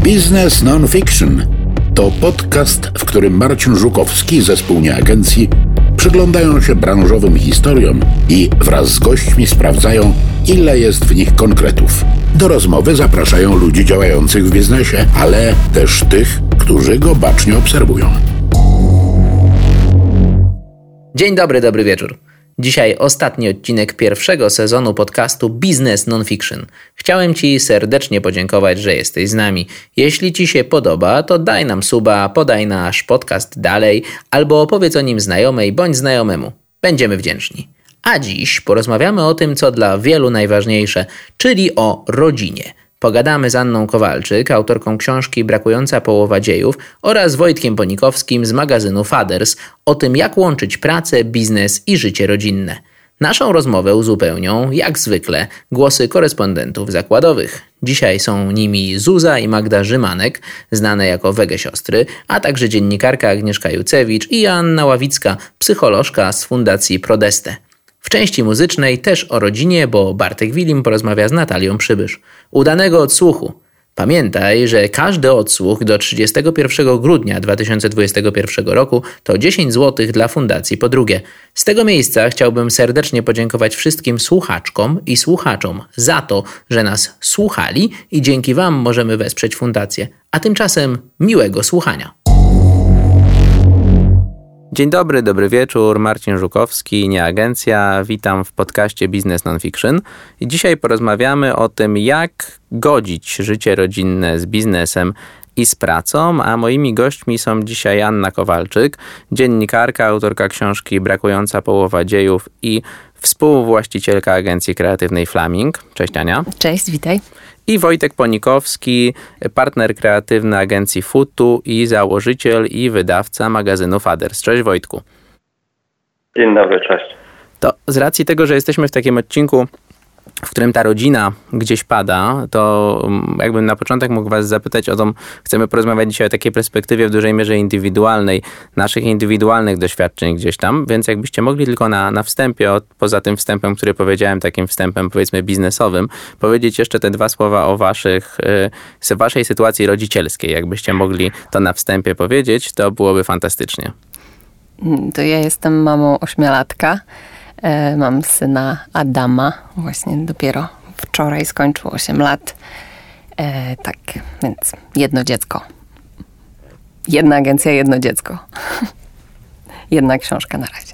Biznes Non-Fiction to podcast, w którym Marcin Żukowski ze spółdzielni agencji przyglądają się branżowym historiom i wraz z gośćmi sprawdzają, ile jest w nich konkretów. Do rozmowy zapraszają ludzi działających w biznesie, ale też tych, którzy go bacznie obserwują. Dzień dobry, dobry wieczór. Dzisiaj ostatni odcinek pierwszego sezonu podcastu Biznes Non-Fiction. Chciałem Ci serdecznie podziękować, że jesteś z nami. Jeśli Ci się podoba, to daj nam suba, podaj nasz podcast dalej albo opowiedz o nim znajomej bądź znajomemu. Będziemy wdzięczni. A dziś porozmawiamy o tym, co dla wielu najważniejsze, czyli o rodzinie. Pogadamy z Anną Kowalczyk, autorką książki Brakująca połowa dziejów, oraz Wojtkiem Ponikowskim z magazynu Fathers o tym, jak łączyć pracę, biznes i życie rodzinne. Naszą rozmowę uzupełnią, jak zwykle, głosy korespondentów zakładowych. Dzisiaj są nimi Zuza i Magda Rzymanek, znane jako Wege Siostry, a także dziennikarka Agnieszka Jucewicz i Joanna Ławicka, psycholożka z Fundacji Prodeste. W części muzycznej też o rodzinie, bo Bartek Wilim porozmawia z Natalią Przybysz. Udanego odsłuchu! Pamiętaj, że każdy odsłuch do 31 grudnia 2021 roku to 10 zł dla Fundacji Po Drugie. Z tego miejsca chciałbym serdecznie podziękować wszystkim słuchaczkom i słuchaczom za to, że nas słuchali i dzięki Wam możemy wesprzeć Fundację. A tymczasem miłego słuchania. Dzień dobry, dobry wieczór. Marcin Żukowski, nie agencja. Witam w podcaście Biznes Non-Fiction. I dzisiaj porozmawiamy o tym, jak godzić życie rodzinne z biznesem i z pracą, a moimi gośćmi są dzisiaj Anna Kowalczyk, dziennikarka, autorka książki Brakująca połowa dziejów i współwłaścicielka agencji kreatywnej Flaming. Cześć Ania. Cześć, witaj. I Wojtek Ponikowski, partner kreatywny agencji Futu i założyciel i wydawca magazynu Fathers. Cześć Wojtku. Dzień dobry, cześć. To z racji tego, że jesteśmy w takim odcinku, w którym ta rodzina gdzieś pada, to jakbym na początek mógł Was zapytać o to, chcemy porozmawiać dzisiaj o takiej perspektywie w dużej mierze indywidualnej, naszych indywidualnych doświadczeń gdzieś tam, więc jakbyście mogli tylko na wstępie, poza tym wstępem, który powiedziałem, takim wstępem powiedzmy biznesowym, powiedzieć jeszcze te dwa słowa o waszej sytuacji rodzicielskiej. Jakbyście mogli to na wstępie powiedzieć, to byłoby fantastycznie. To ja jestem mamą 8-latka. Mam syna Adama, właśnie dopiero wczoraj skończył 8 lat. Tak, więc jedno dziecko. Jedna agencja, jedno dziecko. Jedna książka na razie.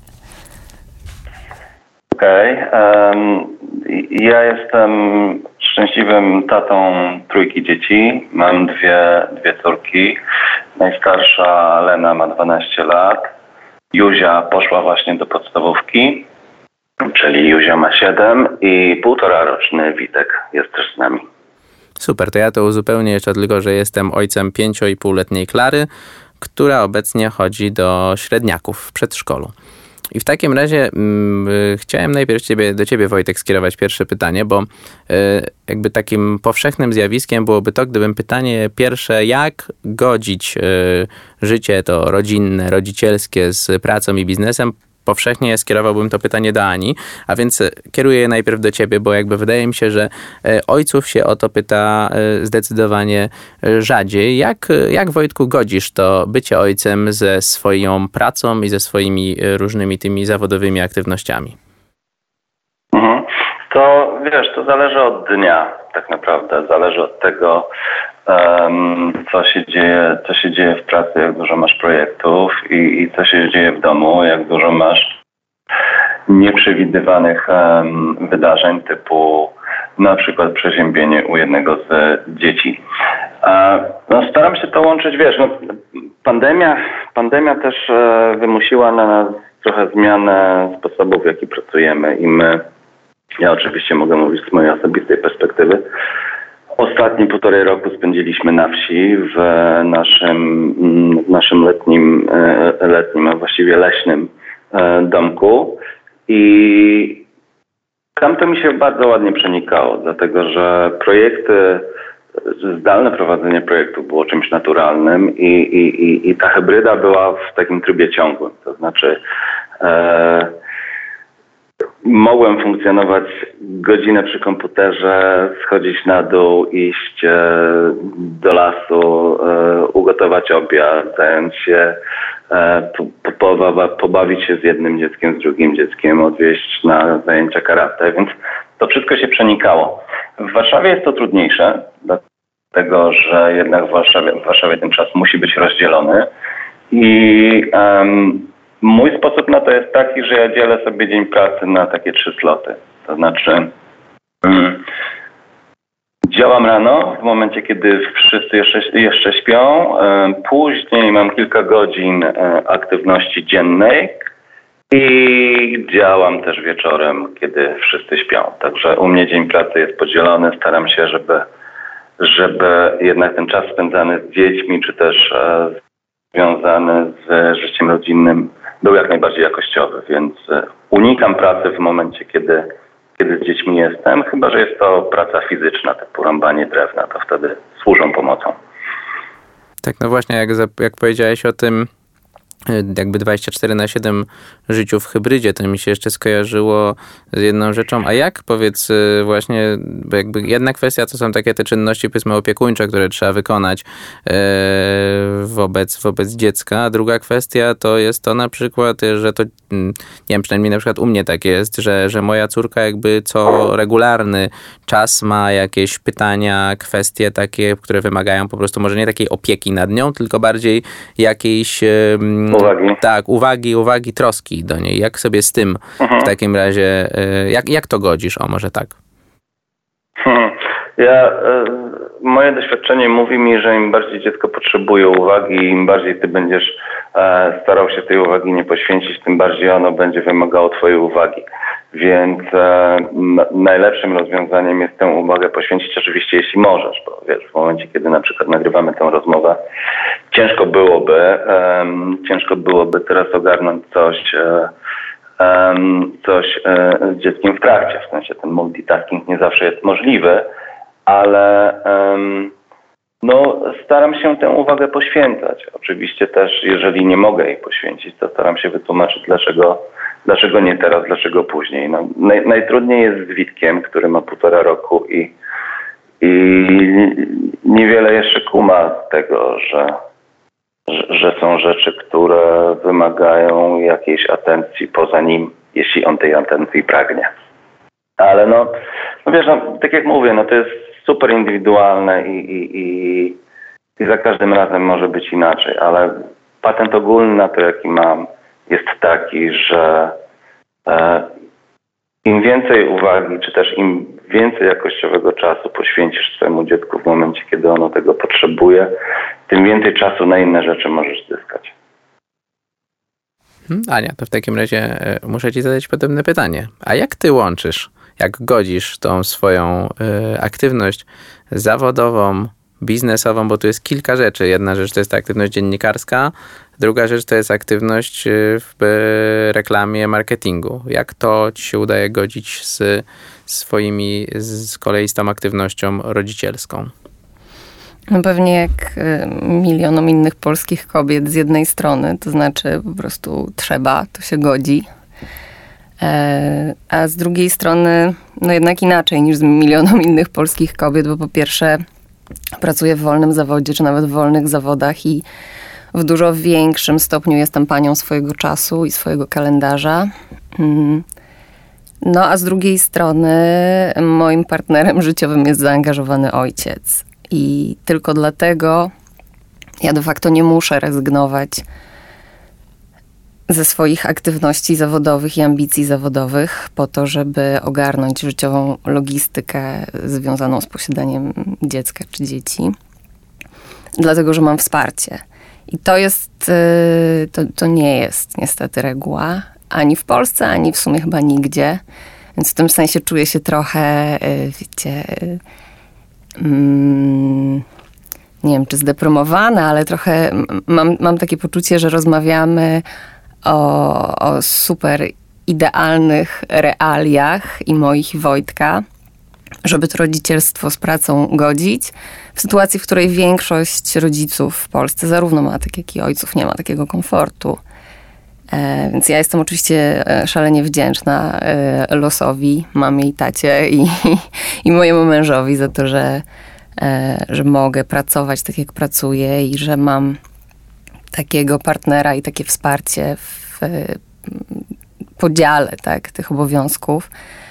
Okej. Ja jestem szczęśliwym tatą trójki dzieci. Mam dwie córki. Najstarsza Lena ma 12 lat. Juzia poszła właśnie do podstawówki, czyli Juzia ma 7 i 1,5-roczny Witek jest też z nami. Super, to ja to uzupełnię jeszcze tylko, że jestem ojcem 5,5-letniej Klary, która obecnie chodzi do średniaków w przedszkolu. I w takim razie chciałem najpierw do Ciebie, Wojtek, skierować pierwsze pytanie, bo jakby takim powszechnym zjawiskiem byłoby to, gdybym pytanie pierwsze, jak godzić życie to rodzinne, rodzicielskie z pracą i biznesem, powszechnie skierowałbym to pytanie do Ani, a więc kieruję je najpierw do Ciebie, bo jakby wydaje mi się, że ojców się o to pyta zdecydowanie rzadziej. Jak Wojtku godzisz to bycie ojcem ze swoją pracą i ze swoimi różnymi tymi zawodowymi aktywnościami? To wiesz, to zależy od dnia tak naprawdę, zależy od tego, co się dzieje w pracy, jak dużo masz projektów i co się dzieje w domu, jak dużo masz nieprzewidywanych wydarzeń typu na przykład przeziębienie u jednego z dzieci. Staram się to łączyć, wiesz, pandemia też wymusiła na nas trochę zmianę sposobów, w jaki pracujemy i ja oczywiście mogę mówić z mojej osobistej perspektywy. Ostatnie 1,5 roku spędziliśmy na wsi w naszym letnim, a właściwie leśnym domku i tam to mi się bardzo ładnie przenikało, dlatego że zdalne prowadzenie projektów było czymś naturalnym i ta hybryda była w takim trybie ciągłym, to znaczy mogłem funkcjonować godzinę przy komputerze, schodzić na dół, iść do lasu, ugotować obiad, zająć się, pobawić się z jednym dzieckiem, z drugim dzieckiem, odwieźć na zajęcia karate, więc to wszystko się przenikało. W Warszawie jest to trudniejsze, dlatego że jednak w Warszawie ten czas musi być rozdzielony i mój sposób na to jest taki, że ja dzielę sobie dzień pracy na takie 3 sloty. To znaczy działam rano, w momencie, kiedy wszyscy jeszcze śpią. Później mam kilka godzin aktywności dziennej i działam też wieczorem, kiedy wszyscy śpią. Także u mnie dzień pracy jest podzielony. Staram się, żeby jednak ten czas spędzany z dziećmi, czy też związany z życiem rodzinnym był jak najbardziej jakościowy, więc unikam pracy w momencie, kiedy z dziećmi jestem, chyba że jest to praca fizyczna, typu rąbanie drewna, to wtedy służą pomocą. Tak, no właśnie, jak powiedziałeś o tym, jakby 24/7 życiu w hybrydzie, to mi się jeszcze skojarzyło z jedną rzeczą. A jak, powiedz, właśnie, bo jakby jedna kwestia to są takie te czynności, powiedzmy, opiekuńcze, które trzeba wykonać wobec dziecka, a druga kwestia to jest to na przykład, że to, nie wiem, przynajmniej na przykład u mnie tak jest, że moja córka jakby co regularny czas ma jakieś pytania, kwestie takie, które wymagają po prostu może nie takiej opieki nad nią, tylko bardziej jakiejś uwagi. Tak, uwagi, troski do niej. Jak sobie z tym w takim razie, jak to godzisz? O, może tak. Moje doświadczenie mówi mi, że im bardziej dziecko potrzebuje uwagi, im bardziej ty będziesz starał się tej uwagi nie poświęcić, tym bardziej ono będzie wymagało twojej uwagi. Więc najlepszym rozwiązaniem jest tę uwagę poświęcić oczywiście, jeśli możesz, bo wiesz, w momencie, kiedy na przykład nagrywamy tę rozmowę, ciężko byłoby teraz ogarnąć coś z dzieckiem w trakcie, w sensie ten multitasking nie zawsze jest możliwy, ale staram się tę uwagę poświęcać. Oczywiście też, jeżeli nie mogę jej poświęcić, to staram się wytłumaczyć, dlaczego nie teraz, dlaczego później. Najtrudniej jest z Witkiem, który ma 1,5 roku i niewiele jeszcze kuma z tego, że są rzeczy, które wymagają jakiejś atencji poza nim, jeśli on tej atencji pragnie. Ale wiesz, tak jak mówię, to jest super indywidualne i za każdym razem może być inaczej, ale patent ogólny na to, jaki mam, jest taki, że im więcej uwagi, czy też im więcej jakościowego czasu poświęcisz swojemu dziecku w momencie, kiedy ono tego potrzebuje, tym więcej czasu na inne rzeczy możesz zyskać. Ania, to w takim razie muszę ci zadać podobne pytanie. A jak ty łączysz, jak godzisz tą swoją aktywność zawodową, biznesową, bo tu jest kilka rzeczy. Jedna rzecz to jest ta aktywność dziennikarska, druga rzecz to jest aktywność w reklamie, marketingu. Jak to ci się udaje godzić z kolei z tą aktywnością rodzicielską? No pewnie jak milionom innych polskich kobiet z jednej strony, to znaczy po prostu trzeba, to się godzi. A z drugiej strony, jednak inaczej niż z milionom innych polskich kobiet, bo po pierwsze pracuję w wolnym zawodzie, czy nawet w wolnych zawodach i w dużo większym stopniu jestem panią swojego czasu i swojego kalendarza. A z drugiej strony moim partnerem życiowym jest zaangażowany ojciec. I tylko dlatego ja de facto nie muszę rezygnować ze swoich aktywności zawodowych i ambicji zawodowych po to, żeby ogarnąć życiową logistykę związaną z posiadaniem dziecka czy dzieci. Dlatego, że mam wsparcie. I to jest, to nie jest niestety reguła. Ani w Polsce, ani w sumie chyba nigdzie. Więc w tym sensie czuję się trochę, nie wiem, czy zdeprymowana, ale trochę mam takie poczucie, że rozmawiamy o super idealnych realiach i moich i Wojtka, żeby to rodzicielstwo z pracą godzić. W sytuacji, w której większość rodziców w Polsce, zarówno matek, jak i ojców, nie ma takiego komfortu. Więc ja jestem oczywiście szalenie wdzięczna losowi, mamie i tacie i mojemu mężowi za to, że mogę pracować tak, jak pracuję i że mam takiego partnera i takie wsparcie w podziale, tak, tych obowiązków.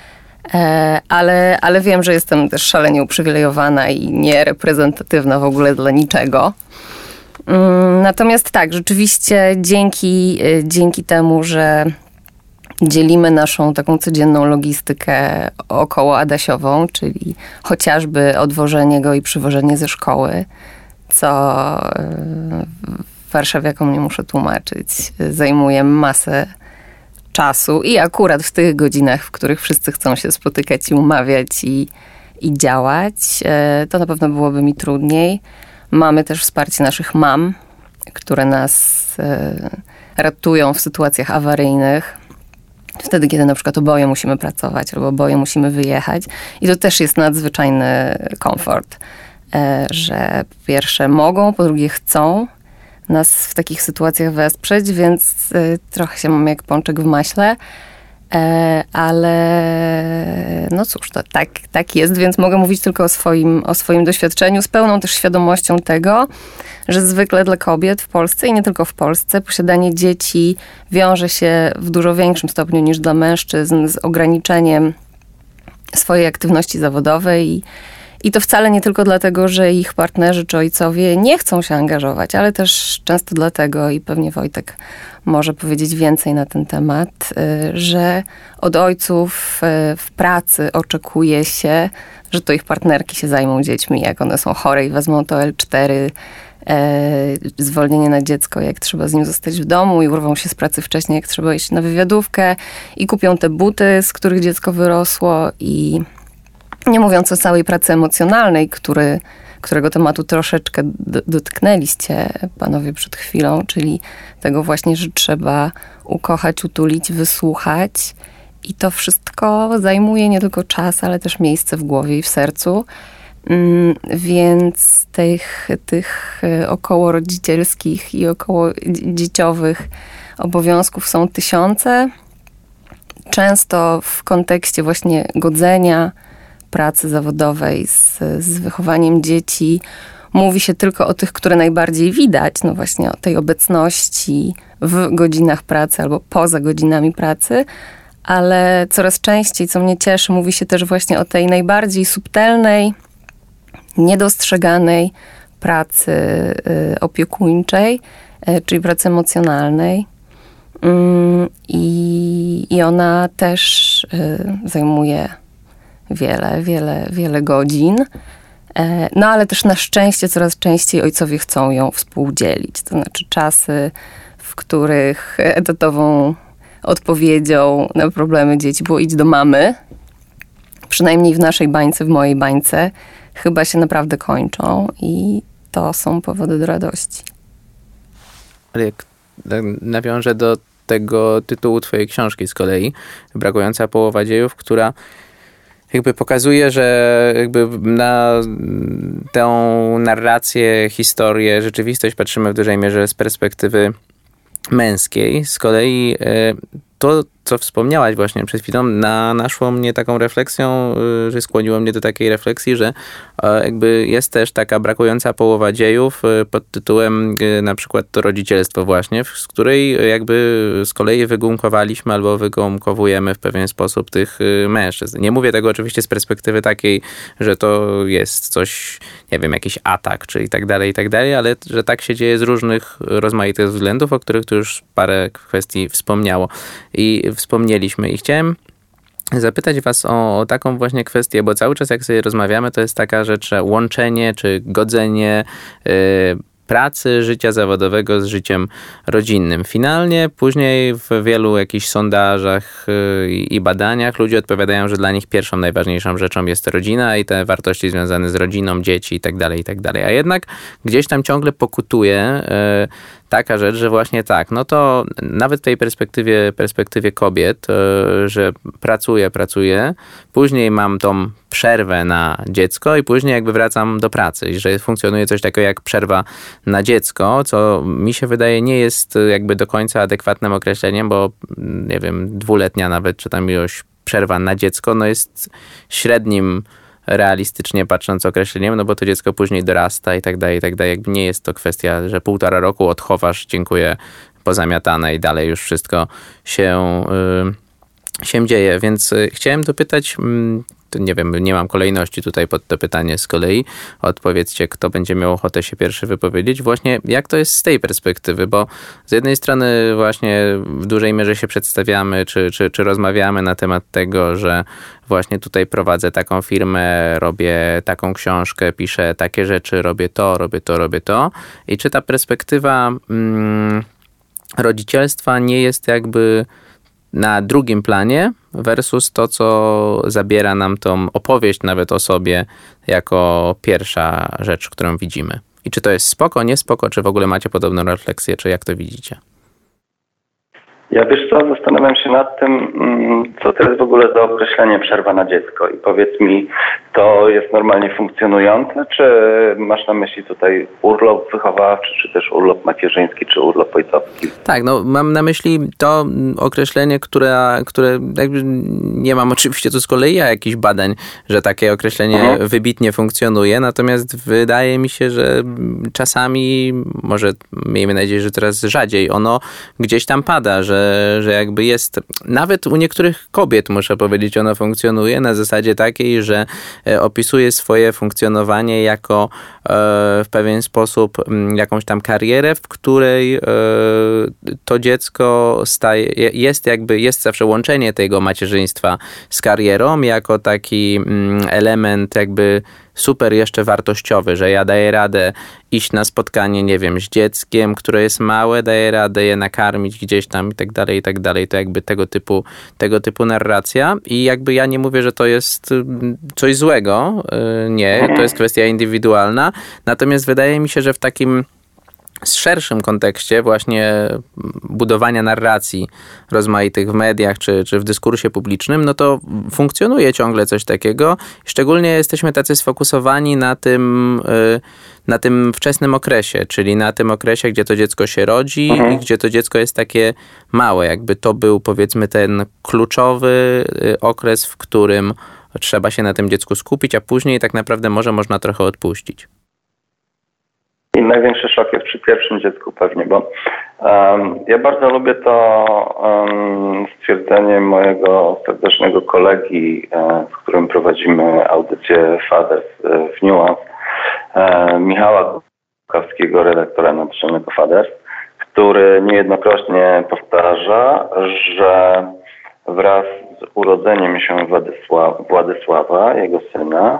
Ale wiem, że jestem też szalenie uprzywilejowana i niereprezentatywna w ogóle dla niczego. Natomiast tak, rzeczywiście dzięki temu, że dzielimy naszą taką codzienną logistykę około Adasiową, czyli chociażby odwożenie go i przywożenie ze szkoły, co warszawiakom nie muszę tłumaczyć, zajmuje masę czasu i akurat w tych godzinach, w których wszyscy chcą się spotykać i umawiać i działać, to na pewno byłoby mi trudniej. Mamy też wsparcie naszych mam, które nas ratują w sytuacjach awaryjnych. Wtedy, kiedy na przykład oboje musimy pracować albo oboje musimy wyjechać. I to też jest nadzwyczajny komfort, że po pierwsze mogą, po drugie chcą nas w takich sytuacjach wesprzeć, więc trochę się mam jak pączek w maśle. Ale no cóż, to tak jest, więc mogę mówić tylko o swoim doświadczeniu z pełną też świadomością tego, że zwykle dla kobiet w Polsce i nie tylko w Polsce posiadanie dzieci wiąże się w dużo większym stopniu niż dla mężczyzn z ograniczeniem swojej aktywności zawodowej i to wcale nie tylko dlatego, że ich partnerzy czy ojcowie nie chcą się angażować, ale też często dlatego, i pewnie Wojtek może powiedzieć więcej na ten temat, że od ojców w pracy oczekuje się, że to ich partnerki się zajmą dziećmi, jak one są chore i wezmą to L4, zwolnienie na dziecko, jak trzeba z nim zostać w domu i urwą się z pracy wcześniej, jak trzeba iść na wywiadówkę i kupią te buty, z których dziecko wyrosło i nie mówiąc o całej pracy emocjonalnej, którego tematu troszeczkę dotknęliście panowie przed chwilą, czyli tego właśnie, że trzeba ukochać, utulić, wysłuchać i to wszystko zajmuje nie tylko czas, ale też miejsce w głowie i w sercu. Więc tych około rodzicielskich i około dzieciowych obowiązków są tysiące. Często w kontekście właśnie godzenia pracy zawodowej z wychowaniem dzieci mówi się tylko o tych, które najbardziej widać, no właśnie o tej obecności w godzinach pracy albo poza godzinami pracy, ale coraz częściej, co mnie cieszy, mówi się też właśnie o tej najbardziej subtelnej, niedostrzeganej pracy opiekuńczej, czyli pracy emocjonalnej. I ona też zajmuje wiele godzin. No ale też na szczęście coraz częściej ojcowie chcą ją współdzielić. To znaczy czasy, w których etatową odpowiedzią na problemy dzieci było idź do mamy, przynajmniej w naszej bańce, w mojej bańce, chyba się naprawdę kończą i to są powody do radości. Ale jak nawiążę do tego tytułu twojej książki z kolei, Brakująca połowa dziejów, która jakby pokazuje, że jakby na tę narrację, historię, rzeczywistość patrzymy w dużej mierze z perspektywy męskiej. Z kolei to, co wspomniałaś właśnie przed chwilą, naszło mnie taką refleksją, że skłoniło mnie do takiej refleksji, że jakby jest też taka brakująca połowa dziejów pod tytułem na przykład to rodzicielstwo właśnie, z której jakby z kolei wygumkowaliśmy albo wygumkowujemy w pewien sposób tych mężczyzn. Nie mówię tego oczywiście z perspektywy takiej, że to jest coś, nie wiem, jakiś atak, czy i tak dalej, ale że tak się dzieje z różnych rozmaitych względów, o których tu już parę kwestii wspomnieliśmy. I chciałem zapytać was o taką właśnie kwestię, bo cały czas jak sobie rozmawiamy, to jest taka rzecz, że łączenie czy godzenie pracy, życia zawodowego z życiem rodzinnym. Finalnie później w wielu jakichś sondażach i badaniach ludzie odpowiadają, że dla nich pierwszą najważniejszą rzeczą jest rodzina i te wartości związane z rodziną, dzieci i tak dalej. A jednak gdzieś tam ciągle pokutuje taka rzecz, że właśnie tak, no to nawet w tej perspektywie kobiet, że pracuję, później mam tą przerwę na dziecko i później jakby wracam do pracy i że funkcjonuje coś takiego jak przerwa na dziecko, co mi się wydaje nie jest jakby do końca adekwatnym określeniem, bo nie wiem, 2-letnia nawet, czy tam ilość przerwa na dziecko, no jest średnim realistycznie patrząc określeniem, no bo to dziecko później dorasta i tak dalej, jakby nie jest to kwestia, że 1,5 roku odchowasz, dziękuję, pozamiatane i dalej już wszystko się dzieje, więc chciałem dopytać, to nie wiem, nie mam kolejności tutaj pod to pytanie z kolei, odpowiedzcie, kto będzie miał ochotę się pierwszy wypowiedzieć, właśnie jak to jest z tej perspektywy, bo z jednej strony właśnie w dużej mierze się przedstawiamy, czy rozmawiamy na temat tego, że właśnie tutaj prowadzę taką firmę, robię taką książkę, piszę takie rzeczy, robię to i czy ta perspektywa rodzicielstwa nie jest jakby na drugim planie versus to, co zabiera nam tą opowieść nawet o sobie jako pierwsza rzecz, którą widzimy. I czy to jest spoko, nie spoko, czy w ogóle macie podobną refleksję, czy jak to widzicie? Ja wiesz co, zastanawiam się nad tym, co to jest w ogóle za określenie przerwa na dziecko i powiedz mi, to jest normalnie funkcjonujące, czy masz na myśli tutaj urlop wychowawczy, czy też urlop macierzyński, czy urlop ojcowski? Tak, no mam na myśli to określenie, które jakby nie mam oczywiście tu z kolei jakichś badań, że takie określenie wybitnie funkcjonuje, natomiast wydaje mi się, że czasami, może miejmy nadzieję, że teraz rzadziej, ono gdzieś tam pada, że jakby jest, nawet u niektórych kobiet, muszę powiedzieć, ono funkcjonuje na zasadzie takiej, że opisuje swoje funkcjonowanie jako w pewien sposób jakąś tam karierę, w której to dziecko jest zawsze łączenie tego macierzyństwa z karierą jako taki element jakby super jeszcze wartościowy, że ja daję radę iść na spotkanie, nie wiem, z dzieckiem, które jest małe, daję radę je nakarmić gdzieś tam i tak dalej, to jakby tego typu narracja i jakby ja nie mówię, że to jest coś złego, nie, to jest kwestia indywidualna, natomiast wydaje mi się, że w takim szerszym kontekście właśnie budowania narracji rozmaitych w mediach czy w dyskursie publicznym, no to funkcjonuje ciągle coś takiego. Szczególnie jesteśmy tacy sfokusowani na tym wczesnym okresie, czyli na tym okresie, gdzie to dziecko się rodzi i gdzie to dziecko jest takie małe. Jakby to był, powiedzmy, ten kluczowy okres, w którym trzeba się na tym dziecku skupić, a później tak naprawdę można trochę odpuścić. I największy szok jest przy pierwszym dziecku pewnie, bo ja bardzo lubię to stwierdzenie mojego serdecznego kolegi, z którym prowadzimy audycję Fathers w Nuance, Michała Kowskiego, redaktora naczelnego Fathers, który niejednokrotnie powtarza, że wraz z urodzeniem się Władysława, jego syna,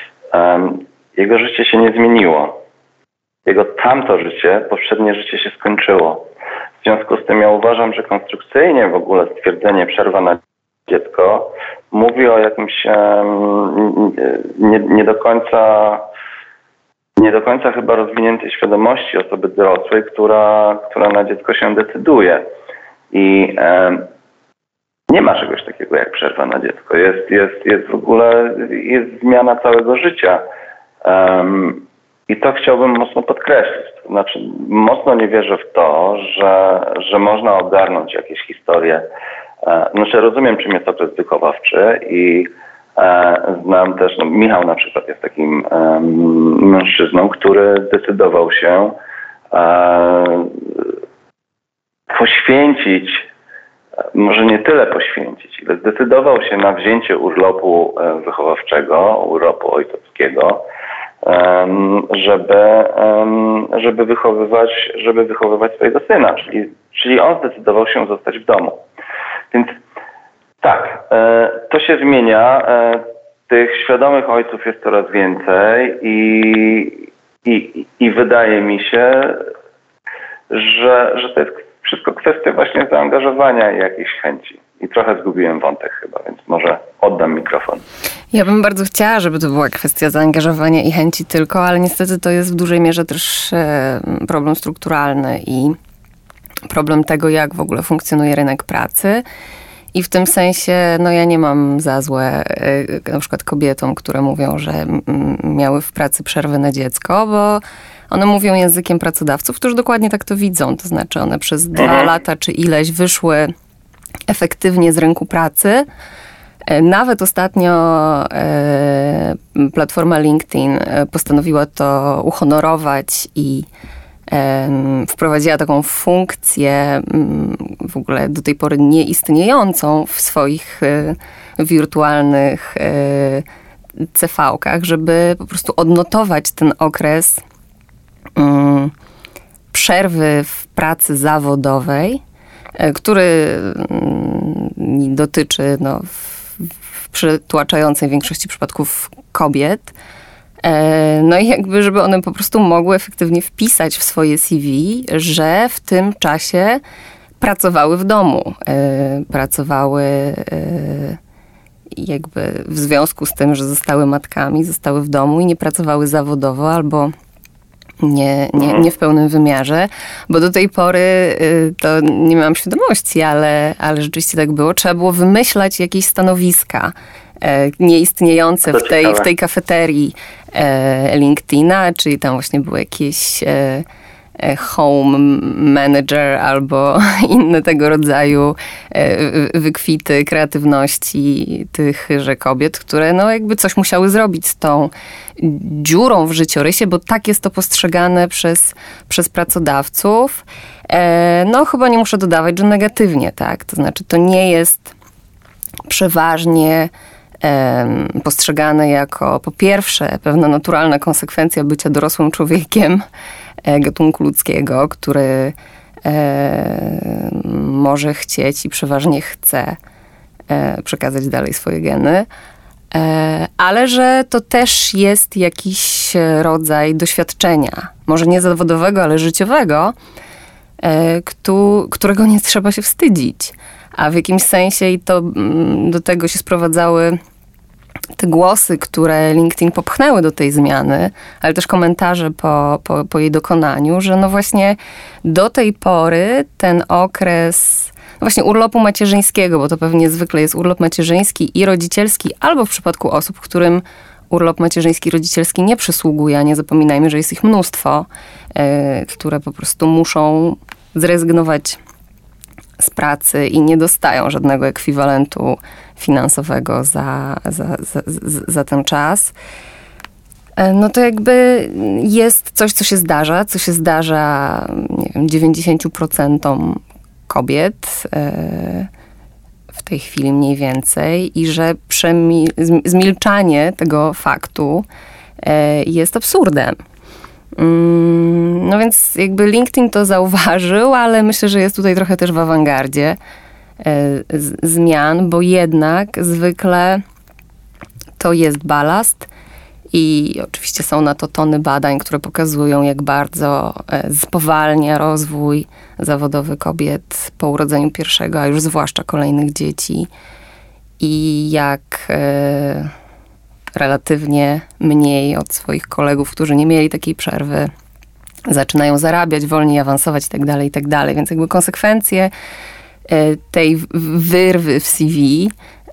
jego życie się nie zmieniło. Jego tamto życie, poprzednie życie się skończyło. W związku z tym ja uważam, że konstrukcyjnie w ogóle stwierdzenie przerwa na dziecko mówi o jakimś nie do końca chyba rozwiniętej świadomości osoby dorosłej, która na dziecko się decyduje. I nie ma czegoś takiego jak przerwa na dziecko. Jest w ogóle zmiana całego życia. I to chciałbym mocno podkreślić. To znaczy, mocno nie wierzę w to, że można ogarnąć jakieś historie. Znaczy, rozumiem, czym jest okres wychowawczy i znam też, Michał na przykład jest takim mężczyzną, który zdecydował się poświęcić, może nie tyle poświęcić, ile zdecydował się na wzięcie urlopu wychowawczego, urlopu ojcowskiego, żeby wychowywać swojego syna, czyli on zdecydował się zostać w domu. Więc tak, to się zmienia, tych świadomych ojców jest coraz więcej i wydaje mi się, że to jest wszystko kwestia właśnie zaangażowania i jakiejś chęci. i trochę zgubiłem wątek chyba, więc może oddam mikrofon. Ja bym bardzo chciała, żeby to była kwestia zaangażowania i chęci tylko, ale niestety to jest w dużej mierze też problem strukturalny i problem tego, jak w ogóle funkcjonuje rynek pracy. I w tym sensie, no ja nie mam za złe na przykład kobietom, które mówią, że miały w pracy przerwę na dziecko, bo one mówią językiem pracodawców, którzy dokładnie tak to widzą. To znaczy one przez 2 lata czy ileś wyszły efektywnie z rynku pracy. Nawet ostatnio platforma LinkedIn postanowiła to uhonorować i wprowadziła taką funkcję w ogóle do tej pory nieistniejącą w swoich wirtualnych CV-kach, żeby po prostu odnotować ten okres przerwy w pracy zawodowej, który dotyczy w przytłaczającej większości przypadków kobiet. No i jakby, żeby one po prostu mogły efektywnie wpisać w swoje CV, że w tym czasie pracowały w domu. Pracowały jakby w związku z tym, że zostały matkami, zostały w domu i nie pracowały zawodowo albo nie w pełnym wymiarze, bo do tej pory to nie miałam świadomości, ale rzeczywiście tak było. Trzeba było wymyślać jakieś stanowiska nieistniejące w tej kafeterii LinkedIna, czyli tam właśnie były jakieś home manager albo inne tego rodzaju wykwity kreatywności tychże kobiet, które no jakby coś musiały zrobić z tą dziurą w życiorysie, bo tak jest to postrzegane przez pracodawców. No chyba nie muszę dodawać, że negatywnie, tak? To znaczy to nie jest przeważnie postrzegane jako po pierwsze pewna naturalna konsekwencja bycia dorosłym człowiekiem gatunku ludzkiego, który może chcieć i przeważnie chce przekazać dalej swoje geny, ale że to też jest jakiś rodzaj doświadczenia, może nie zawodowego, ale życiowego, którego nie trzeba się wstydzić. A w jakimś sensie i to do tego się sprowadzały te głosy, które LinkedIn popchnęły do tej zmiany, ale też komentarze po jej dokonaniu, że no właśnie do tej pory ten okres właśnie urlopu macierzyńskiego, bo to pewnie zwykle jest urlop macierzyński i rodzicielski, albo w przypadku osób, którym urlop macierzyński i rodzicielski nie przysługuje, a nie zapominajmy, że jest ich mnóstwo, które po prostu muszą zrezygnować z pracy i nie dostają żadnego ekwiwalentu finansowego za ten czas, no to jakby jest coś, co się zdarza, nie wiem, 90% kobiet w tej chwili mniej więcej i że zmilczanie tego faktu jest absurdem. No więc jakby LinkedIn to zauważył, ale myślę, że jest tutaj trochę też w awangardzie zmian, bo jednak zwykle to jest balast i oczywiście są na to tony badań, które pokazują, jak bardzo spowalnia rozwój zawodowy kobiet po urodzeniu pierwszego, a już zwłaszcza kolejnych dzieci i jak relatywnie mniej od swoich kolegów, którzy nie mieli takiej przerwy, zaczynają zarabiać, wolniej awansować i tak dalej. Więc jakby konsekwencje tej wyrwy w CV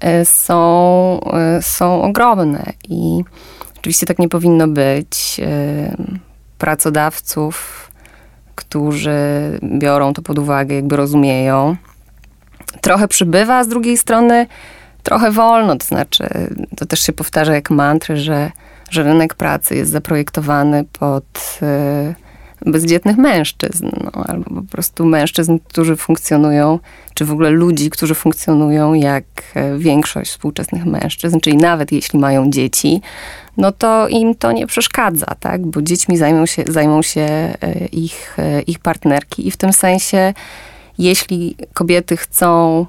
są ogromne i oczywiście tak nie powinno być. Pracodawców, którzy biorą to pod uwagę, jakby rozumieją. Trochę przybywa, a z drugiej strony trochę wolno, to znaczy to też się powtarza jak mantry, że rynek pracy jest zaprojektowany pod bezdzietnych mężczyzn, no, albo po prostu mężczyzn, którzy funkcjonują, czy w ogóle ludzi, którzy funkcjonują jak większość współczesnych mężczyzn, czyli nawet jeśli mają dzieci, no to im to nie przeszkadza, tak? Bo dziećmi zajmą się ich partnerki i w tym sensie, jeśli kobiety chcą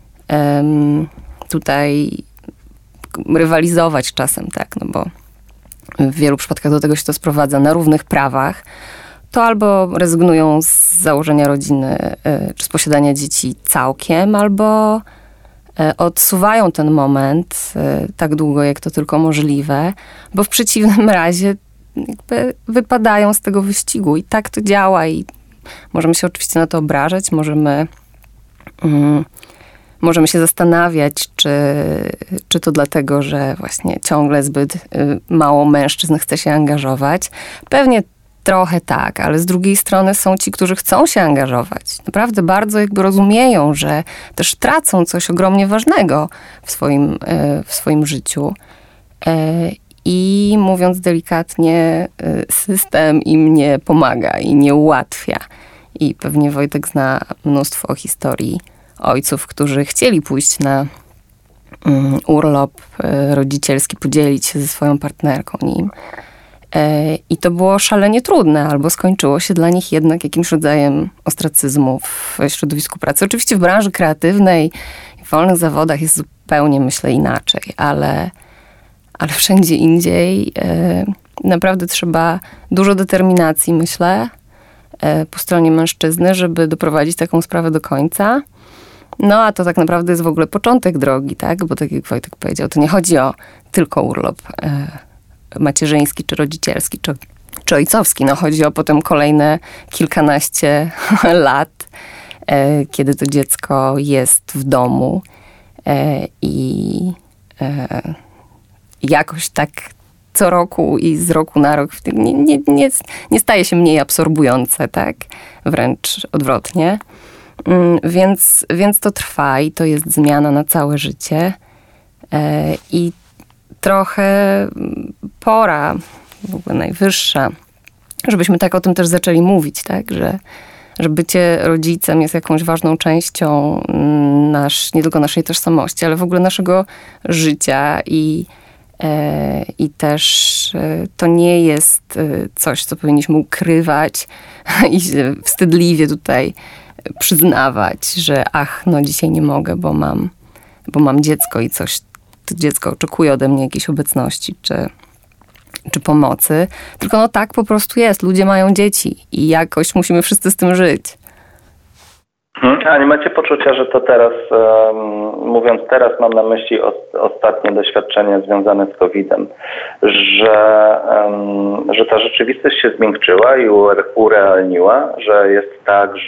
tutaj rywalizować czasem, tak, no bo w wielu przypadkach do tego się to sprowadza na równych prawach, to albo rezygnują z założenia rodziny, czy z posiadania dzieci całkiem, albo odsuwają ten moment tak długo, jak to tylko możliwe, bo w przeciwnym razie jakby wypadają z tego wyścigu i tak to działa i możemy się oczywiście na to obrażać, możemy się zastanawiać, czy to dlatego, że właśnie ciągle zbyt mało mężczyzn chce się angażować. Pewnie trochę tak, ale z drugiej strony są ci, którzy chcą się angażować. Naprawdę bardzo jakby rozumieją, że też tracą coś ogromnie ważnego w swoim życiu. I mówiąc delikatnie, system im nie pomaga i nie ułatwia. I pewnie Wojtek zna mnóstwo historii ojców, którzy chcieli pójść na urlop rodzicielski, podzielić się ze swoją partnerką nim. I to było szalenie trudne, albo skończyło się dla nich jednak jakimś rodzajem ostracyzmu w środowisku pracy. Oczywiście w branży kreatywnej i w wolnych zawodach jest zupełnie, myślę, inaczej, ale wszędzie indziej naprawdę trzeba dużo determinacji, myślę, po stronie mężczyzny, żeby doprowadzić taką sprawę do końca. No a to tak naprawdę jest w ogóle początek drogi, tak? Bo tak jak Wojtek powiedział, to nie chodzi o tylko urlop macierzyński, czy rodzicielski, czy ojcowski. No chodzi o potem kolejne kilkanaście lat, kiedy to dziecko jest w domu i jakoś tak co roku i z roku na rok nie staje się mniej absorbujące, tak? Wręcz odwrotnie. Więc to trwa i to jest zmiana na całe życie. I trochę pora, w ogóle najwyższa, żebyśmy tak o tym też zaczęli mówić, tak? Że bycie rodzicem jest jakąś ważną częścią nie tylko naszej tożsamości, ale w ogóle naszego życia i też to nie jest coś, co powinniśmy ukrywać i się wstydliwie tutaj przyznawać, że no dzisiaj nie mogę, bo mam dziecko i coś, to dziecko oczekuje ode mnie jakiejś obecności czy pomocy. Tylko no tak po prostu jest. Ludzie mają dzieci i jakoś musimy wszyscy z tym żyć. A nie macie poczucia, że to teraz, mówiąc teraz, mam na myśli ostatnie doświadczenia związane z COVID-em, że ta rzeczywistość się zmiękczyła i urealniła, że jest tak,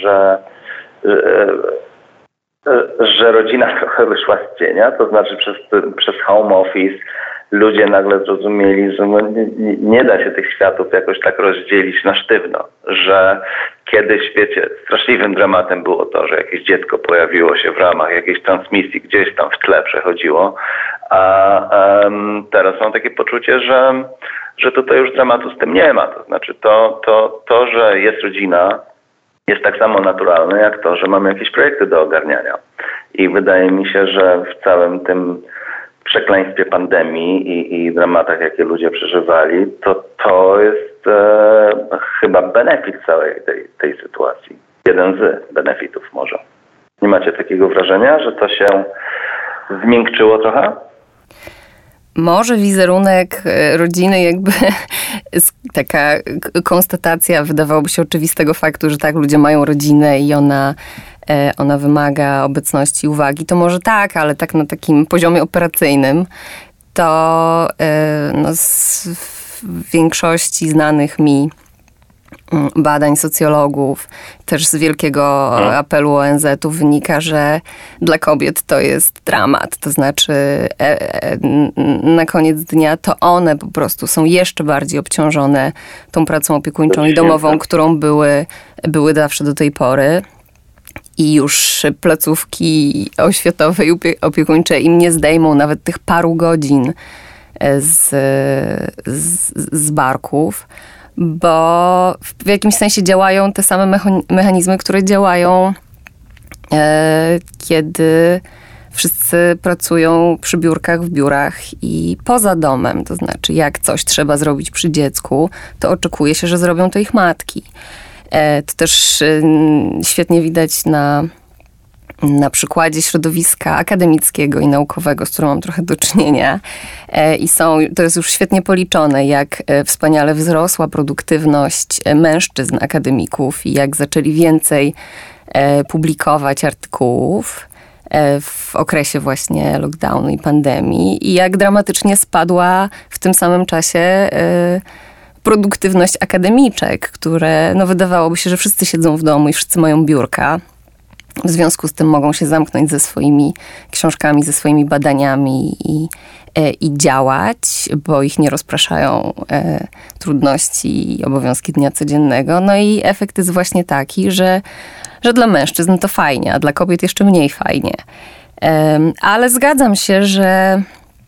że rodzina trochę wyszła z cienia, to znaczy przez home office ludzie nagle zrozumieli, że nie da się tych światów jakoś tak rozdzielić na sztywno, że kiedyś, wiecie, straszliwym dramatem było to, że jakieś dziecko pojawiło się w ramach jakiejś transmisji, gdzieś tam w tle przechodziło, a teraz mam takie poczucie, że tutaj już dramatu z tym nie ma. To znaczy to, że jest rodzina, jest tak samo naturalne jak to, że mamy jakieś projekty do ogarniania. I wydaje mi się, że w całym tym przekleństwie pandemii i dramatach, jakie ludzie przeżywali, to jest chyba benefit całej tej sytuacji. Jeden z benefitów może. Nie macie takiego wrażenia, że to się zmiękczyło trochę? Może wizerunek rodziny jakby taka konstatacja wydawałoby się oczywistego faktu, że tak, ludzie mają rodzinę i ona wymaga obecności i uwagi. To może tak, ale tak na takim poziomie operacyjnym to z większości znanych mi badań socjologów, też z wielkiego apelu ONZ-u wynika, że dla kobiet to jest dramat. To znaczy na koniec dnia to one po prostu są jeszcze bardziej obciążone tą pracą opiekuńczą i domową, którą były zawsze do tej pory. I już placówki oświatowe i opiekuńcze im nie zdejmą nawet tych paru godzin z barków, bo w jakimś sensie działają te same mechanizmy, które działają, kiedy wszyscy pracują przy biurkach, w biurach i poza domem. To znaczy, jak coś trzeba zrobić przy dziecku, to oczekuje się, że zrobią to ich matki. To też świetnie widać na przykładzie środowiska akademickiego i naukowego, z którym mam trochę do czynienia. To jest już świetnie policzone, jak wspaniale wzrosła produktywność mężczyzn akademików i jak zaczęli więcej publikować artykułów w okresie właśnie lockdownu i pandemii i jak dramatycznie spadła w tym samym czasie produktywność akademiczek, które wydawałoby się, że wszyscy siedzą w domu i wszyscy mają biurka. W związku z tym mogą się zamknąć ze swoimi książkami, ze swoimi badaniami i działać, bo ich nie rozpraszają trudności i obowiązki dnia codziennego. No i efekt jest właśnie taki, że dla mężczyzn to fajnie, a dla kobiet jeszcze mniej fajnie. Ale zgadzam się, że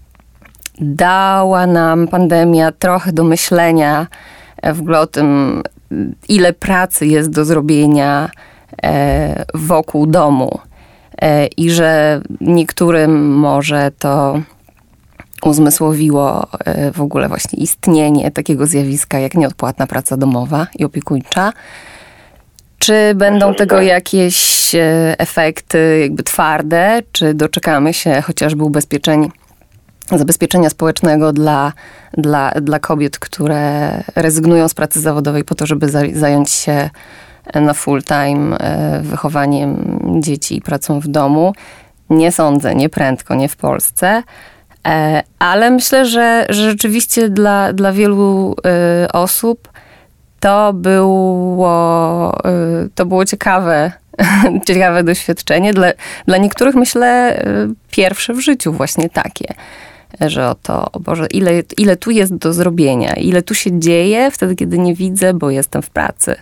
dała nam pandemia trochę do myślenia w ogóle o tym, ile pracy jest do zrobienia wokół domu i że niektórym może to uzmysłowiło w ogóle właśnie istnienie takiego zjawiska jak nieodpłatna praca domowa i opiekuńcza. Czy będą tego jakieś efekty jakby twarde, czy doczekamy się chociażby zabezpieczenia społecznego dla kobiet, które rezygnują z pracy zawodowej po to, żeby zająć się na full time wychowaniem dzieci i pracą w domu. Nie sądzę, nie prędko, nie w Polsce, ale myślę, że rzeczywiście dla wielu osób to było ciekawe doświadczenie. Dla niektórych myślę pierwsze w życiu właśnie takie, że oto, o Boże, ile tu jest do zrobienia, ile tu się dzieje wtedy, kiedy nie widzę, bo jestem w pracy.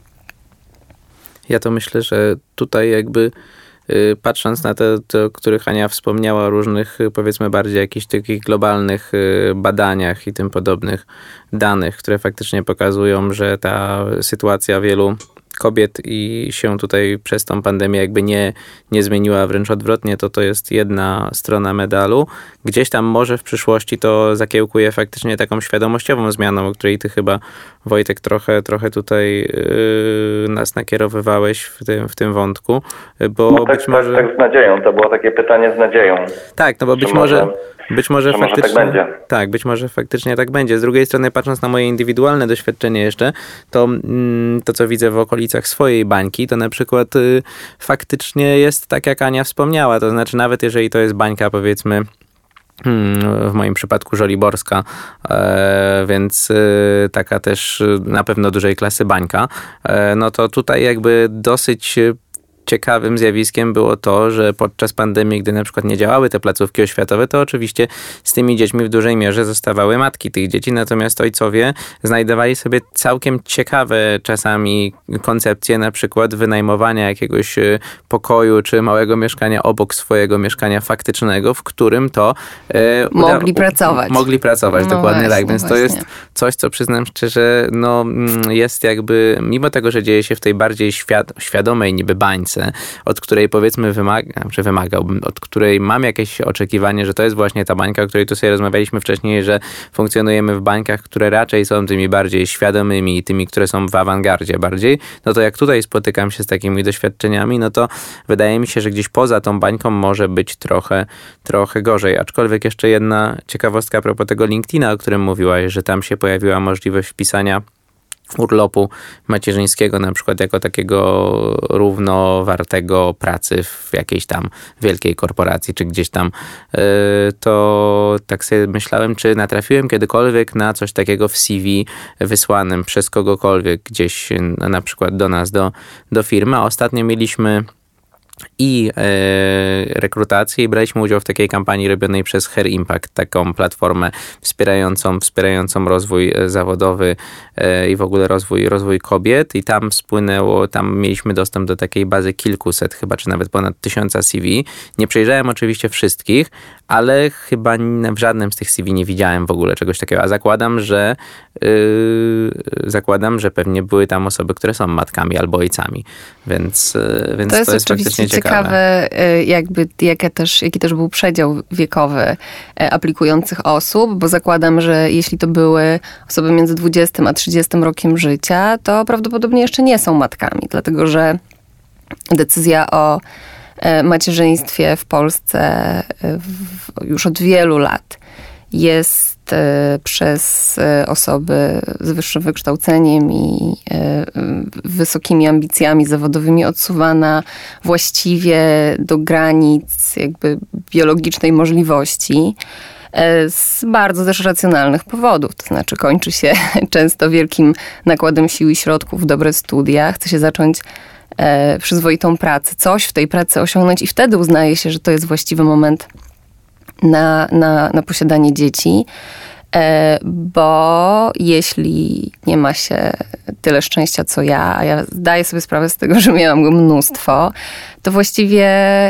Ja to myślę, że tutaj jakby patrząc na te, o których Ania wspomniała, różnych powiedzmy bardziej jakichś takich globalnych badaniach i tym podobnych danych, które faktycznie pokazują, że ta sytuacja wielu kobiet i się tutaj przez tą pandemię jakby nie zmieniła, wręcz odwrotnie, to jest jedna strona medalu. Gdzieś tam może w przyszłości to zakiełkuje faktycznie taką świadomościową zmianą, o której ty chyba, Wojtek, trochę tutaj nas nakierowywałeś w tym wątku, bo no tak, być może... Tak z nadzieją, to było takie pytanie z nadzieją. Tak, no bo być może faktycznie tak będzie. Tak, być może faktycznie tak będzie. Z drugiej strony, patrząc na moje indywidualne doświadczenie jeszcze, to co widzę w okolicach swojej bańki, to na przykład faktycznie jest tak, jak Ania wspomniała. To znaczy, nawet jeżeli to jest bańka, powiedzmy, w moim przypadku żoliborska, więc taka też na pewno dużej klasy bańka, no to tutaj jakby dosyć ciekawym zjawiskiem było to, że podczas pandemii, gdy na przykład nie działały te placówki oświatowe, to oczywiście z tymi dziećmi w dużej mierze zostawały matki tych dzieci, natomiast ojcowie znajdowali sobie całkiem ciekawe czasami koncepcje, na przykład wynajmowania jakiegoś pokoju czy małego mieszkania obok swojego mieszkania faktycznego, w którym to mogli pracować. Mogli pracować, no dokładnie właśnie, tak. Więc właśnie. To jest coś, co przyznam szczerze, no jest jakby, mimo tego, że dzieje się w tej bardziej świadomej niby bańce, od której powiedzmy wymagałbym, od której mam jakieś oczekiwanie, że to jest właśnie ta bańka, o której tu sobie rozmawialiśmy wcześniej, że funkcjonujemy w bańkach, które raczej są tymi bardziej świadomymi i tymi, które są w awangardzie bardziej, no to jak tutaj spotykam się z takimi doświadczeniami, no to wydaje mi się, że gdzieś poza tą bańką może być trochę gorzej. Aczkolwiek jeszcze jedna ciekawostka a propos tego LinkedIna, o którym mówiłaś, że tam się pojawiła możliwość wpisania urlopu macierzyńskiego, na przykład jako takiego równowartego pracy w jakiejś tam wielkiej korporacji, czy gdzieś tam, to tak sobie myślałem, czy natrafiłem kiedykolwiek na coś takiego w CV wysłanym przez kogokolwiek gdzieś, na przykład do nas, do firmy. A ostatnio mieliśmy i rekrutację i braliśmy udział w takiej kampanii robionej przez Hair Impact, taką platformę wspierającą rozwój zawodowy i w ogóle rozwój kobiet i tam mieliśmy dostęp do takiej bazy kilkuset chyba, czy nawet ponad 1000 CV. Nie przejrzałem oczywiście wszystkich, ale chyba w żadnym z tych CV nie widziałem w ogóle czegoś takiego, a zakładam, że pewnie były tam osoby, które są matkami albo ojcami, więc to jest faktycznie ciekawe, jaki też był przedział wiekowy aplikujących osób, bo zakładam, że jeśli to były osoby między 20 a 30 rokiem życia, to prawdopodobnie jeszcze nie są matkami, dlatego że decyzja o macierzyństwie w Polsce już od wielu lat jest przez osoby z wyższym wykształceniem i wysokimi ambicjami zawodowymi odsuwana właściwie do granic jakby biologicznej możliwości. Z bardzo też racjonalnych powodów. To znaczy kończy się często wielkim nakładem sił i środków w dobre studia. Chce się zacząć przyzwoitą pracę, coś w tej pracy osiągnąć i wtedy uznaje się, że to jest właściwy moment na posiadanie dzieci. Bo jeśli nie ma się tyle szczęścia co ja, a ja zdaję sobie sprawę z tego, że miałam go mnóstwo, to właściwie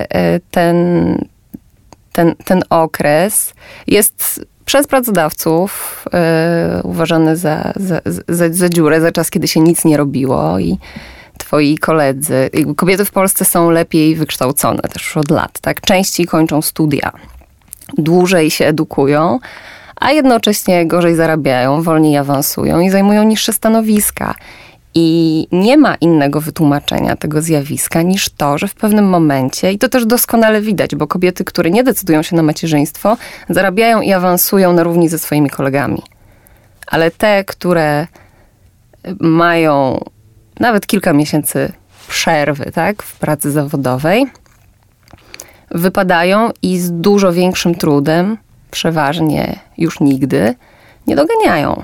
ten okres jest przez pracodawców uważany za dziurę, za czas, kiedy się nic nie robiło i twoi koledzy, kobiety w Polsce są lepiej wykształcone też już od lat, tak? Częściej kończą studia, dłużej się edukują, a jednocześnie gorzej zarabiają, wolniej awansują i zajmują niższe stanowiska. I nie ma innego wytłumaczenia tego zjawiska niż to, że w pewnym momencie, i to też doskonale widać, bo kobiety, które nie decydują się na macierzyństwo, zarabiają i awansują na równi ze swoimi kolegami. Ale te, które mają nawet kilka miesięcy przerwy, tak, w pracy zawodowej, wypadają i z dużo większym trudem, przeważnie już nigdy, nie doganiają.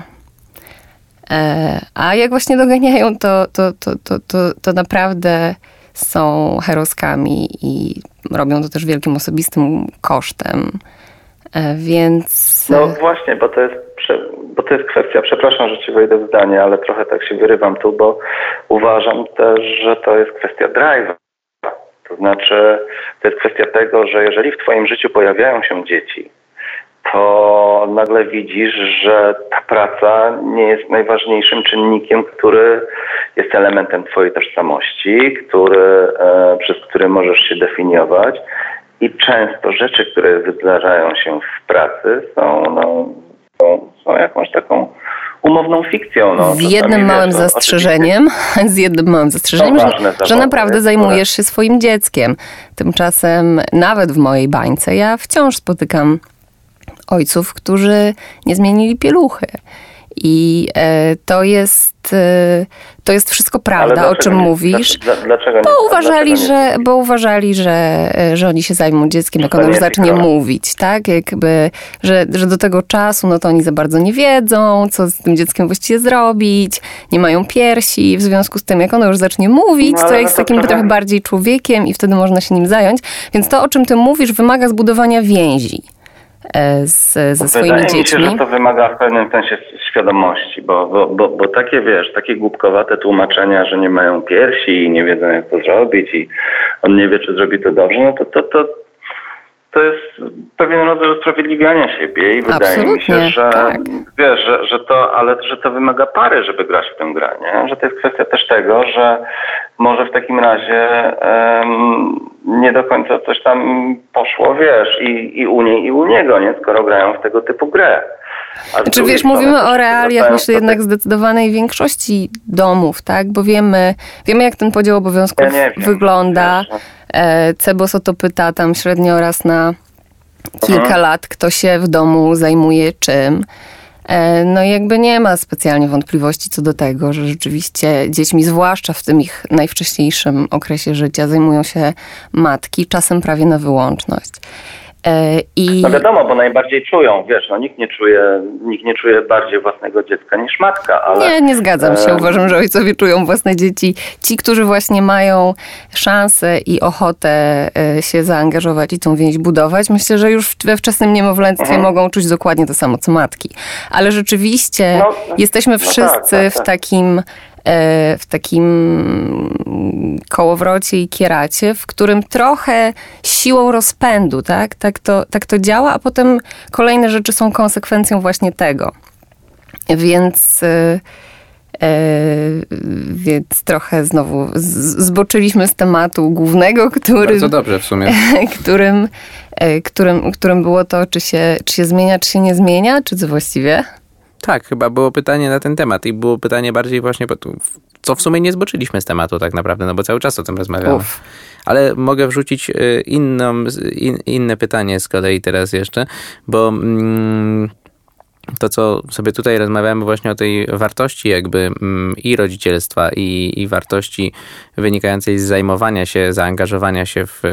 A jak właśnie doganiają, to naprawdę są heroskami i robią to też wielkim osobistym kosztem. Więc... No właśnie, bo to jest kwestia, przepraszam, że ci wejdę w zdanie, ale trochę tak się wyrywam tu, bo uważam też, że to jest kwestia drive'a. To znaczy, to jest kwestia tego, że jeżeli w twoim życiu pojawiają się dzieci, to nagle widzisz, że ta praca nie jest najważniejszym czynnikiem, który jest elementem twojej tożsamości, przez który możesz się definiować. I często rzeczy, które wydarzają się w pracy są jakąś taką umowną fikcją. Z jednym małym zastrzeżeniem, że naprawdę zajmujesz się swoim dzieckiem. Tymczasem nawet w mojej bańce ja wciąż spotykam ojców, którzy nie zmienili pieluchy. I to jest wszystko prawda, o czym mówisz. Dlaczego nie? Bo uważali, że oni się zajmą dzieckiem, jak ono już zacznie mówić, tak? Jakby, że do tego czasu, no to oni za bardzo nie wiedzą, co z tym dzieckiem właściwie zrobić, nie mają piersi, w związku z tym, jak ono już zacznie mówić, to jest takim trochę bardziej człowiekiem i wtedy można się nim zająć. Więc to, o czym ty mówisz, wymaga zbudowania więzi ze swoimi dziećmi. Wydaje mi się, że to wymaga w pewnym sensie świadomości, bo takie głupkowate tłumaczenia, że nie mają piersi i nie wiedzą, jak to zrobić i on nie wie, czy zrobi to dobrze, no to jest pewien rodzaj usprawiedliwiania siebie i wydaje mi się, że tak. Wiesz, że to wymaga pary, żeby grać w tę grę, nie? Że to jest kwestia też tego, że może w takim razie nie do końca coś tam poszło, wiesz, i u niej, i u niego, nie? Skoro grają w tego typu grę. Znaczy, wiesz, mówimy o realiach, myślę, jednak zdecydowanej większości domów, tak? Bo wiemy, jak ten podział obowiązków wygląda. Cebos o to pyta tam średnio raz na kilka lat, kto się w domu zajmuje czym. No i jakby nie ma specjalnie wątpliwości co do tego, że rzeczywiście dziećmi, zwłaszcza w tym ich najwcześniejszym okresie życia, zajmują się matki, czasem prawie na wyłączność. No wiadomo, bo najbardziej czują, wiesz, no nikt nie czuje bardziej własnego dziecka niż matka, ale... Nie zgadzam się. Uważam, że ojcowie czują własne dzieci. Ci, którzy właśnie mają szansę i ochotę się zaangażować i tą więź budować, myślę, że już we wczesnym niemowlęctwie mogą czuć dokładnie to samo, co matki. Ale rzeczywiście jesteśmy wszyscy w takim kołowrocie i kieracie, w którym trochę siłą rozpędu, tak to działa, a potem kolejne rzeczy są konsekwencją właśnie tego. Więc trochę znowu zboczyliśmy z tematu głównego, Bardzo dobrze w sumie. którym było to, czy się zmienia, czy się nie zmienia, czy co właściwie? Tak, chyba było pytanie na ten temat i było pytanie bardziej właśnie, co w sumie nie zboczyliśmy z tematu tak naprawdę, no bo cały czas o tym rozmawiamy. Ale mogę wrzucić inne pytanie z kolei teraz jeszcze, bo to, co sobie tutaj rozmawiamy właśnie o tej wartości jakby i rodzicielstwa, i wartości wynikającej z zajmowania się, zaangażowania się w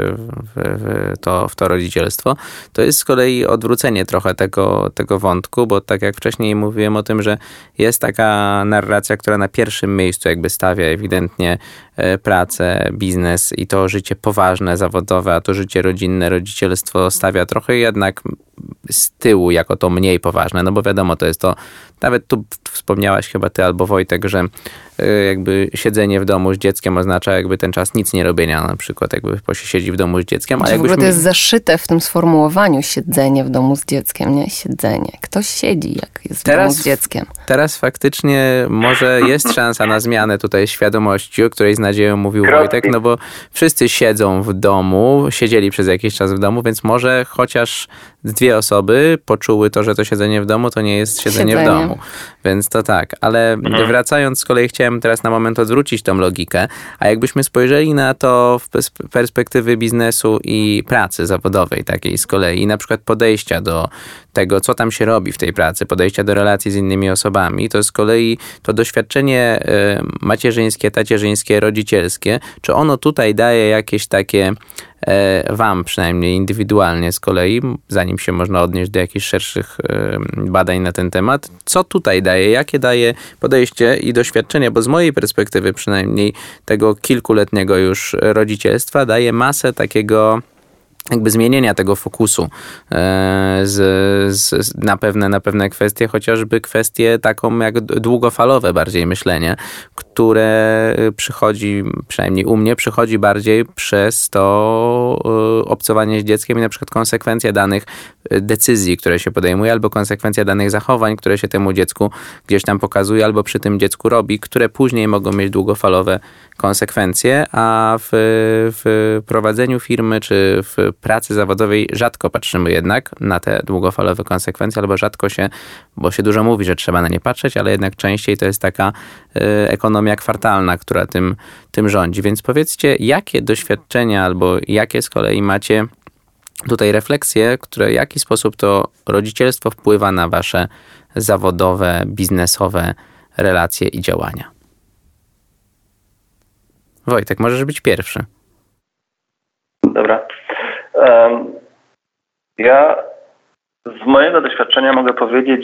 to rodzicielstwo, to jest z kolei odwrócenie trochę tego wątku, bo tak jak wcześniej mówiłem o tym, że jest taka narracja, która na pierwszym miejscu jakby stawia ewidentnie pracę, biznes i to życie poważne, zawodowe, a to życie rodzinne, rodzicielstwo stawia trochę jednak z tyłu jako to mniej poważne, no bo wiadomo, to jest to, nawet tu wspomniałaś chyba ty albo Wojtek, że jakby siedzenie w domu z dzieckiem oznacza jakby ten czas nic nie robienia, na przykład jakby się siedzi w domu z dzieckiem. A jakbyśmy... To jest zaszyte w tym sformułowaniu siedzenie w domu z dzieckiem, nie? Siedzenie. Ktoś siedzi, jak jest w domu z dzieckiem. Teraz faktycznie może jest szansa na zmianę tutaj świadomości, o której z nadzieją mówił Wojtek, no bo wszyscy siedzą w domu, siedzieli przez jakiś czas w domu, więc może chociaż 2 osoby poczuły to, że to siedzenie w domu to nie jest siedzenie w domu. Więc to tak, ale wracając z kolei chciałem teraz na moment odwrócić tą logikę, a jakbyśmy spojrzeli na to z perspektywy biznesu i pracy zawodowej takiej z kolei, na przykład podejścia do tego, co tam się robi w tej pracy, podejścia do relacji z innymi osobami, to z kolei to doświadczenie macierzyńskie, tacierzyńskie, rodzicielskie, czy ono tutaj daje jakieś takie wam przynajmniej indywidualnie z kolei, zanim się można odnieść do jakichś szerszych badań na ten temat, co tutaj daje, jakie daje podejście i doświadczenie, bo z mojej perspektywy przynajmniej tego kilkuletniego już rodzicielstwa daje masę takiego jakby zmienienia tego fokusu na pewne kwestie, chociażby kwestie taką jak długofalowe bardziej myślenie, które przychodzi, przynajmniej u mnie, przychodzi bardziej przez to obcowanie z dzieckiem i na przykład konsekwencja danych decyzji, które się podejmuje, albo konsekwencja danych zachowań, które się temu dziecku gdzieś tam pokazuje, albo przy tym dziecku robi, które później mogą mieć długofalowe konsekwencje, a w prowadzeniu firmy czy w pracy zawodowej rzadko patrzymy jednak na te długofalowe konsekwencje, albo rzadko się, bo się dużo mówi, że trzeba na nie patrzeć, ale jednak częściej to jest taka ekonomia kwartalna, która tym rządzi. Więc powiedzcie, jakie doświadczenia albo jakie z kolei macie tutaj refleksje, które w jaki sposób to rodzicielstwo wpływa na wasze zawodowe, biznesowe relacje i działania? Wojtek, możesz być pierwszy. Dobra. Ja z mojego doświadczenia mogę powiedzieć,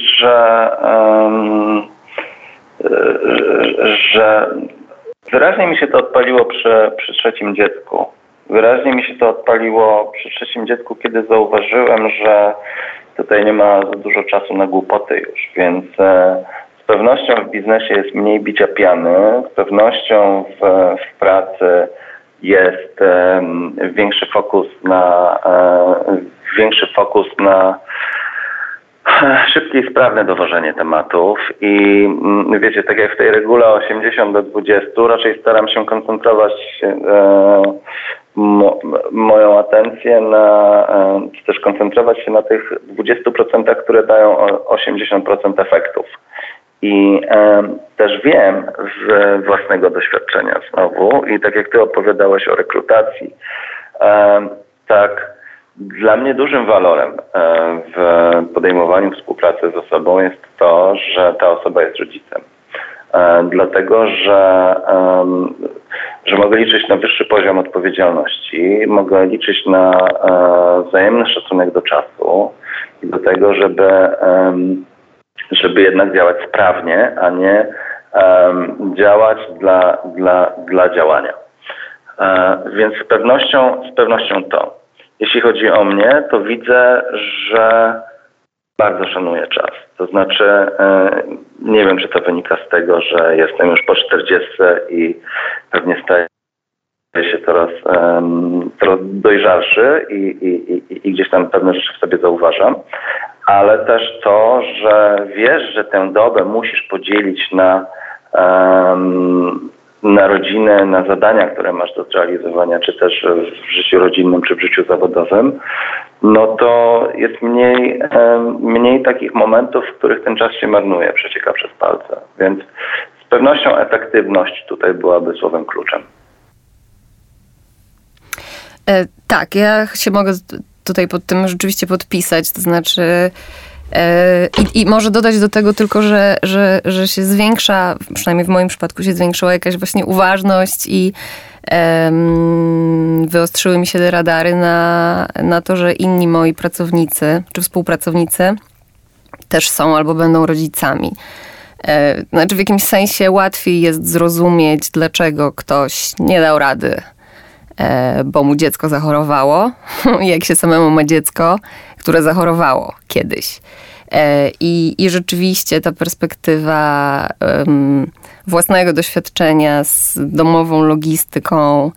że wyraźnie mi się to odpaliło przy 3. dziecku. Wyraźnie mi się to odpaliło przy 3. dziecku, kiedy zauważyłem, że tutaj nie ma za dużo czasu na głupoty już, więc z pewnością w biznesie jest mniej bicia piany, z pewnością w pracy jest większy fokus na szybkie i sprawne dowożenie tematów i wiecie, tak jak w tej regule 80/20, raczej staram się koncentrować moją atencję czy też koncentrować się na tych 20%, które dają 80% efektów. I też wiem z własnego doświadczenia znowu i tak jak ty opowiadałeś o rekrutacji, tak dla mnie dużym walorem w podejmowaniu współpracy z osobą jest to, że ta osoba jest rodzicem. Dlatego, że mogę liczyć na wyższy poziom odpowiedzialności, mogę liczyć na wzajemny szacunek do czasu i do tego, żeby jednak działać sprawnie, a nie działać dla działania. Więc z pewnością to. Jeśli chodzi o mnie, to widzę, że bardzo szanuję czas. To znaczy, nie wiem, czy to wynika z tego, że jestem już po 40 i pewnie staję się coraz dojrzalszy i gdzieś tam pewne rzeczy w sobie zauważam, ale też to, że wiesz, że tę dobę musisz podzielić na rodzinę, na zadania, które masz do zrealizowania, czy też w życiu rodzinnym, czy w życiu zawodowym, no to jest mniej takich momentów, w których ten czas się marnuje, przecieka przez palce. Więc z pewnością efektywność tutaj byłaby słowem kluczem. Tak, ja się mogę tutaj pod tym rzeczywiście podpisać, to znaczy I może dodać do tego tylko, że się zwiększa, przynajmniej w moim przypadku się zwiększyła jakaś właśnie uważność i wyostrzyły mi się radary na to, że inni moi pracownicy czy współpracownicy też są albo będą rodzicami. Znaczy w jakimś sensie łatwiej jest zrozumieć, dlaczego ktoś nie dał rady, bo mu dziecko zachorowało, jak się samemu ma dziecko, które zachorowało kiedyś. I rzeczywiście ta perspektywa własnego doświadczenia z domową logistyką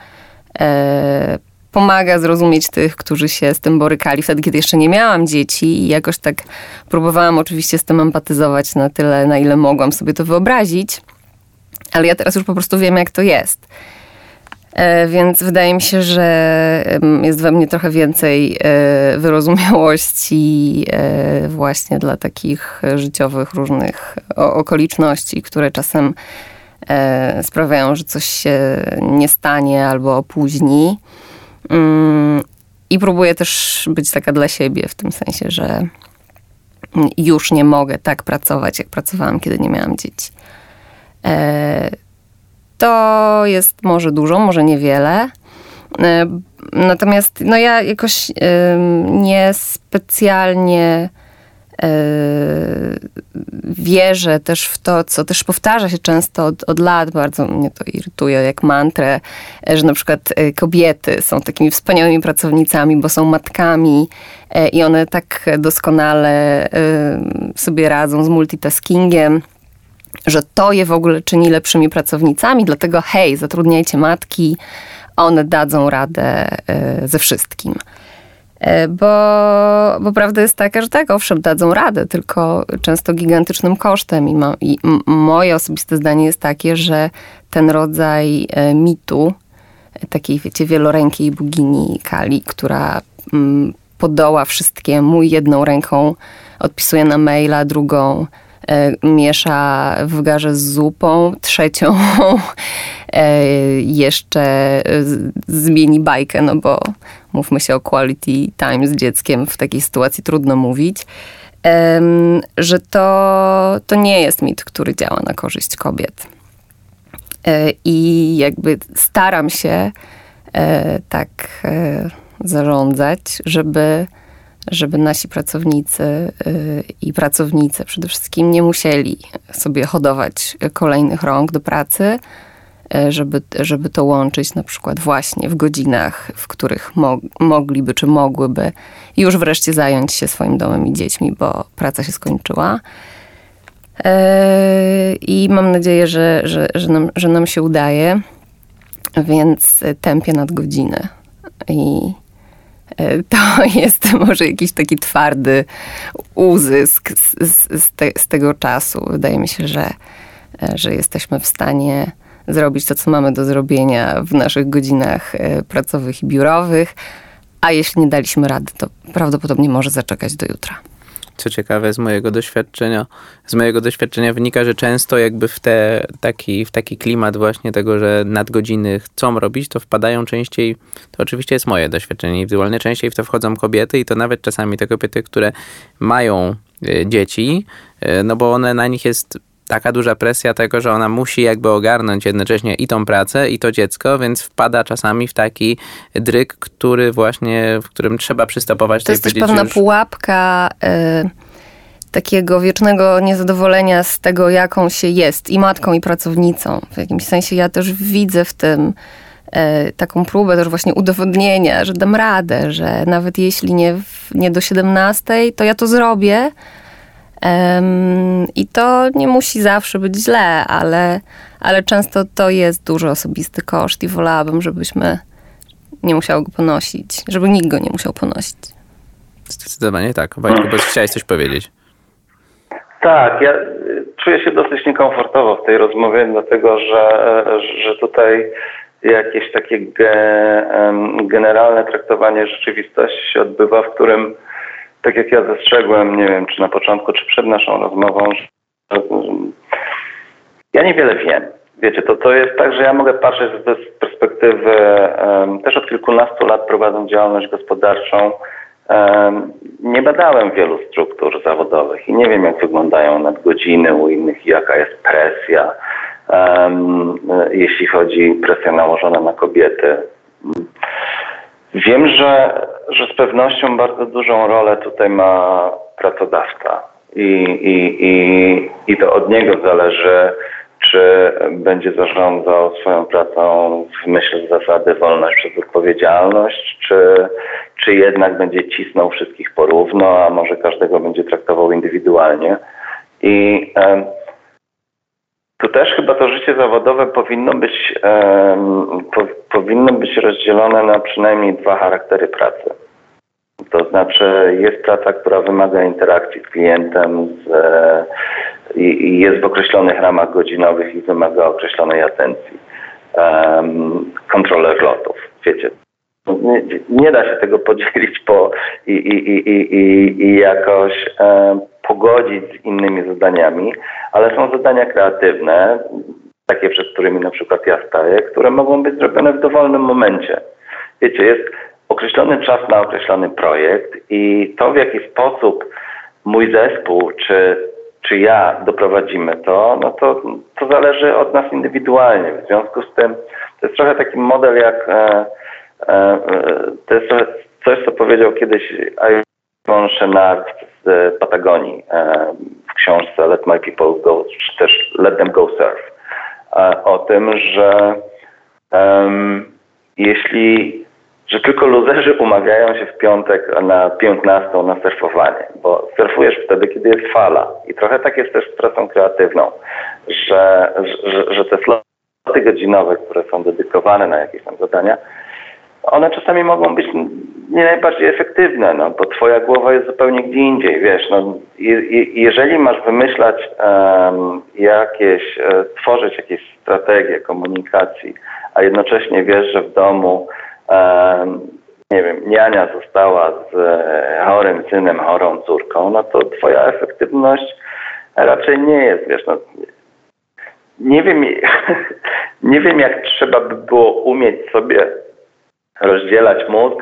pomaga zrozumieć tych, którzy się z tym borykali wtedy, kiedy jeszcze nie miałam dzieci i jakoś tak próbowałam oczywiście z tym empatyzować na tyle, na ile mogłam sobie to wyobrazić, ale ja teraz już po prostu wiem, jak to jest. Więc wydaje mi się, że jest we mnie trochę więcej wyrozumiałości właśnie dla takich życiowych różnych okoliczności, które czasem sprawiają, że coś się nie stanie albo opóźni. I próbuję też być taka dla siebie w tym sensie, że już nie mogę tak pracować, jak pracowałam, kiedy nie miałam dzieci. To jest może dużo, może niewiele. Natomiast ja jakoś nie specjalnie wierzę też w to, co też powtarza się często od lat, bardzo mnie to irytuje jak mantrę, że na przykład kobiety są takimi wspaniałymi pracownicami, bo są matkami i one tak doskonale sobie radzą z multitaskingiem, że to je w ogóle czyni lepszymi pracownicami, dlatego hej, zatrudniajcie matki, one dadzą radę ze wszystkim. Bo prawda jest taka, że tak, owszem, dadzą radę, tylko często gigantycznym kosztem. I moje osobiste zdanie jest takie, że ten rodzaj mitu, takiej, wiecie, wielorękiej bogini Kali, która podoła wszystkiemu, jedną ręką odpisuje na maila, drugą miesza w garze z zupą, trzecią jeszcze zmieni bajkę, no bo mówmy się o quality time z dzieckiem, w takiej sytuacji trudno mówić, że to nie jest mit, który działa na korzyść kobiet. I jakby staram się tak zarządzać, żeby nasi pracownicy i pracownice przede wszystkim nie musieli sobie hodować kolejnych rąk do pracy, żeby to łączyć na przykład właśnie w godzinach, w których mogliby czy mogłyby już wreszcie zająć się swoim domem i dziećmi, bo praca się skończyła. I mam nadzieję, że nam się udaje, więc tępię nadgodziny. I to jest może jakiś taki twardy uzysk z tego czasu. Wydaje mi się, że jesteśmy w stanie zrobić to, co mamy do zrobienia w naszych godzinach pracowych i biurowych, a jeśli nie daliśmy rady, to prawdopodobnie może zaczekać do jutra. Co ciekawe, z mojego doświadczenia wynika, że często jakby w taki klimat właśnie tego, że nadgodziny chcą robić, to wpadają częściej, to oczywiście jest moje doświadczenie indywidualne, częściej w to wchodzą kobiety i to nawet czasami te kobiety, które mają dzieci, no bo na nich jest taka duża presja tego, że ona musi jakby ogarnąć jednocześnie i tą pracę, i to dziecko, więc wpada czasami w taki dryg, w którym trzeba przystopować. To jest też pewna pułapka takiego wiecznego niezadowolenia z tego, jaką się jest i matką, i pracownicą. W jakimś sensie ja też widzę w tym taką próbę też właśnie udowodnienia, że dam radę, że nawet jeśli nie do 17, to ja to zrobię. I to nie musi zawsze być źle, ale często to jest duży osobisty koszt i wolałabym, żebyśmy nie musiały go ponosić, żeby nikt go nie musiał ponosić. Zdecydowanie tak. Wojtku, bo chciałeś coś powiedzieć. Tak, ja czuję się dosyć niekomfortowo w tej rozmowie, dlatego że tutaj jakieś takie generalne traktowanie rzeczywistości się odbywa, w którym, tak jak ja zastrzegłem, nie wiem, czy na początku, czy przed naszą rozmową, że ja niewiele wiem. Wiecie, to jest tak, że ja mogę patrzeć z perspektywy, też od kilkunastu lat prowadząc działalność gospodarczą, Nie badałem wielu struktur zawodowych i nie wiem, jak wyglądają nadgodziny u innych i jaka jest presja, jeśli chodzi o presję nałożona na kobiety. Wiem, że z pewnością bardzo dużą rolę tutaj ma pracodawca i to od niego zależy, czy będzie zarządzał swoją pracą w myśl zasady wolność przez odpowiedzialność, czy jednak będzie cisnął wszystkich porówno, a może każdego będzie traktował indywidualnie. I tu też chyba to życie zawodowe powinno być rozdzielone na przynajmniej 2 charaktery pracy. To znaczy jest praca, która wymaga interakcji z klientem i jest w określonych ramach godzinowych i wymaga określonej atencji. Kontroler lotów, wiecie. Nie da się tego podzielić i jakoś pogodzić z innymi zadaniami, ale są zadania kreatywne, takie przed którymi na przykład ja staję, które mogą być zrobione w dowolnym momencie. Wiecie, jest określony czas na określony projekt i to, w jaki sposób mój zespół czy ja doprowadzimy to, no to zależy od nas indywidualnie. W związku z tym to jest trochę taki model jak to jest coś, co powiedział kiedyś Yvon Chouinard z Patagonii w książce Let My People Go, czy też Let Them Go Surf. O tym, że że tylko luzerzy umawiają się w piątek na 15 na surfowanie, bo surfujesz wtedy, kiedy jest fala. I trochę tak jest też z pracą kreatywną, że te sloty godzinowe, które są dedykowane na jakieś tam zadania, one czasami mogą być nie najbardziej efektywne, no, bo twoja głowa jest zupełnie gdzie indziej, wiesz. No, jeżeli masz wymyślać tworzyć jakieś strategie komunikacji, a jednocześnie wiesz, że w domu nie wiem, niania została z chorym synem, chorą córką, no to twoja efektywność raczej nie jest, wiesz, no. Nie wiem, jak trzeba by było umieć sobie rozdzielać mózg,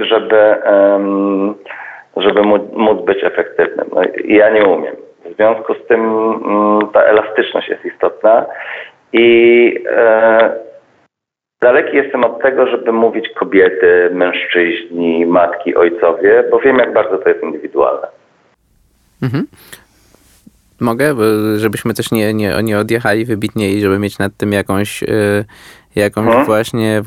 żeby móc być efektywnym. No, ja nie umiem. W związku z tym ta elastyczność jest istotna i daleki jestem od tego, żeby mówić kobiety, mężczyźni, matki, ojcowie, bo wiem, jak bardzo to jest indywidualne. Mhm. Mogę, żebyśmy też nie odjechali wybitnie i żeby mieć nad tym jakąś właśnie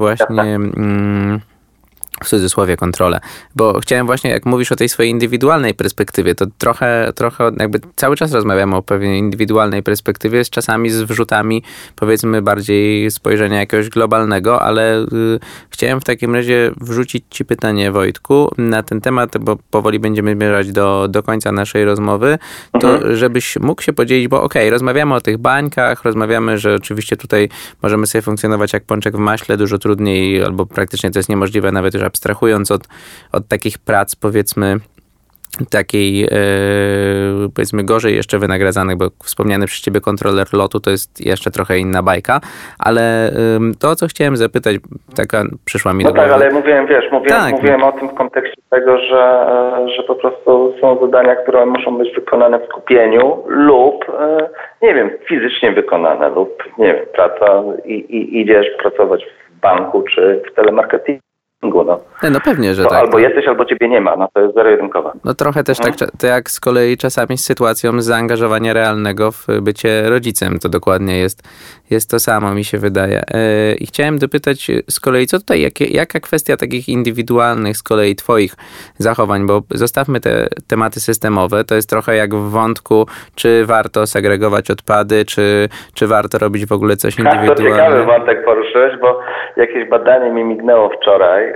w cudzysłowie kontrolę, bo chciałem właśnie, jak mówisz o tej swojej indywidualnej perspektywie, to trochę jakby cały czas rozmawiamy o pewnej indywidualnej perspektywie, z czasami z wrzutami, powiedzmy, bardziej spojrzenia jakiegoś globalnego, ale chciałem w takim razie wrzucić ci pytanie, Wojtku, na ten temat, bo powoli będziemy zmierzać do końca naszej rozmowy, to żebyś mógł się podzielić, bo rozmawiamy o tych bańkach, rozmawiamy, że oczywiście tutaj możemy sobie funkcjonować jak pączek w maśle, dużo trudniej, albo praktycznie to jest niemożliwe, nawet już abstrahując od takich prac, powiedzmy, takiej, powiedzmy, gorzej jeszcze wynagradzanych, bo wspomniany przez ciebie kontroler lotu to jest jeszcze trochę inna bajka, ale to, co chciałem zapytać, taka przyszła mi do głowy. No tak, ale mówiłem o tym w kontekście tego, że po prostu są zadania, które muszą być wykonane w skupieniu lub, nie wiem, fizycznie wykonane lub, nie wiem, praca i idziesz pracować w banku czy w telemarketingu. No pewnie, że tak. Albo jesteś, albo ciebie nie ma. No to jest zero-jedynkowa. No trochę też tak, to jak z kolei czasami z sytuacją zaangażowania realnego w bycie rodzicem. To dokładnie jest to samo, mi się wydaje. I chciałem dopytać z kolei, co tutaj, jaka kwestia takich indywidualnych z kolei twoich zachowań, bo zostawmy te tematy systemowe. To jest trochę jak w wątku, czy warto segregować odpady, czy warto robić w ogóle coś indywidualnego. To ciekawy wątek poruszyłeś, bo jakieś badanie mi mignęło wczoraj,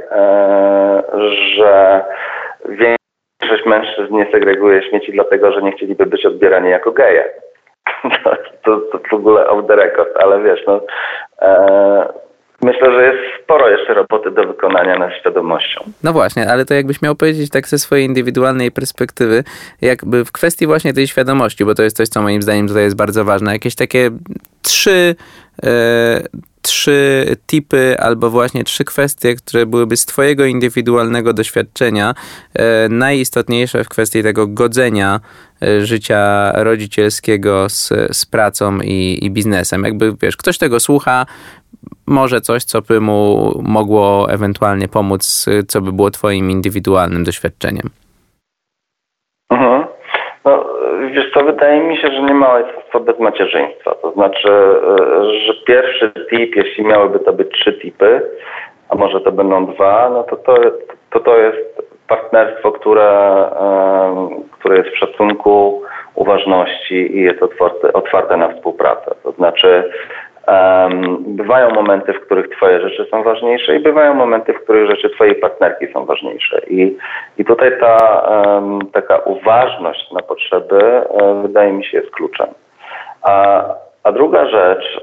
że większość mężczyzn nie segreguje śmieci dlatego, że nie chcieliby być odbierani jako geje. To w ogóle off the record, ale wiesz, no myślę, że jest sporo jeszcze roboty do wykonania nad świadomością. No właśnie, ale to jakbyś miał powiedzieć tak ze swojej indywidualnej perspektywy, jakby w kwestii właśnie tej świadomości, bo to jest coś, co moim zdaniem tutaj jest bardzo ważne, jakieś takie 3 tipy albo właśnie 3 kwestie, które byłyby z twojego indywidualnego doświadczenia najistotniejsze w kwestii tego godzenia życia rodzicielskiego z pracą i biznesem. Jakby, wiesz, ktoś tego słucha, może coś, co by mu mogło ewentualnie pomóc, co by było twoim indywidualnym doświadczeniem. Mhm. No, wiesz co, wydaje mi się, że nie ma ojcostwa bez macierzyństwa. To znaczy, że pierwszy tip, jeśli miałyby to być 3 tipy, a może to będą 2, no to jest partnerstwo, które jest w szacunku, uważności i jest otwarte na współpracę. To znaczy, bywają momenty, w których twoje rzeczy są ważniejsze i bywają momenty, w których rzeczy twojej partnerki są ważniejsze. I tutaj ta taka uważność na potrzeby wydaje mi się jest kluczem. A druga rzecz,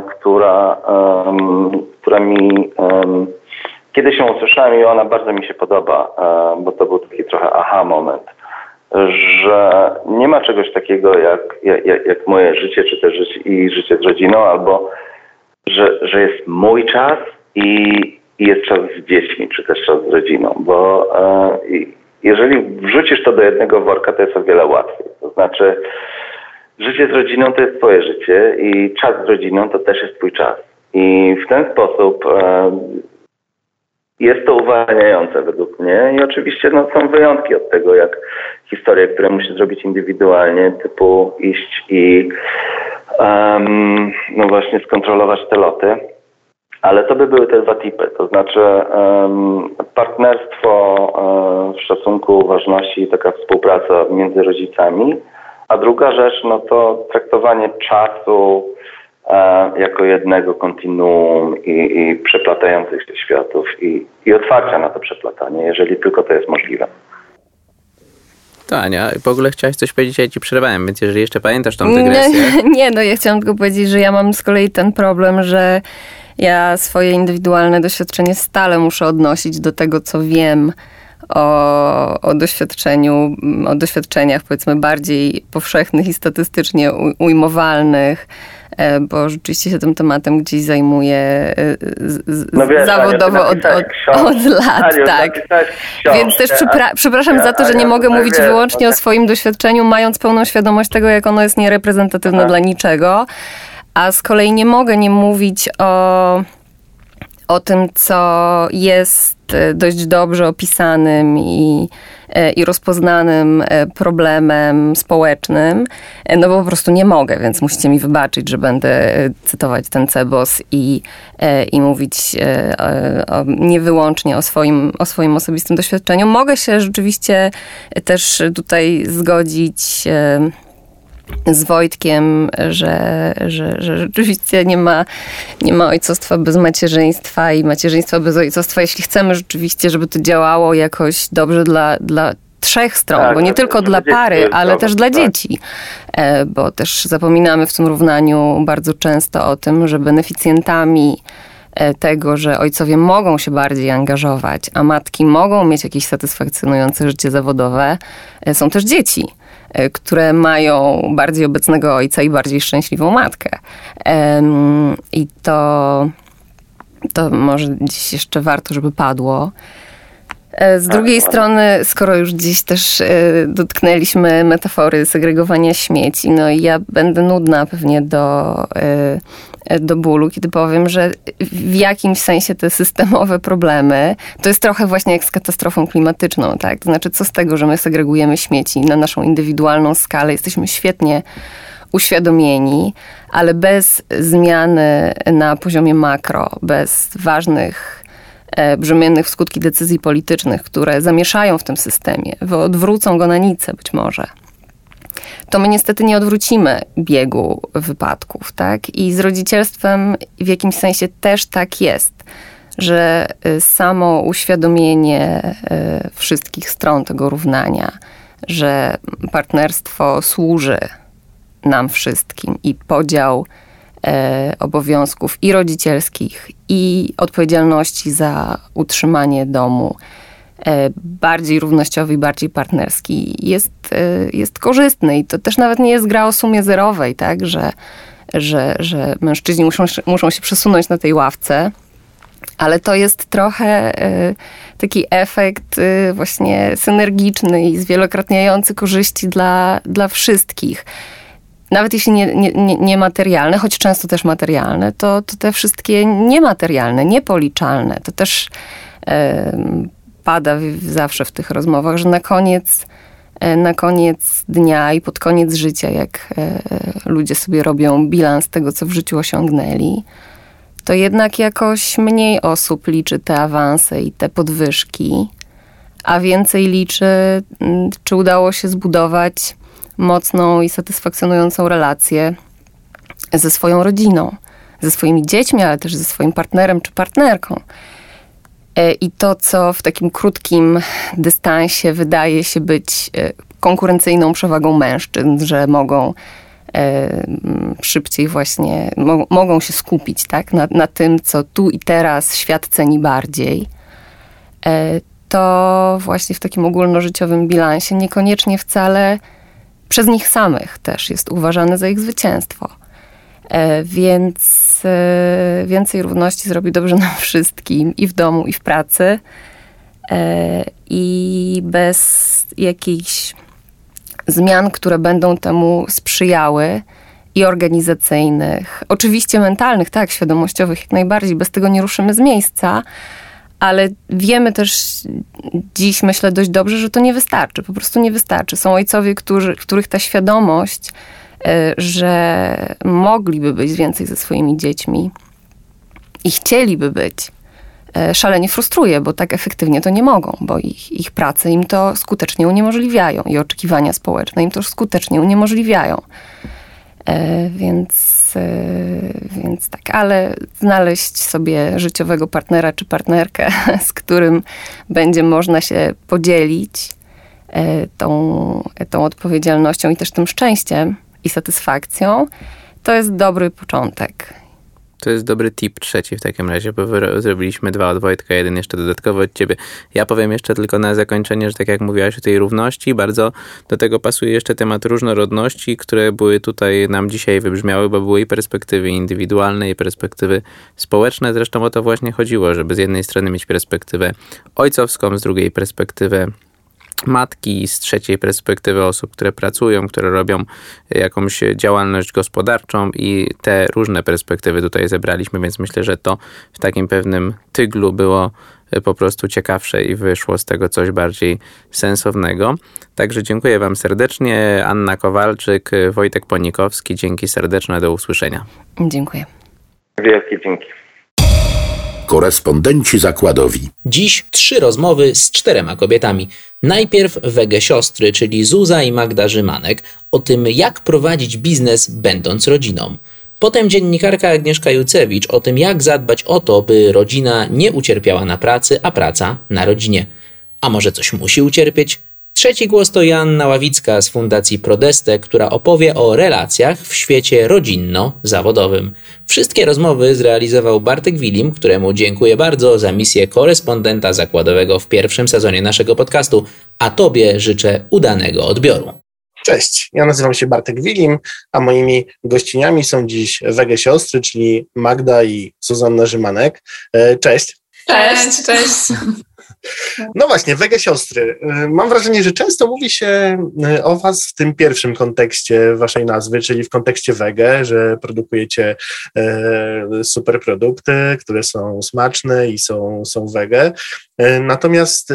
która mi kiedyś ją usłyszałem i ona bardzo mi się podoba, bo to był taki trochę aha moment, że nie ma czegoś takiego jak moje życie, czy też życie z rodziną, albo że jest mój czas i jest czas z dziećmi, czy też czas z rodziną, bo jeżeli wrzucisz to do jednego worka, to jest o wiele łatwiej. To znaczy, życie z rodziną to jest twoje życie i czas z rodziną to też jest twój czas. I w ten sposób jest to uwalniające według mnie i oczywiście są wyjątki od tego, jak historie, które musisz zrobić indywidualnie, typu iść i właśnie skontrolować te loty. Ale to by były te 2 tipy, to znaczy partnerstwo w szacunku, uważności i taka współpraca między rodzicami, a druga rzecz, no to traktowanie czasu jako jednego kontinuum i przeplatających się światów i otwarcia na to przeplatanie, jeżeli tylko to jest możliwe. To Ania, w ogóle chciałaś coś powiedzieć, ja ci przerwałem, więc jeżeli jeszcze pamiętasz tą dygresję. Nie, ja chciałam tylko powiedzieć, że ja mam z kolei ten problem, że ja swoje indywidualne doświadczenie stale muszę odnosić do tego, co wiem o doświadczeniach powiedzmy bardziej powszechnych i statystycznie ujmowalnych, bo rzeczywiście się tym tematem gdzieś zajmuję zawodowo od lat. Aniu, tak. Więc też przepraszam za to, że nie mogę mówić wyłącznie o swoim doświadczeniu, mając pełną świadomość tego, jak ono jest niereprezentatywne dla niczego, a z kolei nie mogę nie mówić o tym, co jest dość dobrze opisanym i rozpoznanym problemem społecznym, no bo po prostu nie mogę, więc musicie mi wybaczyć, że będę cytować ten Cebos i mówić nie wyłącznie o swoim osobistym doświadczeniu. Mogę się rzeczywiście też tutaj zgodzić z Wojtkiem, że rzeczywiście nie ma ojcostwa bez macierzyństwa i macierzyństwa bez ojcostwa, jeśli chcemy rzeczywiście, żeby to działało jakoś dobrze dla 3 stron, tak, bo nie tylko dla pary, ale też dla dzieci. Bo też zapominamy w tym równaniu bardzo często o tym, że beneficjentami tego, że ojcowie mogą się bardziej angażować, a matki mogą mieć jakieś satysfakcjonujące życie zawodowe, są też dzieci, które mają bardziej obecnego ojca i bardziej szczęśliwą matkę. I to może dziś jeszcze warto, żeby padło. Z drugiej strony, skoro już dziś też dotknęliśmy metafory segregowania śmieci, no i ja będę nudna pewnie do bólu, kiedy powiem, że w jakimś sensie te systemowe problemy, to jest trochę właśnie jak z katastrofą klimatyczną, tak? To znaczy, co z tego, że my segregujemy śmieci na naszą indywidualną skalę, jesteśmy świetnie uświadomieni, ale bez zmiany na poziomie makro, bez ważnych brzemiennych w skutki decyzji politycznych, które zamieszają w tym systemie, odwrócą go na nicę być może, to my niestety nie odwrócimy biegu wypadków, tak? I z rodzicielstwem w jakimś sensie też tak jest, że samo uświadomienie wszystkich stron tego równania, że partnerstwo służy nam wszystkim i podział obowiązków i rodzicielskich, i odpowiedzialności za utrzymanie domu bardziej równościowy i bardziej partnerski jest korzystny. I to też nawet nie jest gra o sumie zerowej, tak, że mężczyźni muszą się przesunąć na tej ławce, ale to jest trochę taki efekt właśnie synergiczny i zwielokrotniający korzyści dla wszystkich. Nawet jeśli nie materialne, choć często też materialne, to te wszystkie niematerialne, niepoliczalne, to też pada zawsze w tych rozmowach, że na koniec dnia i pod koniec życia, jak ludzie sobie robią bilans tego, co w życiu osiągnęli, to jednak jakoś mniej osób liczy te awanse i te podwyżki, a więcej liczy, czy udało się zbudować mocną i satysfakcjonującą relację ze swoją rodziną, ze swoimi dziećmi, ale też ze swoim partnerem czy partnerką. I to, co w takim krótkim dystansie wydaje się być konkurencyjną przewagą mężczyzn, że mogą szybciej właśnie, mogą się skupić, tak, na tym, co tu i teraz świat ceni bardziej, to właśnie w takim ogólnożyciowym bilansie niekoniecznie wcale przez nich samych też jest uważane za ich zwycięstwo. Więc więcej równości zrobi dobrze nam wszystkim i w domu, i w pracy. I bez jakichś zmian, które będą temu sprzyjały i organizacyjnych, oczywiście mentalnych, tak, świadomościowych jak najbardziej, bez tego nie ruszymy z miejsca, ale wiemy też dziś, myślę, dość dobrze, że to nie wystarczy, po prostu nie wystarczy. Są ojcowie, których ta świadomość, że mogliby być więcej ze swoimi dziećmi i chcieliby być, szalenie frustruje, bo tak efektywnie to nie mogą, bo ich prace im to skutecznie uniemożliwiają i oczekiwania społeczne im to skutecznie uniemożliwiają. Więc tak, ale znaleźć sobie życiowego partnera czy partnerkę, z którym będzie można się podzielić tą odpowiedzialnością i też tym szczęściem i satysfakcją, to jest dobry początek. To jest dobry tip trzeci w takim razie, bo zrobiliśmy 2 od Wojtka, 1 jeszcze dodatkowo od ciebie. Ja powiem jeszcze tylko na zakończenie, że tak jak mówiłaś o tej równości, bardzo do tego pasuje jeszcze temat różnorodności, które były tutaj nam dzisiaj wybrzmiały, bo były i perspektywy indywidualne, i perspektywy społeczne. Zresztą o to właśnie chodziło, żeby z jednej strony mieć perspektywę ojcowską, z drugiej perspektywę matki, z trzeciej perspektywy osób, które pracują, które robią jakąś działalność gospodarczą i te różne perspektywy tutaj zebraliśmy, więc myślę, że to w takim pewnym tyglu było po prostu ciekawsze i wyszło z tego coś bardziej sensownego. Także dziękuję wam serdecznie. Anna Kowalczyk, Wojtek Ponikowski, dzięki serdeczne, do usłyszenia. Dziękuję. Wielkie dzięki. Korespondenci zakładowi. Dziś 3 rozmowy z 4 kobietami. Najpierw wege siostry, czyli Zuza i Magda Rzymanek, o tym, jak prowadzić biznes będąc rodziną. Potem dziennikarka Agnieszka Jucewicz o tym, jak zadbać o to, by rodzina nie ucierpiała na pracy, a praca na rodzinie. A może coś musi ucierpieć? Trzeci głos to Joanna Ławicka z Fundacji Prodeste, która opowie o relacjach w świecie rodzinno-zawodowym. Wszystkie rozmowy zrealizował Bartek Wilim, któremu dziękuję bardzo za misję korespondenta zakładowego w pierwszym sezonie naszego podcastu, a tobie życzę udanego odbioru. Cześć, ja nazywam się Bartek Wilim, a moimi gościniami są dziś wege siostry, czyli Magda i Zuzanna Rzymanek. Cześć. Cześć. No właśnie, wege siostry. Mam wrażenie, że często mówi się o was w tym pierwszym kontekście waszej nazwy, czyli w kontekście wege, że produkujecie super produkty, które są smaczne i są wege. Natomiast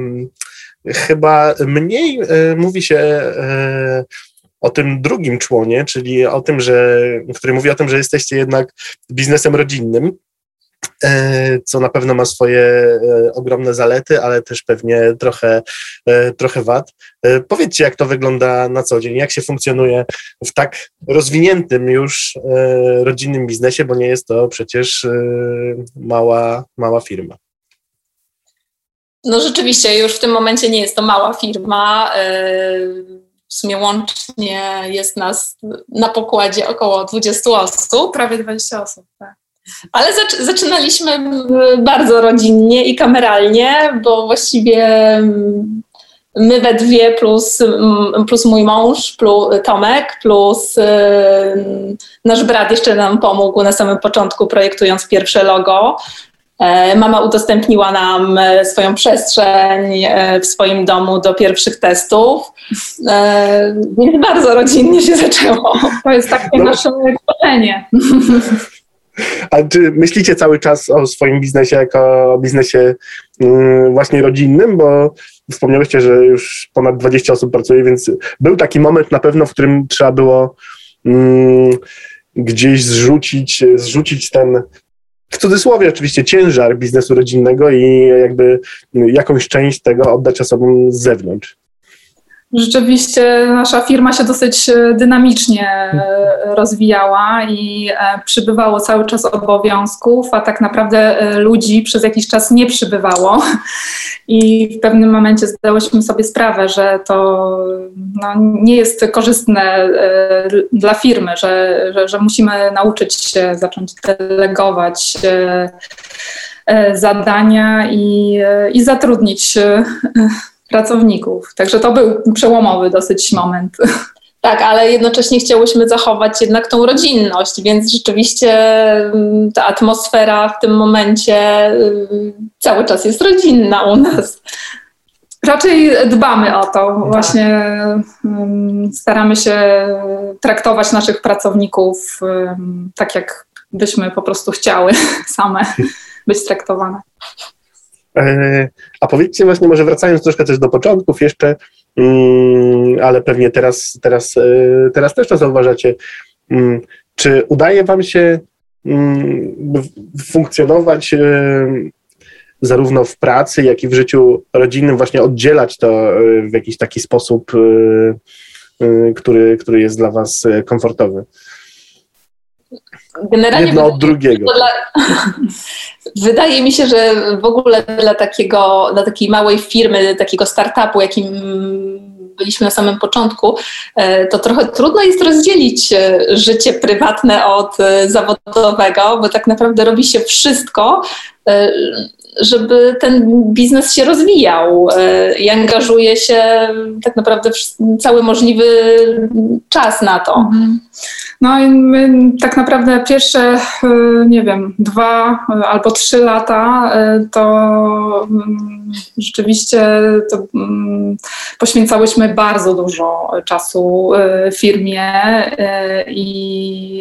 chyba mniej mówi się o tym drugim członie, czyli o tym, który mówi o tym, że jesteście jednak biznesem rodzinnym, co na pewno ma swoje ogromne zalety, ale też pewnie trochę wad. Powiedzcie, jak to wygląda na co dzień, jak się funkcjonuje w tak rozwiniętym już rodzinnym biznesie, bo nie jest to przecież mała firma. No rzeczywiście, już w tym momencie nie jest to mała firma. W sumie łącznie jest nas na pokładzie około 20 osób. Prawie 20 osób, tak. Ale zaczynaliśmy bardzo rodzinnie i kameralnie, bo właściwie my we dwie plus mój mąż, plus Tomek, plus nasz brat jeszcze nam pomógł na samym początku, projektując pierwsze logo. Mama udostępniła nam swoją przestrzeń w swoim domu do pierwszych testów, więc bardzo rodzinnie się zaczęło. To jest takie nasze korzenie. A czy myślicie cały czas o swoim biznesie jako o biznesie właśnie rodzinnym? Bo wspomniałyście, że już ponad 20 osób pracuje, więc był taki moment na pewno, w którym trzeba było gdzieś zrzucić ten, w cudzysłowie oczywiście, ciężar biznesu rodzinnego i jakby jakąś część tego oddać osobom z zewnątrz. Rzeczywiście nasza firma się dosyć dynamicznie rozwijała i przybywało cały czas obowiązków, a tak naprawdę ludzi przez jakiś czas nie przybywało. I w pewnym momencie zdałyśmy sobie sprawę, że to nie jest korzystne dla firmy, że musimy nauczyć się zacząć delegować zadania i zatrudnić pracowników. Także to był przełomowy dosyć moment. Tak, ale jednocześnie chciałyśmy zachować jednak tą rodzinność, więc rzeczywiście ta atmosfera w tym momencie cały czas jest rodzinna u nas. Raczej dbamy o to. Właśnie staramy się traktować naszych pracowników tak, jak byśmy po prostu chciały same być traktowane. A powiedzcie właśnie, może wracając troszkę też do początków jeszcze, ale pewnie teraz też to zauważacie, czy udaje wam się funkcjonować zarówno w pracy, jak i w życiu rodzinnym, właśnie oddzielać to w jakiś taki sposób, który jest dla was komfortowy? Generalnie jedno od drugiego. Wydaje mi się, że w ogóle dla takiej małej firmy, takiego startupu, jakim byliśmy na samym początku, to trochę trudno jest rozdzielić życie prywatne od zawodowego, bo tak naprawdę robi się wszystko, żeby ten biznes się rozwijał i angażuje się tak naprawdę cały możliwy czas na to. No i my tak naprawdę pierwsze, 2 albo 3 lata to rzeczywiście poświęcałyśmy bardzo dużo czasu firmie i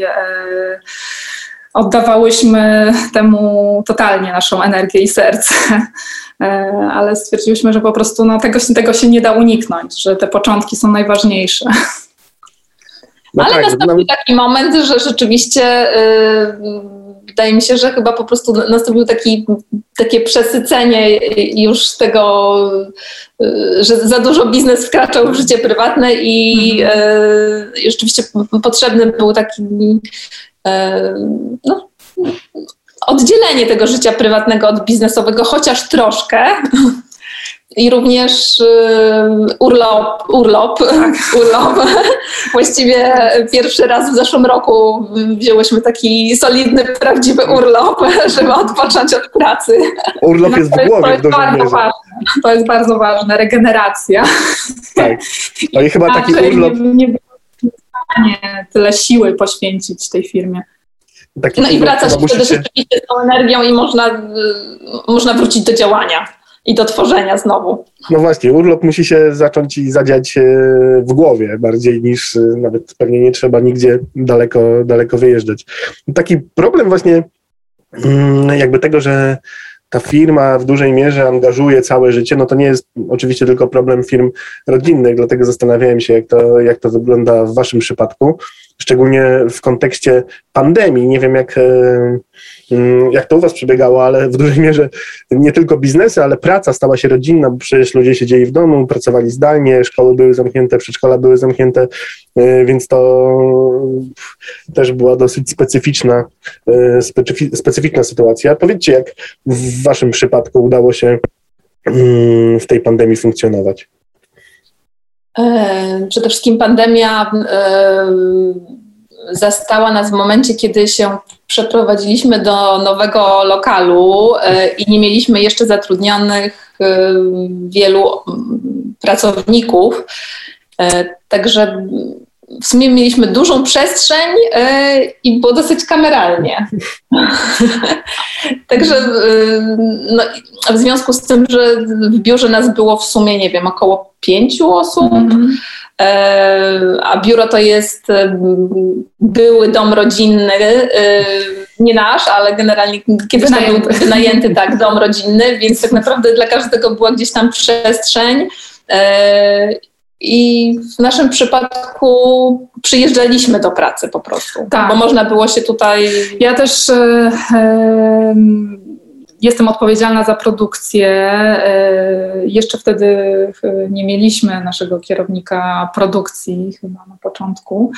oddawałyśmy temu totalnie naszą energię i serce, ale stwierdziłyśmy, że po prostu tego się nie da uniknąć, że te początki są najważniejsze. No ale tak, nastąpił taki moment, że rzeczywiście wydaje mi się, że chyba po prostu nastąpiło takie przesycenie już tego, że za dużo biznes wkraczał w życie prywatne i rzeczywiście potrzebny był taki oddzielenie tego życia prywatnego od biznesowego, chociaż troszkę. I również urlop. Właściwie pierwszy raz w zeszłym roku wzięłyśmy taki solidny, prawdziwy urlop, żeby odpocząć od pracy. Urlop jest w głowie w dużej mierze. To jest bardzo ważne, regeneracja. Tak. No i chyba taki urlop... Nie było w stanie tyle siły poświęcić tej firmie. I wraca się wtedy rzeczywiście z tą energią i można wrócić do działania i do tworzenia znowu. No właśnie, urlop musi się zacząć i zadziać w głowie bardziej niż nawet pewnie nie trzeba nigdzie daleko wyjeżdżać. Taki problem właśnie jakby tego, że ta firma w dużej mierze angażuje całe życie, no to nie jest oczywiście tylko problem firm rodzinnych, dlatego zastanawiałem się, jak to wygląda w waszym przypadku, szczególnie w kontekście pandemii. Nie wiem, jak to u was przebiegało, ale w dużej mierze nie tylko biznesy, ale praca stała się rodzinna, bo przecież ludzie siedzieli w domu, pracowali zdalnie, szkoły były zamknięte, przedszkola były zamknięte, więc to też była dosyć specyficzna sytuacja. Powiedzcie, jak w waszym przypadku udało się w tej pandemii funkcjonować? Przede wszystkim pandemia zastała nas w momencie, kiedy się przeprowadziliśmy do nowego lokalu i nie mieliśmy jeszcze zatrudnionych wielu pracowników. Także w sumie mieliśmy dużą przestrzeń i było dosyć kameralnie. Także no, w związku z tym, że w biurze nas było w sumie, nie wiem, około 5 osób, a biuro to jest były dom rodzinny, nie nasz, ale generalnie kiedyś tam był wynajęty dom rodzinny, więc tak naprawdę dla każdego była gdzieś tam przestrzeń. I w naszym przypadku przyjeżdżaliśmy do pracy po prostu, bo można było się tutaj... Ja też jestem odpowiedzialna za produkcję. Jeszcze wtedy nie mieliśmy naszego kierownika produkcji chyba na początku,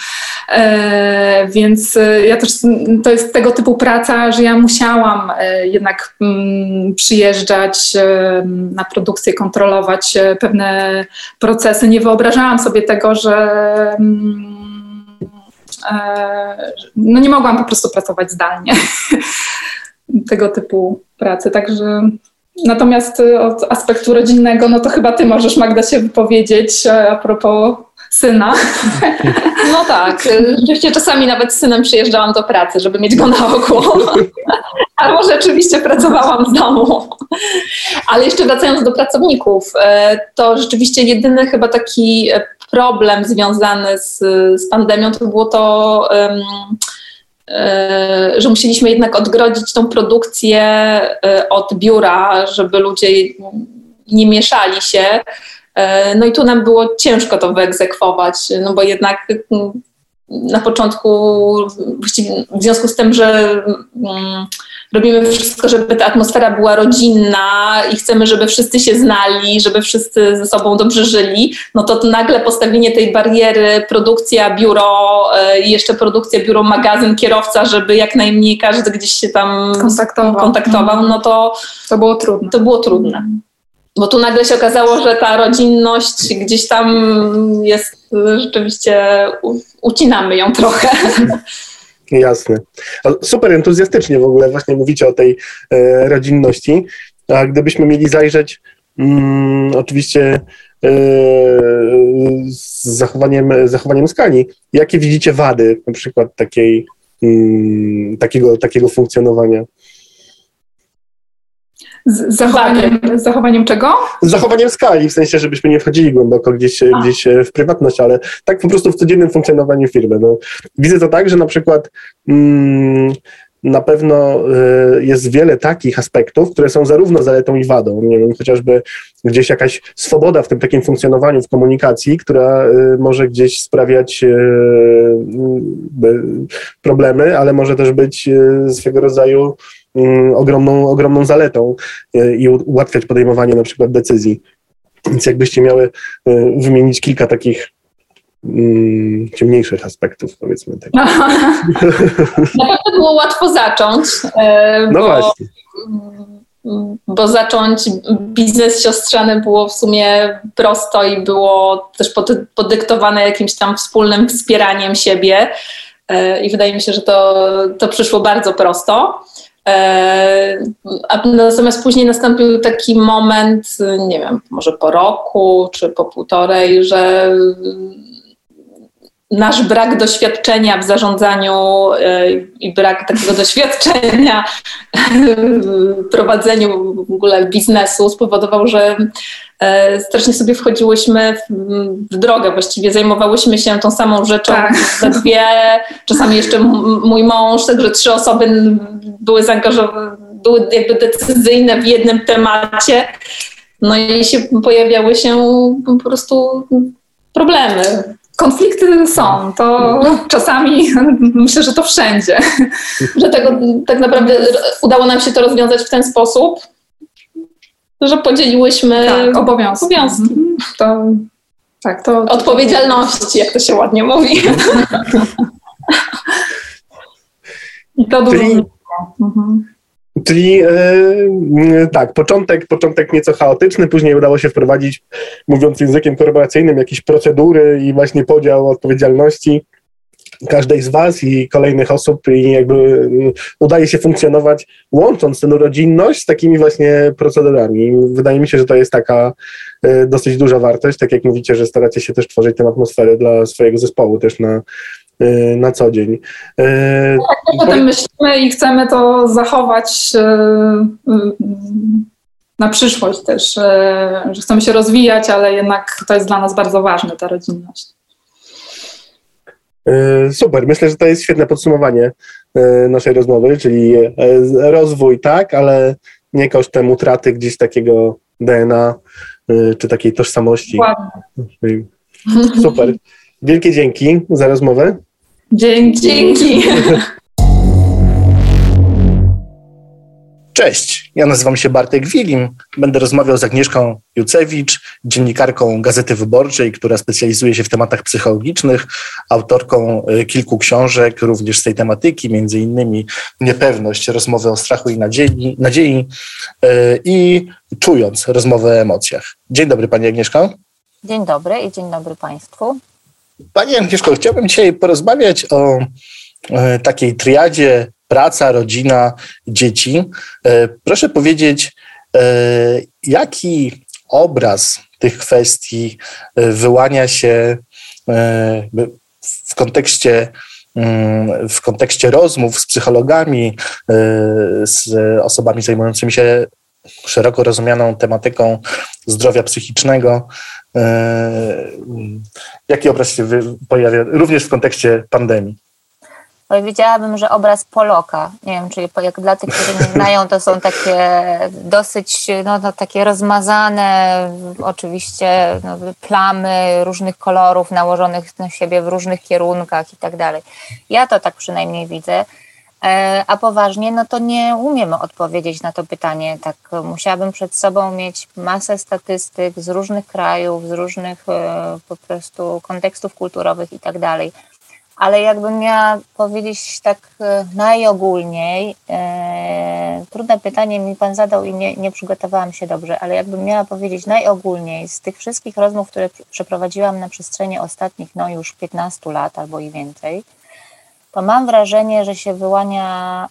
więc ja też, to jest tego typu praca, że ja musiałam jednak przyjeżdżać na produkcję, kontrolować pewne procesy. Nie wyobrażałam sobie tego, że no nie mogłam po prostu pracować zdalnie. Tego typu pracy, także natomiast od aspektu rodzinnego, no to chyba ty możesz, Magda, się wypowiedzieć a propos syna. No tak, rzeczywiście czasami nawet z synem przyjeżdżałam do pracy, żeby mieć go na oku. Albo rzeczywiście pracowałam z domu. Ale jeszcze wracając do pracowników, to rzeczywiście jedyny chyba taki problem związany z pandemią to było to, że musieliśmy jednak odgrodzić tą produkcję od biura, żeby ludzie nie mieszali się. No i tu nam było ciężko to wyegzekwować, no bo jednak na początku właściwie w związku z tym, że robimy wszystko, żeby ta atmosfera była rodzinna i chcemy, żeby wszyscy się znali, żeby wszyscy ze sobą dobrze żyli, no to nagle postawienie tej bariery produkcja, biuro i jeszcze produkcja, biuro, magazyn, kierowca, żeby jak najmniej każdy gdzieś się tam kontaktował, no to było trudne. To było trudne. Bo tu nagle się okazało, że ta rodzinność gdzieś tam jest rzeczywiście, ucinamy ją trochę. Jasne. Super entuzjastycznie w ogóle właśnie mówicie o tej rodzinności. A gdybyśmy mieli zajrzeć oczywiście z zachowaniem skali, jakie widzicie wady na przykład takiego funkcjonowania? Z zachowaniem czego? Z zachowaniem skali, w sensie, żebyśmy nie wchodzili głęboko gdzieś w prywatność, ale tak po prostu w codziennym funkcjonowaniu firmy. No, widzę to tak, że na przykład na pewno jest wiele takich aspektów, które są zarówno zaletą i wadą. Nie wiem, chociażby gdzieś jakaś swoboda w tym takim funkcjonowaniu, w komunikacji, która może gdzieś sprawiać problemy, ale może też być swego rodzaju ogromną zaletą i ułatwiać podejmowanie na przykład decyzji. Więc jakbyście miały wymienić kilka takich ciemniejszych aspektów, powiedzmy. Tak. Na pewno było łatwo zacząć, no właśnie. Bo zacząć biznes siostrzany było w sumie prosto i było też podyktowane jakimś tam wspólnym wspieraniem siebie i wydaje mi się, że to przyszło bardzo prosto. Natomiast później nastąpił taki moment, nie wiem, może po roku czy po półtorej, że nasz brak doświadczenia w zarządzaniu i brak takiego doświadczenia w prowadzeniu w ogóle biznesu spowodował, że strasznie sobie wchodziłyśmy w drogę. Właściwie zajmowałyśmy się tą samą rzeczą we dwie, czasami jeszcze mój mąż, także 3 osoby były zaangażowane, były jakby decyzyjne w jednym temacie. No i się pojawiały się po prostu problemy. Konflikty są, to czasami myślę, że to wszędzie. Że tak naprawdę udało nam się to rozwiązać w ten sposób, że podzieliłyśmy obowiązki. To odpowiedzialności, jak to się ładnie mówi. I to dużo. Czyli tak, początek nieco chaotyczny, później udało się wprowadzić, mówiąc językiem korporacyjnym, jakieś procedury i właśnie podział odpowiedzialności, każdej z was i kolejnych osób i jakby udaje się funkcjonować, łącząc tę rodzinność z takimi właśnie procedurami. Wydaje mi się, że to jest taka dosyć duża wartość, tak jak mówicie, że staracie się też tworzyć tę atmosferę dla swojego zespołu też na co dzień. Tak, o tym myślimy i chcemy to zachować na przyszłość też, że chcemy się rozwijać, ale jednak to jest dla nas bardzo ważne, ta rodzinność. Super, myślę, że to jest świetne podsumowanie naszej rozmowy, czyli rozwój tak, ale nie kosztem utraty gdzieś takiego DNA czy takiej tożsamości. Ładnie. Super. Wielkie dzięki za rozmowę. Dzięki. Cześć, ja nazywam się Bartek Wilim. Będę rozmawiał z Agnieszką Jucewicz, dziennikarką Gazety Wyborczej, która specjalizuje się w tematach psychologicznych, autorką kilku książek, również z tej tematyki, między innymi Niepewność, rozmowy o strachu i nadziei i Czując, rozmowę o emocjach. Dzień dobry Pani Agnieszko. Dzień dobry i dzień dobry Państwu. Pani Agnieszko, chciałbym dzisiaj porozmawiać o takiej triadzie praca, rodzina, dzieci. Proszę powiedzieć, jaki obraz tych kwestii wyłania się w kontekście rozmów z psychologami, z osobami zajmującymi się szeroko rozumianą tematyką zdrowia psychicznego. Jaki obraz się pojawia również w kontekście pandemii? Powiedziałabym, że obraz Poloka. Nie wiem, czyli jak dla tych, którzy nie znają, to są takie dosyć takie rozmazane, oczywiście plamy różnych kolorów nałożonych na siebie w różnych kierunkach i tak dalej. Ja to tak przynajmniej widzę. A poważnie, to nie umiemy odpowiedzieć na to pytanie. Tak, musiałabym przed sobą mieć masę statystyk z różnych krajów, z różnych po prostu kontekstów kulturowych i tak dalej. Ale jakbym miała powiedzieć tak najogólniej, trudne pytanie mi Pan zadał i nie przygotowałam się dobrze, ale jakbym miała powiedzieć najogólniej z tych wszystkich rozmów, które przeprowadziłam na przestrzeni ostatnich już 15 lat albo i więcej, to mam wrażenie, że się wyłania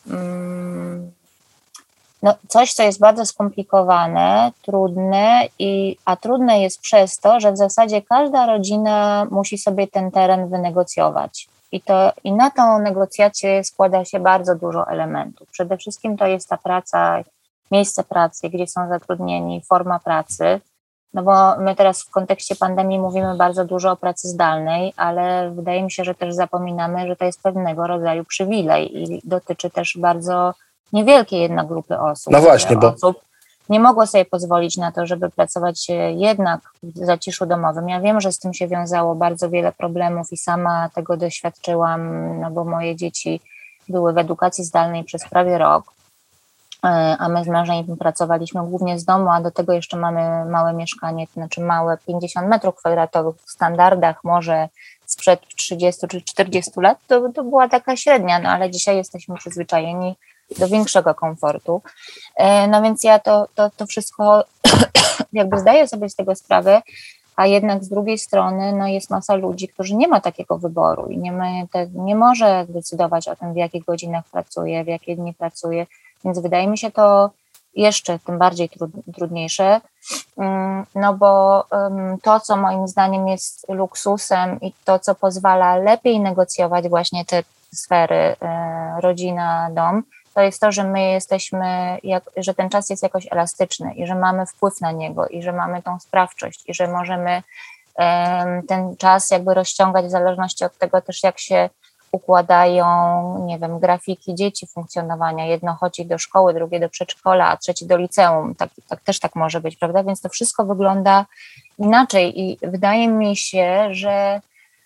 coś, co jest bardzo skomplikowane, trudne, a trudne jest przez to, że w zasadzie każda rodzina musi sobie ten teren wynegocjować. I na tą negocjację składa się bardzo dużo elementów. Przede wszystkim to jest ta praca, miejsce pracy, gdzie są zatrudnieni, forma pracy. Bo my teraz w kontekście pandemii mówimy bardzo dużo o pracy zdalnej, ale wydaje mi się, że też zapominamy, że to jest pewnego rodzaju przywilej i dotyczy też bardzo niewielkiej jednak grupy osób. No właśnie, bo osób nie mogło sobie pozwolić na to, żeby pracować jednak w zaciszu domowym. Ja wiem, że z tym się wiązało bardzo wiele problemów i sama tego doświadczyłam, bo moje dzieci były w edukacji zdalnej przez prawie rok, a my z mężem pracowaliśmy głównie z domu, a do tego jeszcze mamy małe mieszkanie, to znaczy małe 50 metrów kwadratowych w standardach może sprzed 30 czy 40 lat, to była taka średnia, ale dzisiaj jesteśmy przyzwyczajeni do większego komfortu. Więc ja to wszystko jakby zdaję sobie z tego sprawę, a jednak z drugiej strony jest masa ludzi, którzy nie ma takiego wyboru i nie może decydować o tym, w jakich godzinach pracuje, w jakie dni pracuje, więc wydaje mi się to jeszcze tym bardziej trudniejsze, bo to, co moim zdaniem jest luksusem i to, co pozwala lepiej negocjować właśnie te sfery rodzina, dom, to jest to, że my jesteśmy, że ten czas jest jakoś elastyczny i że mamy wpływ na niego i że mamy tą sprawczość i że możemy ten czas jakby rozciągać w zależności od tego też, jak się układają, nie wiem, grafiki dzieci funkcjonowania. Jedno chodzi do szkoły, drugie do przedszkola, a trzecie do liceum. Tak może być, prawda? Więc to wszystko wygląda inaczej i wydaje mi się, że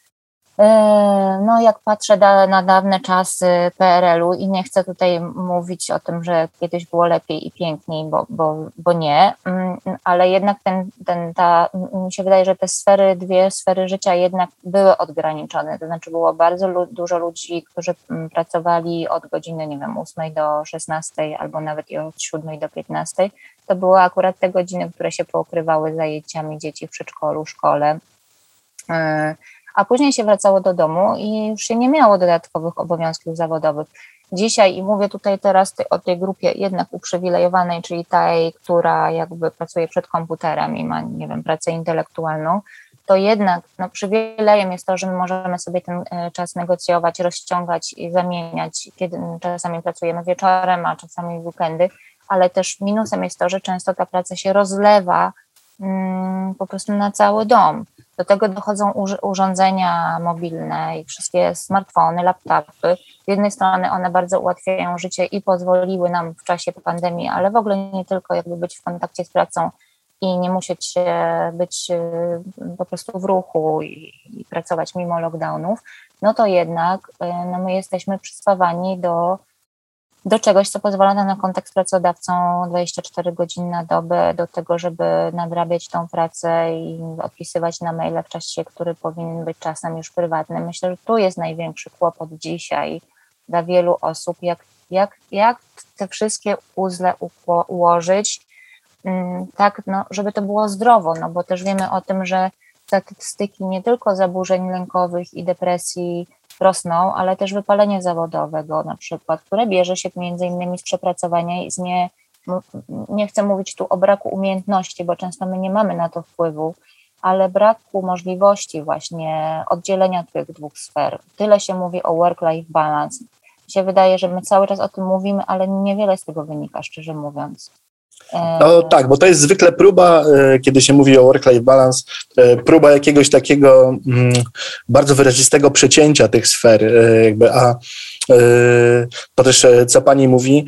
jak patrzę na dawne czasy PRL-u i nie chcę tutaj mówić o tym, że kiedyś było lepiej i piękniej, bo nie, ale jednak mi się wydaje, że te dwie sfery życia jednak były odgraniczone, to znaczy było bardzo dużo ludzi, którzy pracowali od godziny, 8 do 16 albo nawet i od 7 do 15, to były akurat te godziny, które się pokrywały zajęciami dzieci w przedszkolu, szkole, a później się wracało do domu i już się nie miało dodatkowych obowiązków zawodowych. Dzisiaj, i mówię tutaj teraz o tej grupie jednak uprzywilejowanej, czyli tej, która jakby pracuje przed komputerem i ma, nie wiem, pracę intelektualną, to jednak przywilejem jest to, że my możemy sobie ten czas negocjować, rozciągać i zamieniać, kiedy czasami pracujemy wieczorem, a czasami w weekendy, ale też minusem jest to, że często ta praca się rozlewa po prostu na cały dom. Do tego dochodzą urządzenia mobilne i wszystkie smartfony, laptopy. Z jednej strony one bardzo ułatwiają życie i pozwoliły nam w czasie pandemii, ale w ogóle nie tylko jakby być w kontakcie z pracą i nie musieć być po prostu w ruchu i pracować mimo lockdownów, no to jednak my jesteśmy przyspawani do czegoś, co pozwala nam na kontakt z pracodawcą 24 godziny na dobę, do tego, żeby nadrabiać tą pracę i odpisywać na maile w czasie, który powinien być czasem już prywatnym. Myślę, że tu jest największy kłopot dzisiaj dla wielu osób, jak te wszystkie puzzle ułożyć, tak, żeby to było zdrowo, bo też wiemy o tym, że statystyki nie tylko zaburzeń lękowych i depresji rosną, ale też wypalenie zawodowego na przykład, które bierze się między innymi z przepracowania i nie chcę mówić tu o braku umiejętności, bo często my nie mamy na to wpływu, ale braku możliwości właśnie oddzielenia tych dwóch sfer. Tyle się mówi o work-life balance. Mi się wydaje, że my cały czas o tym mówimy, ale niewiele z tego wynika, szczerze mówiąc. No tak, bo to jest zwykle próba, kiedy się mówi o work-life balance, próba jakiegoś takiego bardzo wyrazistego przecięcia tych sfer, a to też, co pani mówi,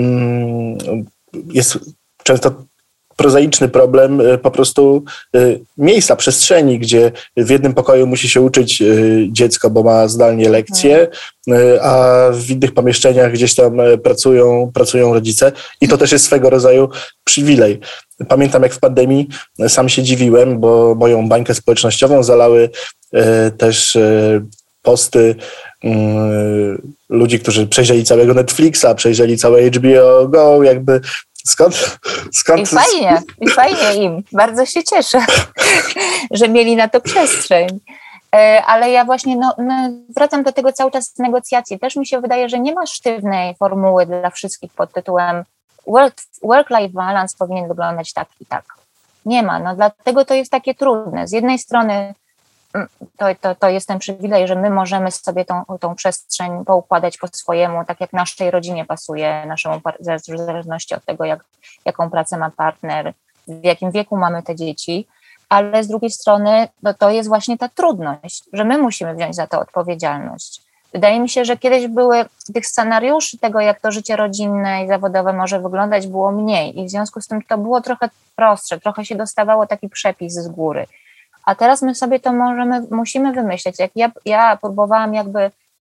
jest często prozaiczny problem po prostu miejsca, przestrzeni, gdzie w jednym pokoju musi się uczyć dziecko, bo ma zdalnie lekcje, a w innych pomieszczeniach gdzieś tam pracują rodzice i to też jest swego rodzaju przywilej. Pamiętam, jak w pandemii sam się dziwiłem, bo moją bańkę społecznościową zalały też posty ludzi, którzy przejrzeli całego Netflixa, przejrzeli całe HBO Go, jakby skąd? I fajnie im. Bardzo się cieszę, że mieli na to przestrzeń. Ale ja właśnie wracam do tego cały czas negocjacji. Też mi się wydaje, że nie ma sztywnej formuły dla wszystkich pod tytułem work-life balance powinien wyglądać tak i tak. Nie ma. Dlatego to jest takie trudne. Z jednej strony to jest ten przywilej, że my możemy sobie tą przestrzeń poukładać po swojemu, tak jak naszej rodzinie pasuje, w zależności od tego, jaką pracę ma partner, w jakim wieku mamy te dzieci, ale z drugiej strony to jest właśnie ta trudność, że my musimy wziąć za to odpowiedzialność. Wydaje mi się, że kiedyś były tych scenariuszy tego, jak to życie rodzinne i zawodowe może wyglądać, było mniej i w związku z tym to było trochę prostsze, trochę się dostawało taki przepis z góry. A teraz my sobie to musimy wymyśleć. Jak ja próbowałam jakby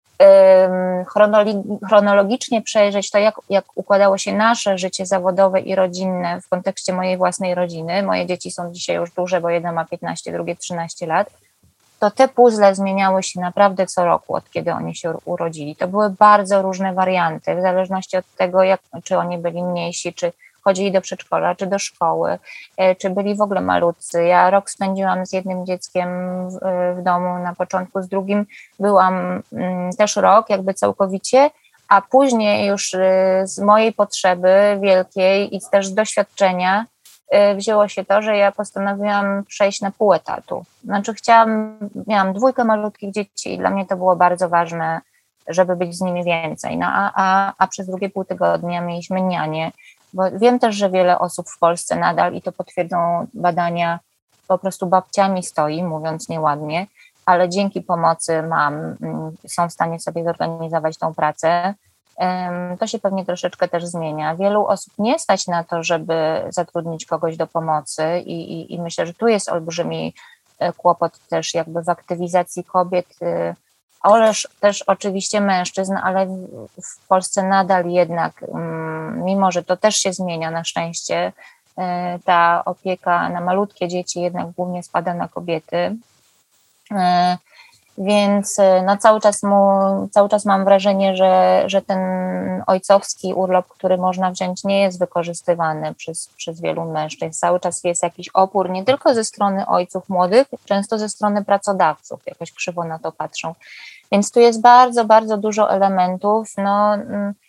chronologicznie przejrzeć to, jak układało się nasze życie zawodowe i rodzinne w kontekście mojej własnej rodziny. Moje dzieci są dzisiaj już duże, bo jedna ma 15, drugie 13 lat. To te puzzle zmieniały się naprawdę co roku, od kiedy oni się urodzili. To były bardzo różne warianty, w zależności od tego, czy oni byli mniejsi, czy chodzili do przedszkola, czy do szkoły, czy byli w ogóle malutcy. Ja rok spędziłam z jednym dzieckiem w domu na początku, z drugim byłam też rok jakby całkowicie, a później już z mojej potrzeby wielkiej i też z doświadczenia wzięło się to, że ja postanowiłam przejść na pół etatu. Znaczy miałam 2 malutkich dzieci i dla mnie to było bardzo ważne, żeby być z nimi więcej. A przez drugie pół tygodnia mieliśmy nianię, bo wiem też, że wiele osób w Polsce nadal, i to potwierdzą badania, po prostu babciami stoi, mówiąc nieładnie, ale dzięki pomocy mam, są w stanie sobie zorganizować tą pracę. To się pewnie troszeczkę też zmienia. Wielu osób nie stać na to, żeby zatrudnić kogoś do pomocy i myślę, że tu jest olbrzymi kłopot też jakby w aktywizacji kobiet, oraz też oczywiście mężczyzn, ale w Polsce nadal jednak, mimo że to też się zmienia na szczęście, ta opieka na malutkie dzieci jednak głównie spada na kobiety. Więc no cały czas mam wrażenie, że ten ojcowski urlop, który można wziąć, nie jest wykorzystywany przez wielu mężczyzn. Cały czas jest jakiś opór, nie tylko ze strony ojców młodych, często ze strony pracodawców, jakoś krzywo na to patrzą. Więc tu jest bardzo, bardzo dużo elementów. No,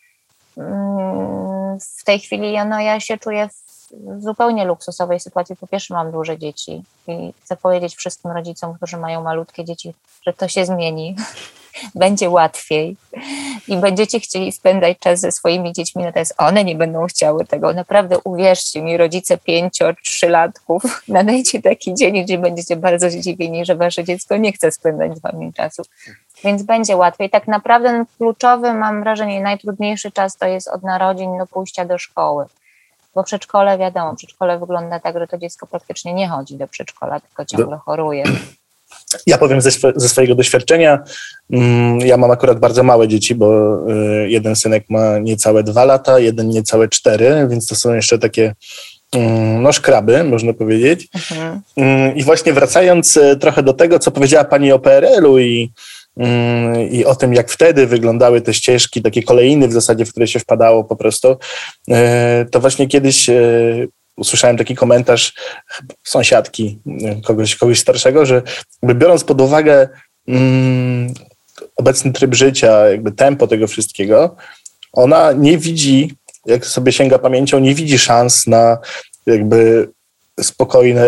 w tej chwili ja się czuję w zupełnie luksusowej sytuacji. Po pierwsze, mam duże dzieci i chcę powiedzieć wszystkim rodzicom, którzy mają malutkie dzieci, że to się zmieni, będzie łatwiej i będziecie chcieli spędzać czas ze swoimi dziećmi, natomiast one nie będą chciały tego. Naprawdę uwierzcie mi, rodzice 5-3-latków, nadajcie taki dzień, gdzie będziecie bardzo zdziwieni, że wasze dziecko nie chce spędzać z wami czasu. Więc będzie łatwiej. Tak naprawdę kluczowy, mam wrażenie, najtrudniejszy czas to jest od narodzin do pójścia do szkoły. Bo przedszkole, wiadomo, przedszkole wygląda tak, że to dziecko praktycznie nie chodzi do przedszkola, tylko ciągle choruje. Ja powiem ze swojego doświadczenia, ja mam akurat bardzo małe dzieci, bo jeden synek ma niecałe 2 lata, jeden niecałe 4, więc to są jeszcze takie szkraby, można powiedzieć. I właśnie wracając trochę do tego, co powiedziała Pani o PRL-u i o tym, jak wtedy wyglądały te ścieżki, takie kolejny w zasadzie, w które się wpadało po prostu, to właśnie kiedyś usłyszałem taki komentarz sąsiadki, kogoś starszego, że jakby biorąc pod uwagę obecny tryb życia, jakby tempo tego wszystkiego, ona nie widzi, jak sobie sięga pamięcią, nie widzi szans na jakby spokojne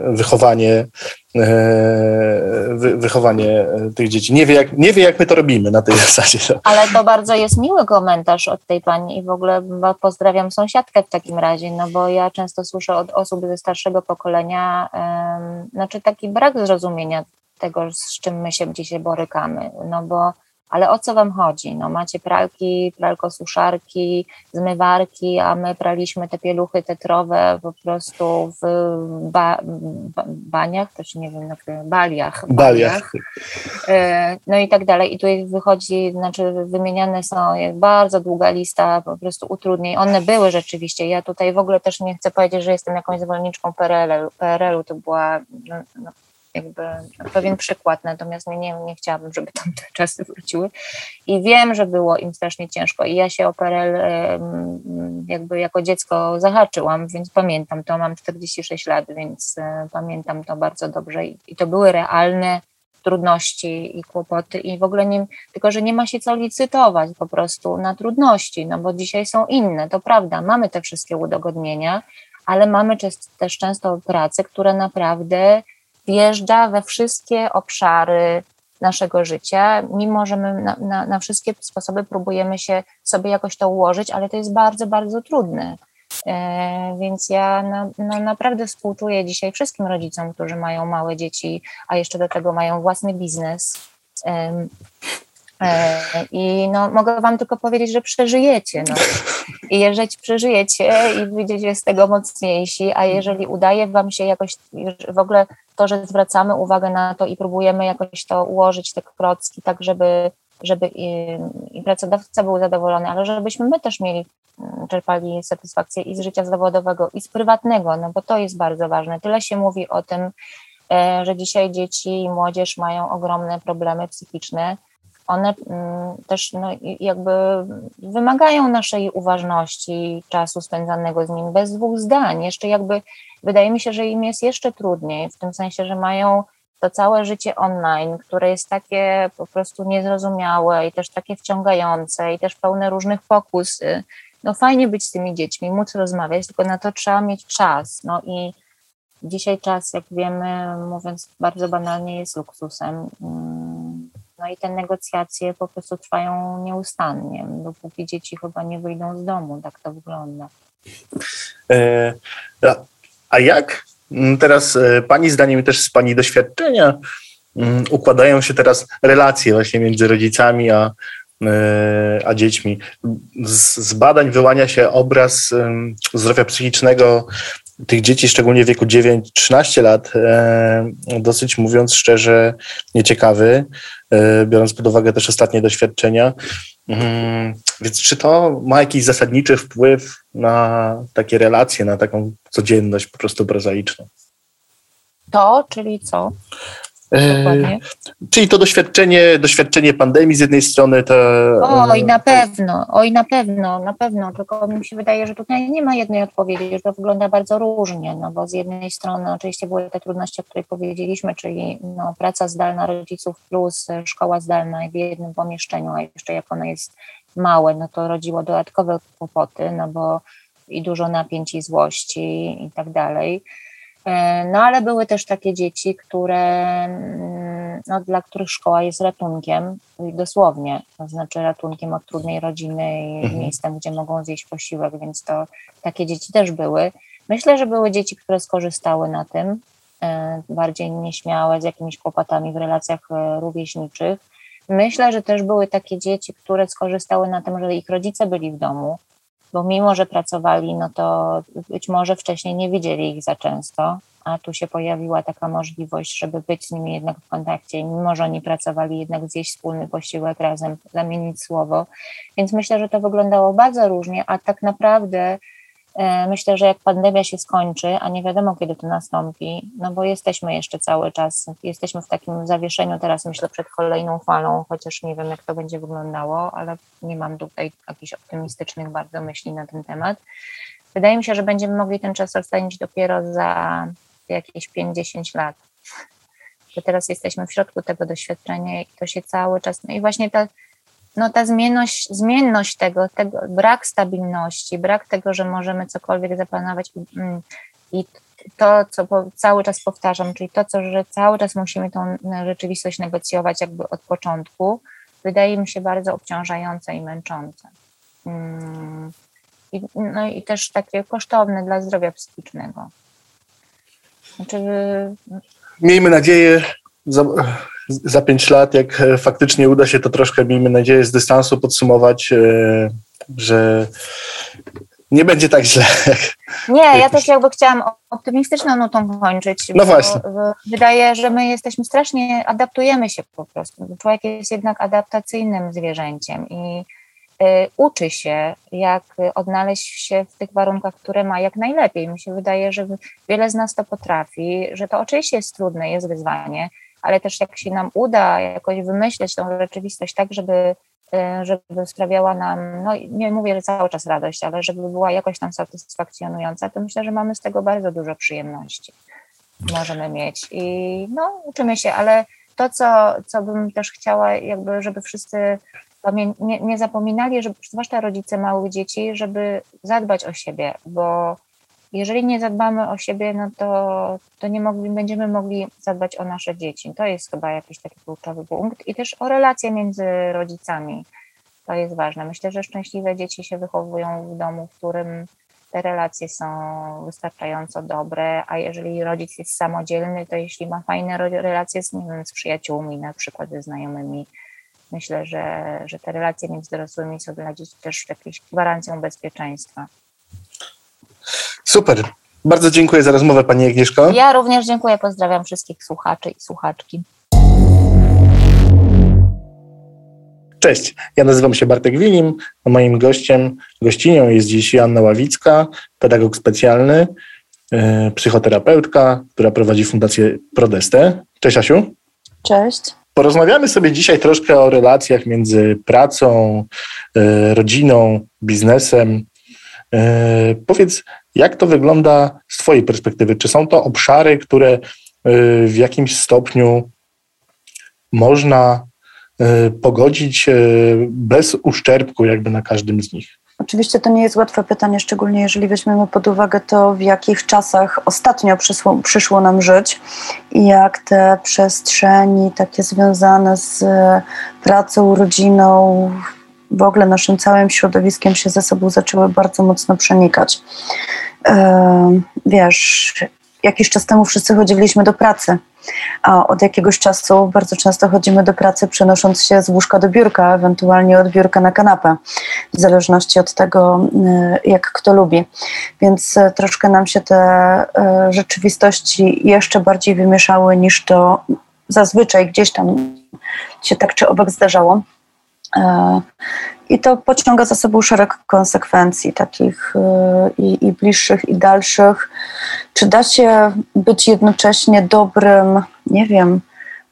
wychowanie tych dzieci. Nie wie, jak my to robimy na tej zasadzie. Ale to bardzo jest miły komentarz od tej pani i w ogóle pozdrawiam sąsiadkę w takim razie, no bo ja często słyszę od osób ze starszego pokolenia, znaczy taki brak zrozumienia tego, z czym my się dzisiaj borykamy, no bo ale o co wam chodzi? No macie pralki, pralkosuszarki, zmywarki, a my praliśmy te pieluchy tetrowe po prostu w baniach, to się nie wiem, baliach. No i tak dalej. I tu wychodzi, znaczy wymieniane są bardzo długa lista po prostu utrudnień. One były rzeczywiście. Ja tutaj w ogóle też nie chcę powiedzieć, że jestem jakąś zwolenniczką PRL-u. To była jakby pewien przykład, natomiast nie chciałabym, żeby tam te czasy wróciły i wiem, że było im strasznie ciężko i ja się o PRL jakby jako dziecko zahaczyłam, więc pamiętam to, mam 46 lat, więc pamiętam to bardzo dobrze i to były realne trudności i kłopoty i w ogóle tylko że nie ma się co licytować po prostu na trudności, no bo dzisiaj są inne, to prawda, mamy te wszystkie udogodnienia, ale mamy też często pracę, która naprawdę wjeżdża we wszystkie obszary naszego życia, mimo że my na wszystkie sposoby próbujemy się sobie jakoś to ułożyć, ale to jest bardzo, bardzo trudne. Więc ja naprawdę współczuję dzisiaj wszystkim rodzicom, którzy mają małe dzieci, a jeszcze do tego mają własny biznes. I mogę wam tylko powiedzieć, że przeżyjecie. I jeżeli przeżyjecie i wyjdziecie z tego mocniejsi, a jeżeli udaje wam się jakoś w ogóle to, że zwracamy uwagę na to i próbujemy jakoś to ułożyć, te klocki, tak żeby i pracodawca był zadowolony, ale żebyśmy my też czerpali satysfakcję i z życia zawodowego, i z prywatnego, bo to jest bardzo ważne. Tyle się mówi o tym, że dzisiaj dzieci i młodzież mają ogromne problemy psychiczne. One też jakby wymagają naszej uważności, czasu spędzanego z nim bez 2 zdań. Jeszcze jakby wydaje mi się, że im jest jeszcze trudniej, w tym sensie, że mają to całe życie online, które jest takie po prostu niezrozumiałe i też takie wciągające i też pełne różnych pokus. Fajnie być z tymi dziećmi, móc rozmawiać, tylko na to trzeba mieć czas. I dzisiaj czas, jak wiemy, mówiąc bardzo banalnie, jest luksusem. I te negocjacje po prostu trwają nieustannie, dopóki dzieci chyba nie wyjdą z domu, tak to wygląda. A jak teraz Pani zdaniem, też z Pani doświadczenia, układają się teraz relacje właśnie między rodzicami a dziećmi? Z badań wyłania się obraz zdrowia psychicznego tych dzieci, szczególnie w wieku 9-13 lat, dosyć, mówiąc szczerze, nieciekawy, biorąc pod uwagę też ostatnie doświadczenia. Więc czy to ma jakiś zasadniczy wpływ na takie relacje, na taką codzienność po prostu prozaiczną? To, czyli co? Czyli to doświadczenie pandemii z jednej strony, to... Oj, na pewno, tylko mi się wydaje, że tutaj nie ma jednej odpowiedzi, że to wygląda bardzo różnie, no bo z jednej strony oczywiście były te trudności, o których powiedzieliśmy, czyli no, praca zdalna rodziców plus szkoła zdalna w jednym pomieszczeniu, a jeszcze jak ono jest małe, no to rodziło dodatkowe kłopoty, no bo i dużo napięć i złości i tak dalej. No ale były też takie dzieci, dla których szkoła jest ratunkiem, dosłownie, to znaczy ratunkiem od trudnej rodziny i miejscem, gdzie mogą zjeść posiłek, więc to takie dzieci też były. Myślę, że były dzieci, które skorzystały na tym, bardziej nieśmiałe, z jakimiś kłopotami w relacjach rówieśniczych. Myślę, że też były takie dzieci, które skorzystały na tym, że ich rodzice byli w domu, bo mimo, że pracowali, no to być może wcześniej nie widzieli ich za często, a tu się pojawiła taka możliwość, żeby być z nimi jednak w kontakcie, mimo że oni pracowali, jednak zjeść wspólny posiłek razem, zamienić słowo. Więc myślę, że to wyglądało bardzo różnie, a tak naprawdę myślę, że jak pandemia się skończy, a nie wiadomo kiedy to nastąpi, no bo jesteśmy jeszcze cały czas, jesteśmy w takim zawieszeniu teraz, myślę, przed kolejną falą, chociaż nie wiem, jak to będzie wyglądało, ale nie mam tutaj jakichś optymistycznych bardzo myśli na ten temat. Wydaje mi się, że będziemy mogli ten czas ocenić dopiero za jakieś 5-10 lat. Bo teraz jesteśmy w środku tego doświadczenia i to się cały czas, no i właśnie ta zmienność tego, brak stabilności, brak tego, że możemy cokolwiek zaplanować i to, co cały czas powtarzam, czyli to, że cały czas musimy tą rzeczywistość negocjować jakby od początku, wydaje mi się bardzo obciążające i męczące. No i też takie kosztowne dla zdrowia psychicznego. Znaczy, miejmy nadzieję, za 5 lat, jak faktycznie uda się to troszkę, miejmy nadzieję, z dystansu podsumować, że nie będzie tak źle. Nie, ja też jakby chciałam optymistyczną nutą kończyć. No właśnie. Wydaje, że my jesteśmy strasznie, adaptujemy się po prostu. Człowiek jest jednak adaptacyjnym zwierzęciem i uczy się, jak odnaleźć się w tych warunkach, które ma jak najlepiej. Mi się wydaje, że wiele z nas to potrafi, że to oczywiście jest trudne, jest wyzwanie, ale też jak się nam uda jakoś wymyśleć tą rzeczywistość tak, żeby sprawiała nam, no nie mówię, że cały czas radość, ale żeby była jakoś tam satysfakcjonująca, to myślę, że mamy z tego bardzo dużo przyjemności. Możemy mieć i no uczymy się, ale to, co bym też chciała, jakby, żeby wszyscy nie zapominali, że zwłaszcza rodzice małych dzieci, żeby zadbać o siebie, bo jeżeli nie zadbamy o siebie, no to nie będziemy mogli zadbać o nasze dzieci. To jest chyba jakiś taki kluczowy punkt. I też o relacje między rodzicami. To jest ważne. Myślę, że szczęśliwe dzieci się wychowują w domu, w którym te relacje są wystarczająco dobre, a jeżeli rodzic jest samodzielny, to jeśli ma fajne relacje z przyjaciółmi, na przykład ze znajomymi, myślę, że te relacje między dorosłymi są dla dzieci też jakąś gwarancją bezpieczeństwa. Super. Bardzo dziękuję za rozmowę, Pani Agnieszko. Ja również dziękuję. Pozdrawiam wszystkich słuchaczy i słuchaczki. Cześć, ja nazywam się Bartek Wilim, a moim gościnią jest dziś Joanna Ławicka, pedagog specjalny, psychoterapeutka, która prowadzi Fundację Prodeste. Cześć, Asiu. Cześć. Porozmawiamy sobie dzisiaj troszkę o relacjach między pracą, rodziną, biznesem. Powiedz, jak to wygląda z Twojej perspektywy? Czy są to obszary, które w jakimś stopniu można pogodzić bez uszczerbku jakby na każdym z nich? Oczywiście to nie jest łatwe pytanie, szczególnie jeżeli weźmiemy pod uwagę to, w jakich czasach ostatnio przyszło nam żyć i jak te przestrzeni takie związane z pracą, rodziną, w ogóle naszym całym środowiskiem się ze sobą zaczęły bardzo mocno przenikać. Wiesz, jakiś czas temu wszyscy chodziliśmy do pracy, a od jakiegoś czasu bardzo często chodzimy do pracy, przenosząc się z łóżka do biurka, ewentualnie od biurka na kanapę, w zależności od tego, jak kto lubi. Więc troszkę nam się te rzeczywistości jeszcze bardziej wymieszały, niż to zazwyczaj gdzieś tam się tak czy owak zdarzało. I to pociąga za sobą szereg konsekwencji takich i bliższych, i dalszych. Czy da się być jednocześnie dobrym, nie wiem,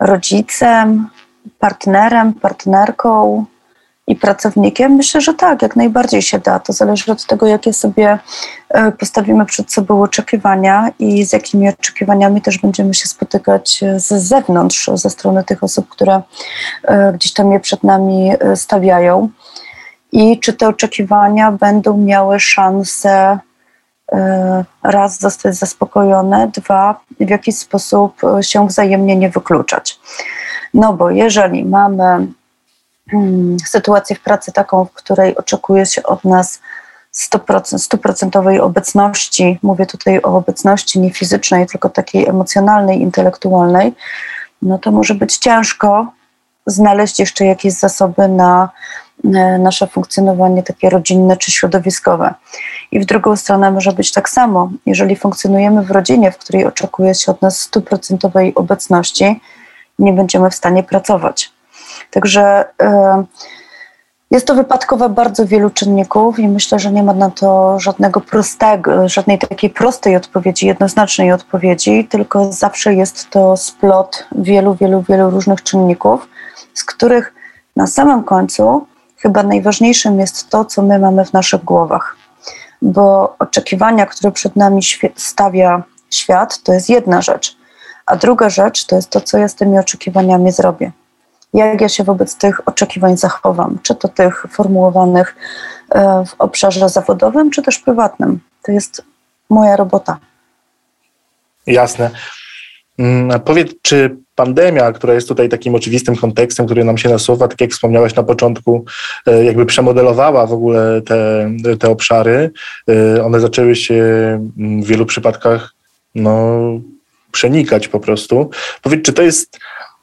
rodzicem, partnerem, partnerką i pracownikiem? Myślę, że tak, jak najbardziej się da. To zależy od tego, jakie sobie postawimy przed sobą oczekiwania i z jakimi oczekiwaniami też będziemy się spotykać z zewnątrz, ze strony tych osób, które gdzieś tam je przed nami stawiają. I czy te oczekiwania będą miały szansę raz zostać zaspokojone, dwa, w jakiś sposób się wzajemnie nie wykluczać. No bo jeżeli mamy sytuację w pracy taką, w której oczekuje się od nas 100% obecności, mówię tutaj o obecności nie fizycznej, tylko takiej emocjonalnej, intelektualnej, no to może być ciężko znaleźć jeszcze jakieś zasoby na nasze funkcjonowanie takie rodzinne czy środowiskowe. I w drugą stronę może być tak samo. Jeżeli funkcjonujemy w rodzinie, w której oczekuje się od nas 100% obecności, nie będziemy w stanie pracować. Także jest to wypadkowe bardzo wielu czynników i myślę, że nie ma na to żadnej takiej prostej odpowiedzi, jednoznacznej odpowiedzi, tylko zawsze jest to splot wielu różnych czynników, z których na samym końcu chyba najważniejszym jest to, co my mamy w naszych głowach. Bo oczekiwania, które przed nami stawia świat, to jest jedna rzecz, a druga rzecz to jest to, co ja z tymi oczekiwaniami zrobię. Jak ja się wobec tych oczekiwań zachowam, czy to tych formułowanych w obszarze zawodowym, czy też prywatnym. To jest moja robota. Jasne. A powiedz, czy pandemia, która jest tutaj takim oczywistym kontekstem, który nam się nasuwa, tak jak wspomniałaś na początku, jakby przemodelowała w ogóle te obszary, one zaczęły się w wielu przypadkach przenikać po prostu. Powiedz, czy to jest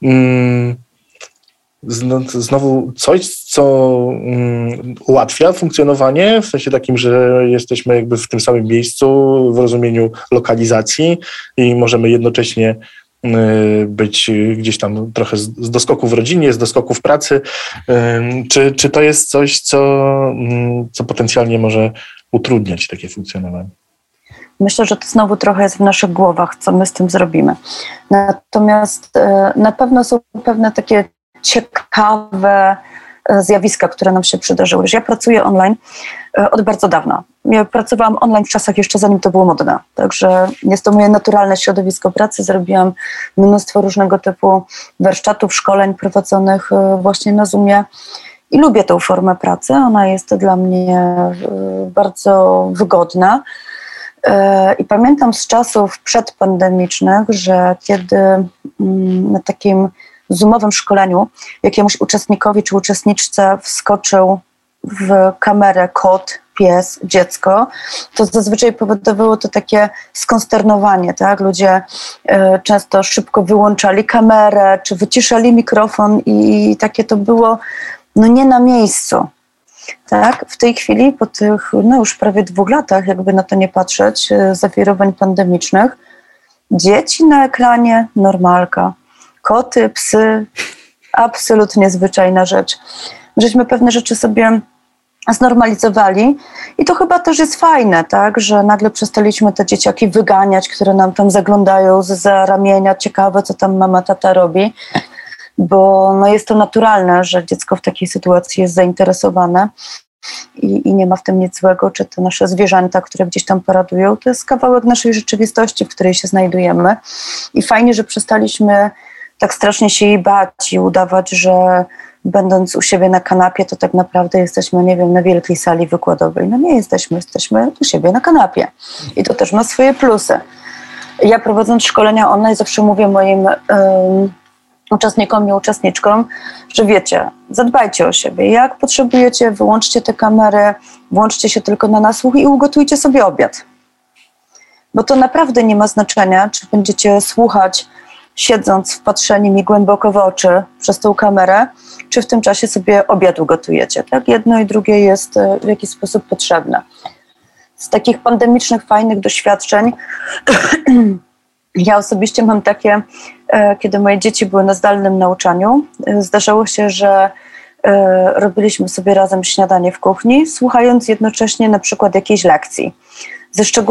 znowu coś, co ułatwia funkcjonowanie, w sensie takim, że jesteśmy jakby w tym samym miejscu w rozumieniu lokalizacji i możemy jednocześnie być gdzieś tam trochę z doskoku w rodzinie, z doskoku w pracy. Czy to jest coś, co potencjalnie może utrudniać takie funkcjonowanie? Myślę, że to znowu trochę jest w naszych głowach, co my z tym zrobimy. Natomiast na pewno są pewne takie ciekawe zjawiska, które nam się przydarzyły. Ja pracuję online od bardzo dawna. Ja pracowałam online w czasach jeszcze zanim to było modne. Także jest to moje naturalne środowisko pracy. Zrobiłam mnóstwo różnego typu warsztatów, szkoleń prowadzonych właśnie na Zoomie i lubię tę formę pracy. Ona jest dla mnie bardzo wygodna. I pamiętam z czasów przedpandemicznych, że kiedy na takim zoomowym szkoleniu jakiemuś uczestnikowi czy uczestniczce wskoczył w kamerę kot, pies, dziecko, to zazwyczaj powodowało to takie skonsternowanie, tak? Ludzie często szybko wyłączali kamerę, czy wyciszali mikrofon i takie to było nie na miejscu. Tak? W tej chwili, po tych już prawie 2 latach, jakby na to nie patrzeć, zawirowań pandemicznych, dzieci na ekranie, normalka. Koty, psy, absolutnie zwyczajna rzecz. Żeśmy pewne rzeczy sobie znormalizowali i to chyba też jest fajne, tak, że nagle przestaliśmy te dzieciaki wyganiać, które nam tam zaglądają zza ramienia, ciekawe, co tam mama, tata robi, bo jest to naturalne, że dziecko w takiej sytuacji jest zainteresowane i nie ma w tym nic złego, czy te nasze zwierzęta, które gdzieś tam paradują, to jest kawałek naszej rzeczywistości, w której się znajdujemy i fajnie, że przestaliśmy tak strasznie się jej bać i udawać, że będąc u siebie na kanapie, to tak naprawdę jesteśmy, nie wiem, na wielkiej sali wykładowej. Nie jesteśmy u siebie na kanapie. I to też ma swoje plusy. Ja prowadząc szkolenia online zawsze mówię moim uczestnikom i uczestniczkom, że wiecie, zadbajcie o siebie. Jak potrzebujecie, wyłączcie te kamery, włączcie się tylko na nasłuch i ugotujcie sobie obiad. Bo to naprawdę nie ma znaczenia, czy będziecie słuchać siedząc wpatrzeni mi głęboko w oczy przez tą kamerę, czy w tym czasie sobie obiad ugotujecie. Tak? Jedno i drugie jest w jakiś sposób potrzebne. Z takich pandemicznych, fajnych doświadczeń ja osobiście mam takie, kiedy moje dzieci były na zdalnym nauczaniu, zdarzało się, że robiliśmy sobie razem śniadanie w kuchni, słuchając jednocześnie na przykład jakiejś lekcji.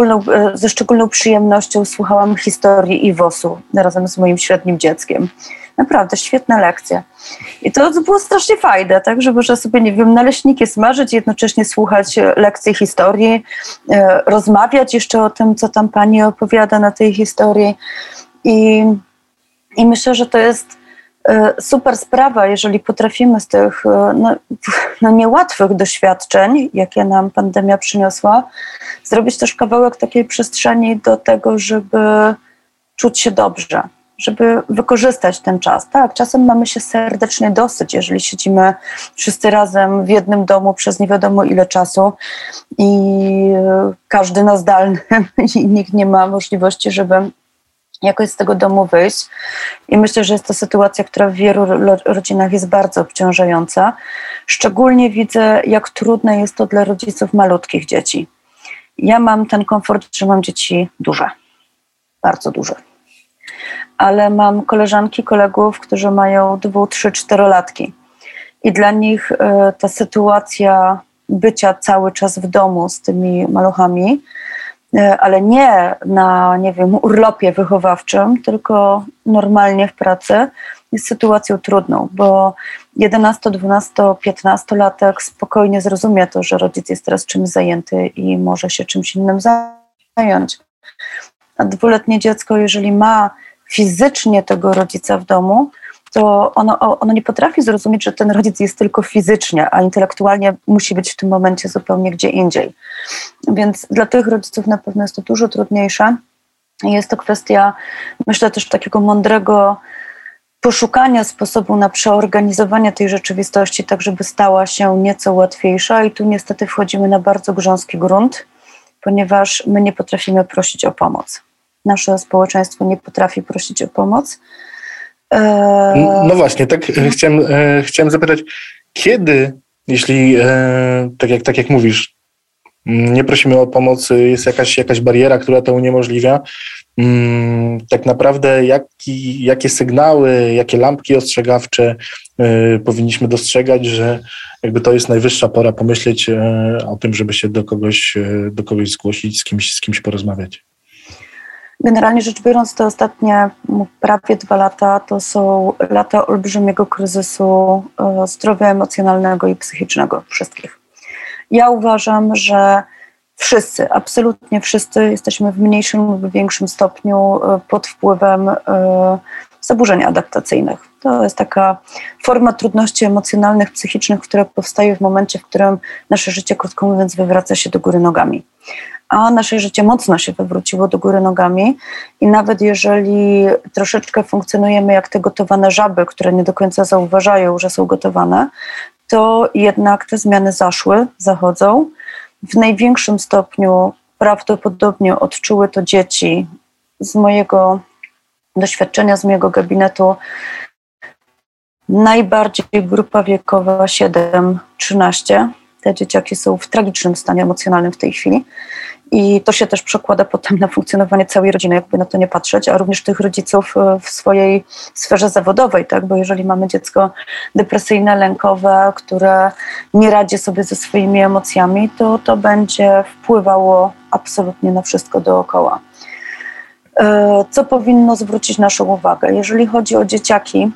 Ze szczególną przyjemnością słuchałam historii Iwosu razem z moim średnim dzieckiem. Naprawdę świetne lekcje. I to było strasznie fajne, tak, że można sobie, nie wiem, naleśniki smażyć, jednocześnie słuchać lekcji historii, rozmawiać jeszcze o tym, co tam pani opowiada na tej historii. I myślę, że to jest super sprawa, jeżeli potrafimy z tych niełatwych doświadczeń, jakie nam pandemia przyniosła, zrobić też kawałek takiej przestrzeni do tego, żeby czuć się dobrze, żeby wykorzystać ten czas. Tak, czasem mamy się serdecznie dosyć, jeżeli siedzimy wszyscy razem w jednym domu przez nie wiadomo ile czasu i każdy na zdalnym i nikt nie ma możliwości, żeby jakoś z tego domu wyjść. I myślę, że jest to sytuacja, która w wielu rodzinach jest bardzo obciążająca. Szczególnie widzę, jak trudne jest to dla rodziców malutkich dzieci. Ja mam ten komfort, że mam dzieci duże, bardzo duże. Ale mam koleżanki, kolegów, którzy mają 2, 3, 4-latki. I dla nich ta sytuacja bycia cały czas w domu z tymi maluchami, ale nie na, nie wiem, urlopie wychowawczym, tylko normalnie w pracy, jest sytuacją trudną, bo 11, 12, 15-latek spokojnie zrozumie to, że rodzic jest teraz czymś zajęty i może się czymś innym zająć. A 2-letnie dziecko, jeżeli ma fizycznie tego rodzica w domu, to ono nie potrafi zrozumieć, że ten rodzic jest tylko fizycznie, a intelektualnie musi być w tym momencie zupełnie gdzie indziej. Więc dla tych rodziców na pewno jest to dużo trudniejsze. Jest to kwestia, myślę, też takiego mądrego poszukania sposobu na przeorganizowanie tej rzeczywistości, tak żeby stała się nieco łatwiejsza. I tu niestety wchodzimy na bardzo grząski grunt, ponieważ my nie potrafimy prosić o pomoc. Nasze społeczeństwo nie potrafi prosić o pomoc. No właśnie, tak chciałem zapytać, kiedy, jeśli tak jak mówisz, nie prosimy o pomoc, jest jakaś bariera, która to uniemożliwia, tak naprawdę jakie sygnały, jakie lampki ostrzegawcze powinniśmy dostrzegać, że jakby to jest najwyższa pora pomyśleć o tym, żeby się do kogoś zgłosić, z kimś porozmawiać? Generalnie rzecz biorąc, te ostatnie prawie 2 lata to są lata olbrzymiego kryzysu zdrowia emocjonalnego i psychicznego wszystkich. Ja uważam, że wszyscy, absolutnie wszyscy jesteśmy w mniejszym lub większym stopniu pod wpływem zaburzeń adaptacyjnych. To jest taka forma trudności emocjonalnych, psychicznych, która powstaje w momencie, w którym nasze życie, krótko mówiąc, wywraca się do góry nogami. A nasze życie mocno się wywróciło do góry nogami i nawet jeżeli troszeczkę funkcjonujemy jak te gotowane żaby, które nie do końca zauważają, że są gotowane, to jednak te zmiany zachodzą. W największym stopniu prawdopodobnie odczuły to dzieci. Z mojego doświadczenia, z mojego gabinetu, najbardziej grupa wiekowa 7-13. Te dzieciaki są w tragicznym stanie emocjonalnym w tej chwili. I to się też przekłada potem na funkcjonowanie całej rodziny, jakby na to nie patrzeć, a również tych rodziców w swojej sferze zawodowej, tak? Bo jeżeli mamy dziecko depresyjne, lękowe, które nie radzi sobie ze swoimi emocjami, to będzie wpływało absolutnie na wszystko dookoła. Co powinno zwrócić naszą uwagę? Jeżeli chodzi o dzieciaki,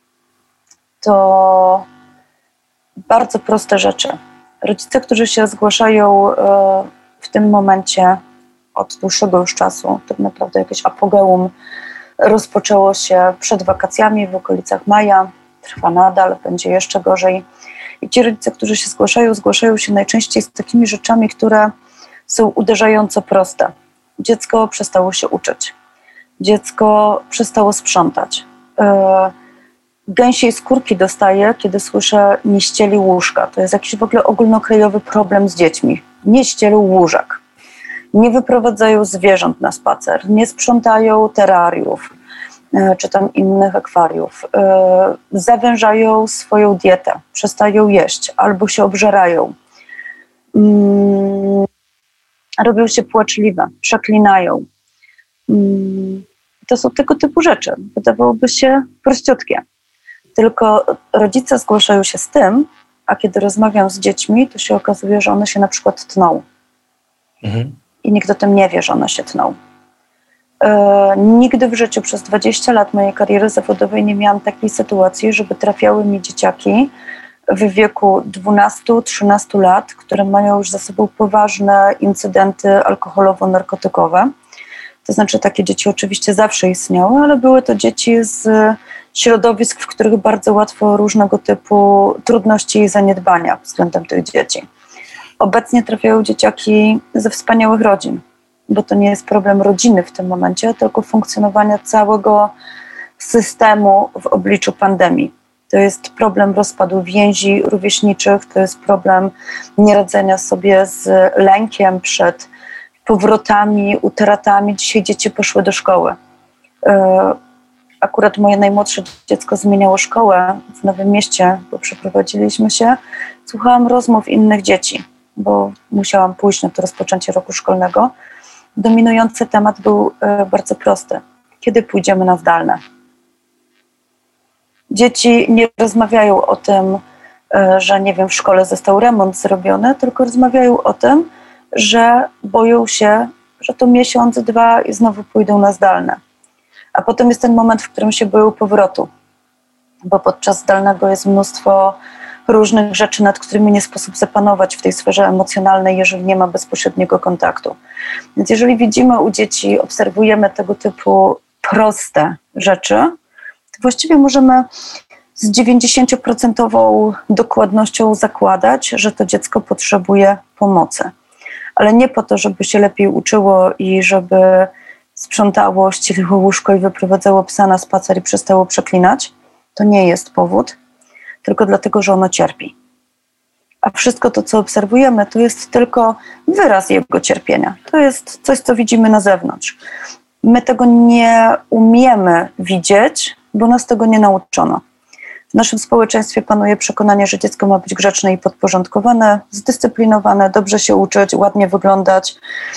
to bardzo proste rzeczy. Rodzice, którzy się zgłaszają w tym momencie od dłuższego już czasu, tak naprawdę jakieś apogeum rozpoczęło się przed wakacjami w okolicach maja, trwa nadal, będzie jeszcze gorzej. I ci rodzice, którzy się zgłaszają się najczęściej z takimi rzeczami, które są uderzająco proste. Dziecko przestało się uczyć. Dziecko przestało sprzątać. Gęsiej skórki dostaję, kiedy słyszę nie ścieli łóżka. To jest jakiś w ogóle ogólnokrajowy problem z dziećmi. Nie ścielą łóżek. Nie wyprowadzają zwierząt na spacer. Nie sprzątają terrariów czy tam innych akwariów. Zawężają swoją dietę. Przestają jeść albo się obżerają. Robią się płaczliwe. Przeklinają. To są tego typu rzeczy. Wydawałoby się prościutkie. Tylko rodzice zgłaszają się z tym, a kiedy rozmawiam z dziećmi, to się okazuje, że one się na przykład tną. I nikt o tym nie wie, że one się tną. Nigdy w życiu przez 20 lat mojej kariery zawodowej nie miałam takiej sytuacji, żeby trafiały mi dzieciaki w wieku 12-13 lat, które mają już za sobą poważne incydenty alkoholowo-narkotykowe. To znaczy takie dzieci oczywiście zawsze istniały, ale były to dzieci z środowisk, w których bardzo łatwo różnego typu trudności i zaniedbania względem tych dzieci. Obecnie trafiają dzieciaki ze wspaniałych rodzin, bo to nie jest problem rodziny w tym momencie, tylko funkcjonowania całego systemu w obliczu pandemii. To jest problem rozpadu więzi rówieśniczych, to jest problem nieradzenia sobie z lękiem przed powrotami, utratami. Dzisiaj dzieci poszły do szkoły. Akurat moje najmłodsze dziecko zmieniało szkołę w Nowym Mieście, bo przeprowadziliśmy się. Słuchałam rozmów innych dzieci, bo musiałam pójść na to rozpoczęcie roku szkolnego. Dominujący temat był bardzo prosty. Kiedy pójdziemy na zdalne? Dzieci nie rozmawiają o tym, że nie wiem, w szkole został remont zrobiony, tylko rozmawiają o tym, że boją się, że to miesiąc, 2 i znowu pójdą na zdalne. A potem jest ten moment, w którym się boją powrotu, bo podczas zdalnego jest mnóstwo różnych rzeczy, nad którymi nie sposób zapanować w tej sferze emocjonalnej, jeżeli nie ma bezpośredniego kontaktu. Więc jeżeli widzimy u dzieci, obserwujemy tego typu proste rzeczy, to właściwie możemy z 90% dokładnością zakładać, że to dziecko potrzebuje pomocy. Ale nie po to, żeby się lepiej uczyło i żeby sprzątało, ścieliło łóżko i wyprowadzało psa na spacer i przestało przeklinać. To nie jest powód, tylko dlatego, że ono cierpi. A wszystko to, co obserwujemy, to jest tylko wyraz jego cierpienia. To jest coś, co widzimy na zewnątrz. My tego nie umiemy widzieć, bo nas tego nie nauczono. W naszym społeczeństwie panuje przekonanie, że dziecko ma być grzeczne i podporządkowane, zdyscyplinowane, dobrze się uczyć, ładnie wyglądać,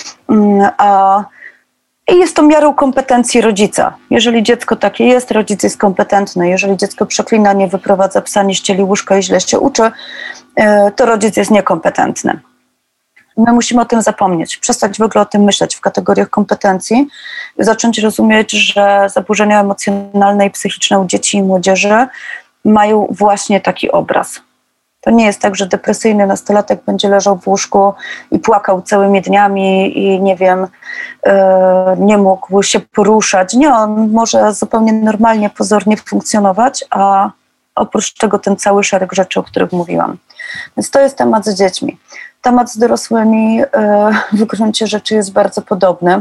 i jest to miarą kompetencji rodzica. Jeżeli dziecko takie jest, rodzic jest kompetentny. Jeżeli dziecko przeklina, nie wyprowadza psa, nie ścieli łóżka i źle się uczy, to rodzic jest niekompetentny. My musimy o tym zapomnieć, przestać w ogóle o tym myśleć w kategoriach kompetencji i zacząć rozumieć, że zaburzenia emocjonalne i psychiczne u dzieci i młodzieży mają właśnie taki obraz. To nie jest tak, że depresyjny nastolatek będzie leżał w łóżku i płakał całymi dniami i nie wiem, nie mógł się poruszać. Nie, on może zupełnie normalnie, pozornie funkcjonować, a oprócz tego ten cały szereg rzeczy, o których mówiłam. Więc to jest temat z dziećmi. Temat z dorosłymi w gruncie rzeczy jest bardzo podobny.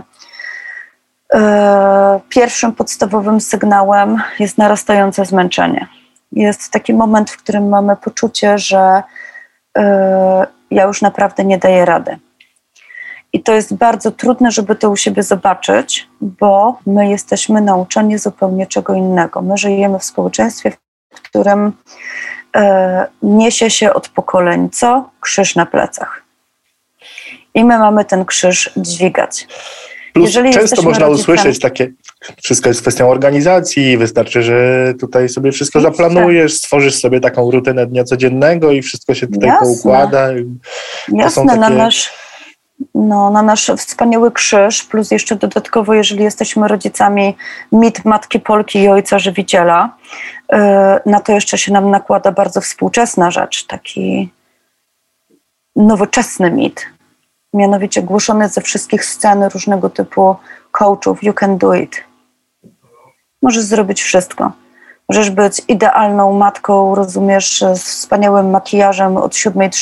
Pierwszym podstawowym sygnałem jest narastające zmęczenie. Jest taki moment, w którym mamy poczucie, że ja już naprawdę nie daję rady. I to jest bardzo trudne, żeby to u siebie zobaczyć, bo my jesteśmy nauczeni zupełnie czego innego. My żyjemy w społeczeństwie, w którym niesie się od pokoleń co? Krzyż na plecach. I my mamy ten krzyż dźwigać. Plus często można usłyszeć takie, wszystko jest kwestią organizacji, wystarczy, że tutaj sobie wszystko zaplanujesz, stworzysz sobie taką rutynę dnia codziennego i wszystko się tutaj poukłada. Jasne, takie... na nasz wspaniały krzyż, plus jeszcze dodatkowo, jeżeli jesteśmy rodzicami, mit matki Polki i ojca żywiciela, na to jeszcze się nam nakłada bardzo współczesna rzecz, taki nowoczesny mit. Mianowicie głoszone ze wszystkich scen różnego typu coachów, you can do it. Możesz zrobić wszystko. Możesz być idealną matką, rozumiesz, z wspaniałym makijażem od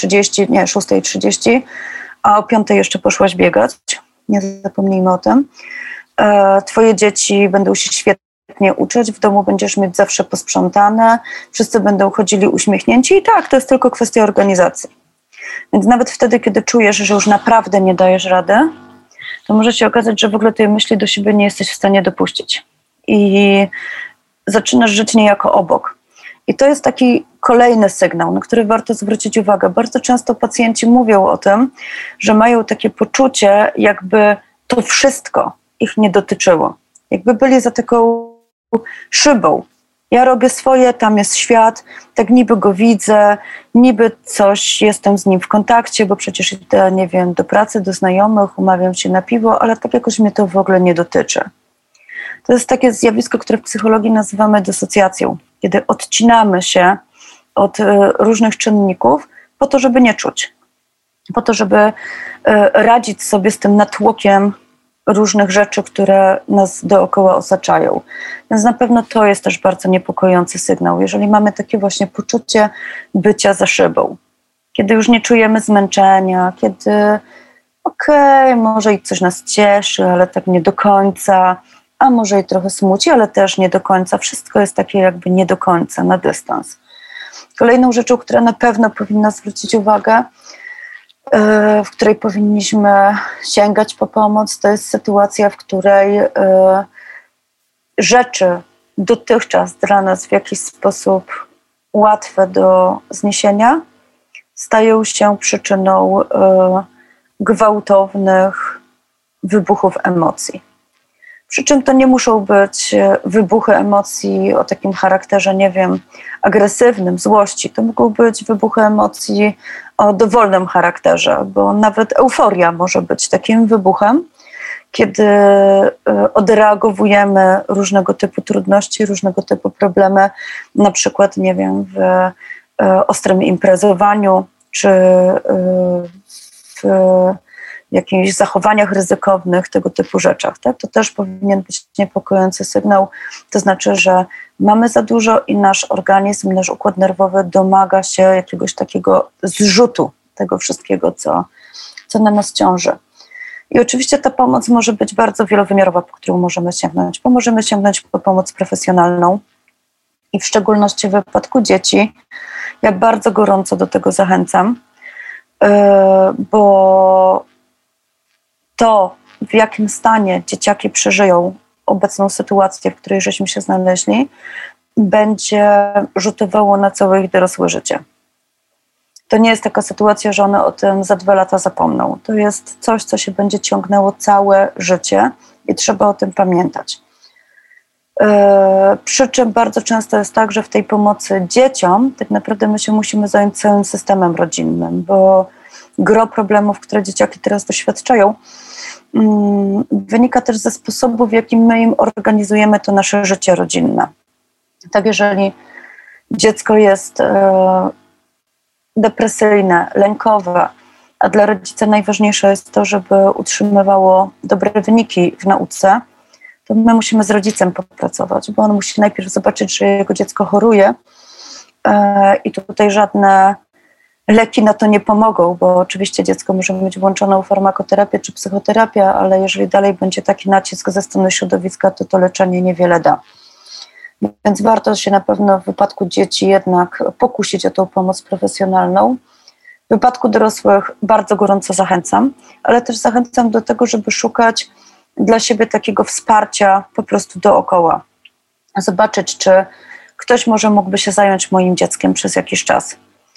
6:30, a o 5:00 jeszcze poszłaś biegać. Nie zapomnijmy o tym. Twoje dzieci będą się świetnie uczyć, w domu będziesz mieć zawsze posprzątane, wszyscy będą chodzili uśmiechnięci i tak, to jest tylko kwestia organizacji. Więc nawet wtedy, kiedy czujesz, że już naprawdę nie dajesz rady, to może się okazać, że w ogóle tej myśli do siebie nie jesteś w stanie dopuścić. I zaczynasz żyć niejako obok. I to jest taki kolejny sygnał, na który warto zwrócić uwagę. Bardzo często pacjenci mówią o tym, że mają takie poczucie, jakby to wszystko ich nie dotyczyło. Jakby byli za taką szybą. Ja robię swoje, tam jest świat, tak niby go widzę, niby coś, jestem z nim w kontakcie, bo przecież idę, nie wiem, do pracy, do znajomych, umawiam się na piwo, ale tak jakoś mnie to w ogóle nie dotyczy. To jest takie zjawisko, które w psychologii nazywamy dysocjacją, kiedy odcinamy się od różnych czynników po to, żeby nie czuć, po to, żeby radzić sobie z tym natłokiem różnych rzeczy, które nas dookoła otaczają. Więc na pewno to jest też bardzo niepokojący sygnał, jeżeli mamy takie właśnie poczucie bycia za szybą, kiedy już nie czujemy zmęczenia, kiedy może i coś nas cieszy, ale tak nie do końca, a może i trochę smuci, ale też nie do końca. Wszystko jest takie jakby nie do końca, na dystans. Kolejną rzeczą, która na pewno powinna zwrócić uwagę, w której powinniśmy sięgać po pomoc, to jest sytuacja, w której rzeczy dotychczas dla nas w jakiś sposób łatwe do zniesienia stają się przyczyną gwałtownych wybuchów emocji. Przy czym to nie muszą być wybuchy emocji o takim charakterze, nie wiem, agresywnym, złości. To mogą być wybuchy emocji o dowolnym charakterze, bo nawet euforia może być takim wybuchem, kiedy odreagowujemy różnego typu trudności, różnego typu problemy, na przykład, nie wiem, w ostrym imprezowaniu, czy w jakichś zachowaniach ryzykownych, tego typu rzeczach. Tak? To też powinien być niepokojący sygnał. To znaczy, że mamy za dużo i nasz organizm, nasz układ nerwowy domaga się jakiegoś takiego zrzutu tego wszystkiego, co na nas ciąży. I oczywiście ta pomoc może być bardzo wielowymiarowa, po którą możemy sięgnąć, bo możemy sięgnąć po pomoc profesjonalną i w szczególności w wypadku dzieci ja bardzo gorąco do tego zachęcam, bo to, w jakim stanie dzieciaki przeżyją obecną sytuację, w której żeśmy się znaleźli, będzie rzutowało na całe ich dorosłe życie. To nie jest taka sytuacja, że one o tym za 2 lata zapomną. To jest coś, co się będzie ciągnęło całe życie i trzeba o tym pamiętać. Przy czym bardzo często jest tak, że w tej pomocy dzieciom tak naprawdę my się musimy zająć całym systemem rodzinnym, bo gro problemów, które dzieciaki teraz doświadczają, wynika też ze sposobu, w jakim my im organizujemy to nasze życie rodzinne. Tak, jeżeli dziecko jest depresyjne, lękowe, a dla rodzica najważniejsze jest to, żeby utrzymywało dobre wyniki w nauce, to my musimy z rodzicem popracować, bo on musi najpierw zobaczyć, że jego dziecko choruje i tutaj żadne leki na to nie pomogą, bo oczywiście dziecko może mieć włączoną farmakoterapię czy psychoterapię, ale jeżeli dalej będzie taki nacisk ze strony środowiska, to leczenie niewiele da. Więc warto się na pewno w wypadku dzieci jednak pokusić o tą pomoc profesjonalną. W wypadku dorosłych bardzo gorąco zachęcam, ale też zachęcam do tego, żeby szukać dla siebie takiego wsparcia po prostu dookoła. Zobaczyć, czy ktoś może mógłby się zająć moim dzieckiem przez jakiś czas.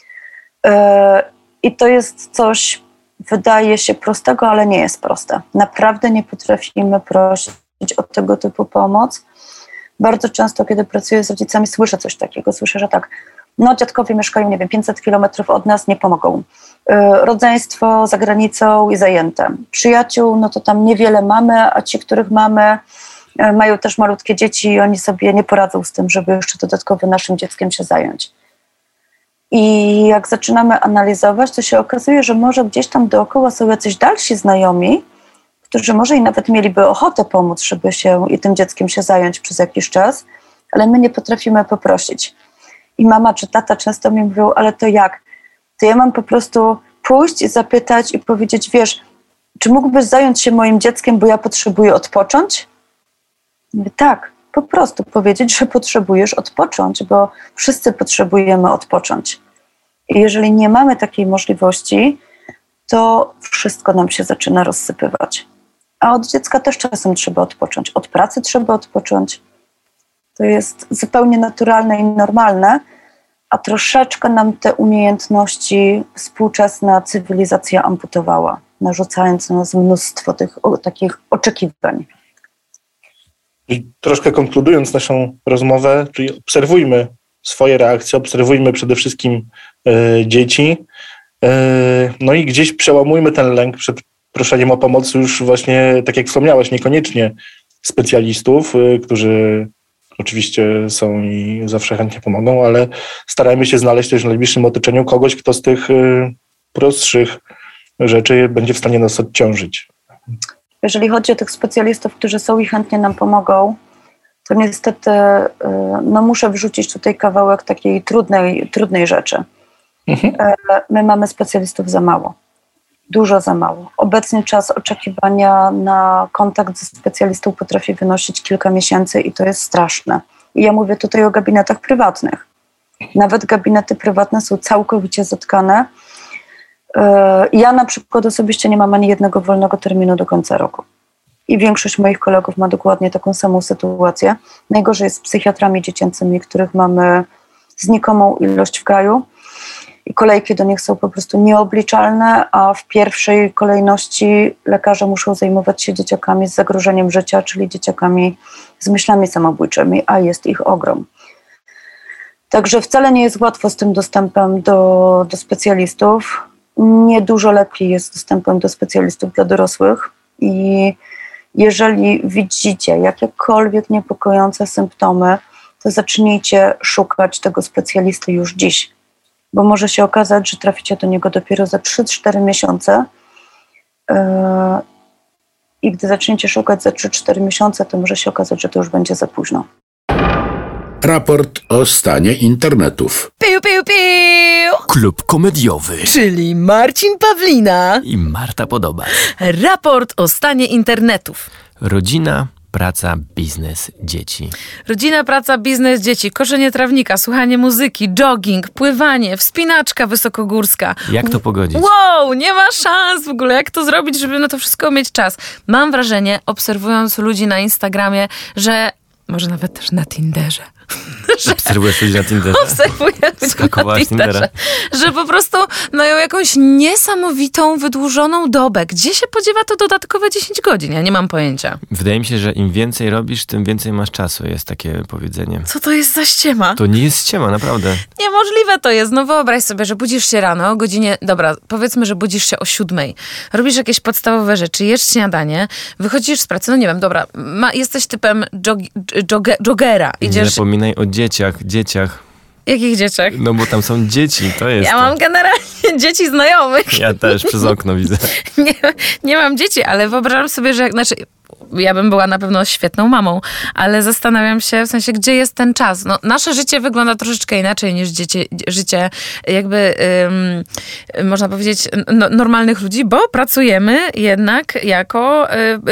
I to jest coś, wydaje się prostego, ale nie jest proste. Naprawdę nie potrafimy prosić o tego typu pomoc. Bardzo często, kiedy pracuję z rodzicami, słyszę coś takiego. Słyszę, że tak, dziadkowie mieszkają, nie wiem, 500 kilometrów od nas, nie pomogą. Rodzeństwo za granicą i zajęte. Przyjaciół, to tam niewiele mamy, a ci, których mamy, mają też malutkie dzieci i oni sobie nie poradzą z tym, żeby jeszcze dodatkowo naszym dzieckiem się zająć. I jak zaczynamy analizować, to się okazuje, że może gdzieś tam dookoła są jacyś dalsi znajomi, którzy może i nawet mieliby ochotę pomóc, żeby się i tym dzieckiem się zająć przez jakiś czas, ale my nie potrafimy poprosić. I mama czy tata często mi mówią, ale to jak? To ja mam po prostu pójść i zapytać i powiedzieć, wiesz, czy mógłbyś zająć się moim dzieckiem, bo ja potrzebuję odpocząć? Mówię, tak, po prostu powiedzieć, że potrzebujesz odpocząć, bo wszyscy potrzebujemy odpocząć. I jeżeli nie mamy takiej możliwości, to wszystko nam się zaczyna rozsypywać. A od dziecka też czasem trzeba odpocząć, od pracy trzeba odpocząć. To jest zupełnie naturalne i normalne, a troszeczkę nam te umiejętności współczesna cywilizacja amputowała, narzucając na nas mnóstwo tych takich oczekiwań. I troszkę konkludując naszą rozmowę, czyli obserwujmy swoje reakcje, obserwujmy przede wszystkim dzieci, no i gdzieś przełamujmy ten lęk przed proszeniem o pomoc już właśnie, tak jak wspomniałeś, niekoniecznie specjalistów, którzy oczywiście są i zawsze chętnie pomogą, ale starajmy się znaleźć też w najbliższym otoczeniu kogoś, kto z tych prostszych rzeczy będzie w stanie nas odciążyć. Jeżeli chodzi o tych specjalistów, którzy są i chętnie nam pomogą, to niestety muszę wrzucić tutaj kawałek takiej trudnej rzeczy. My mamy specjalistów za mało. Dużo za mało. Obecnie czas oczekiwania na kontakt ze specjalistą potrafi wynosić kilka miesięcy i to jest straszne. I ja mówię tutaj o gabinetach prywatnych. Nawet gabinety prywatne są całkowicie zatkane. Ja na przykład osobiście nie mam ani jednego wolnego terminu do końca roku. I większość moich kolegów ma dokładnie taką samą sytuację. Najgorzej jest z psychiatrami dziecięcymi, których mamy znikomą ilość w kraju. I kolejki do nich są po prostu nieobliczalne, a w pierwszej kolejności lekarze muszą zajmować się dzieciakami z zagrożeniem życia, czyli dzieciakami z myślami samobójczymi, a jest ich ogrom. Także wcale nie jest łatwo z tym dostępem do specjalistów. Nie dużo lepiej jest z dostępem do specjalistów dla dorosłych i jeżeli widzicie jakiekolwiek niepokojące symptomy, to zacznijcie szukać tego specjalisty już dziś, bo może się okazać, że traficie do niego dopiero za 3-4 miesiące i gdy zaczniecie szukać za 3-4 miesiące, to może się okazać, że to już będzie za późno. Raport o stanie internetów. Piu, piu, piu! Klub komediowy. Czyli Marcin Pawlina I Marta Podoba. Raport o stanie internetów. Rodzina, praca, biznes, dzieci. Rodzina, praca, biznes, dzieci, koszenie trawnika, słuchanie muzyki, jogging, pływanie, wspinaczka wysokogórska. Jak to pogodzić? Wow, nie ma szans w ogóle. Jak to zrobić, żeby na to wszystko mieć czas? Mam wrażenie, obserwując ludzi na Instagramie, że może nawet też na Tinderze. Obserwujesz ludzi na Tinderze? Obserwuję ludzi na Tinderze. Że po prostu mają jakąś niesamowitą, wydłużoną dobę. Gdzie się podziewa to dodatkowe 10 godzin? Ja nie mam pojęcia. Wydaje mi się, że im więcej robisz, tym więcej masz czasu. Jest takie powiedzenie. Co to jest za ściema? To nie jest ściema, naprawdę. Niemożliwe to jest. No wyobraź sobie, że budzisz się rano o godzinie... Dobra, powiedzmy, że budzisz się o 7:00. Robisz jakieś podstawowe rzeczy, jesz śniadanie, wychodzisz z pracy, no nie wiem, dobra, jesteś typem joggera. Idziesz... Nie zapominaj o dzieciach. Jakich dzieciach? No bo tam są dzieci, to jest. Ja mam generalnie dzieci znajomych. Ja też przez okno widzę. Nie mam dzieci, ale wyobrażam sobie, że ja bym była na pewno świetną mamą, ale zastanawiam się w sensie, gdzie jest ten czas. No, nasze życie wygląda troszeczkę inaczej niż życie jakby można powiedzieć normalnych ludzi, bo pracujemy jednak jako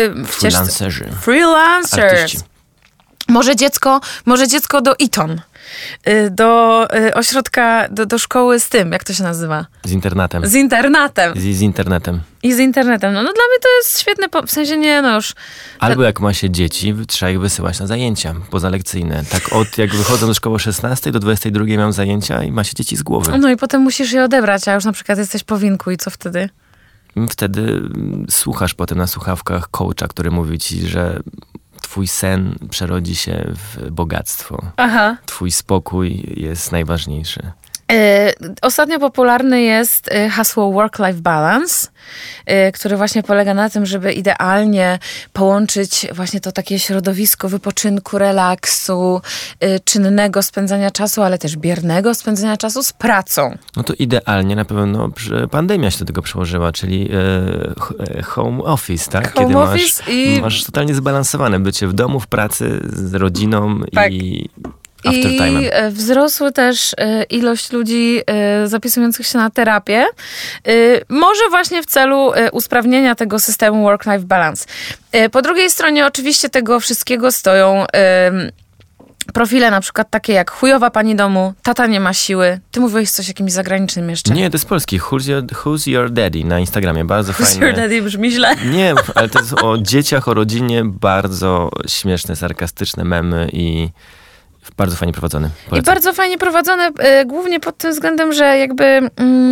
freelancers. Może dziecko do Eton, do ośrodka, do szkoły z tym, jak to się nazywa? Z internatem. Z internatem. Z internetem. I z internetem. No dla mnie to jest świetne, w sensie nie, no już... Albo jak ma się dzieci, trzeba ich wysyłać na zajęcia pozalekcyjne. Tak jak wychodzą do szkoły o 16 do 22 mam zajęcia i ma się dzieci z głowy. No i potem musisz je odebrać, a już na przykład jesteś po winku i co wtedy? Wtedy słuchasz potem na słuchawkach coacha, który mówi ci, że twój sen przerodzi się w bogactwo. Aha. Twój spokój jest najważniejszy. Ostatnio popularne jest hasło work-life balance, które właśnie polega na tym, żeby idealnie połączyć właśnie to takie środowisko wypoczynku, relaksu, czynnego spędzania czasu, ale też biernego spędzania czasu z pracą. No to idealnie na pewno pandemia się do tego przełożyła, czyli home office, tak? Home Kiedy office masz totalnie zbalansowane bycie w domu, w pracy, z rodziną tak. I wzrosły też ilość ludzi zapisujących się na terapię, może właśnie w celu usprawnienia tego systemu work-life balance. Po drugiej stronie oczywiście tego wszystkiego stoją profile na przykład takie jak chujowa pani domu, tata nie ma siły. Ty mówiłeś coś jakimś zagranicznym jeszcze. Nie, to jest polski. Who's your daddy na Instagramie. Bardzo fajne. Who's your daddy brzmi źle. Nie, ale to jest o dzieciach, o rodzinie. Bardzo śmieszne, sarkastyczne memy i bardzo fajnie prowadzone. Polecam. I bardzo fajnie prowadzone, głównie pod tym względem, że jakby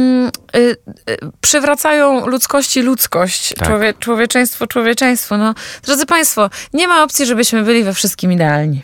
przywracają ludzkości ludzkość, tak. człowieczeństwo. No, drodzy Państwo, nie ma opcji, żebyśmy byli we wszystkim idealni.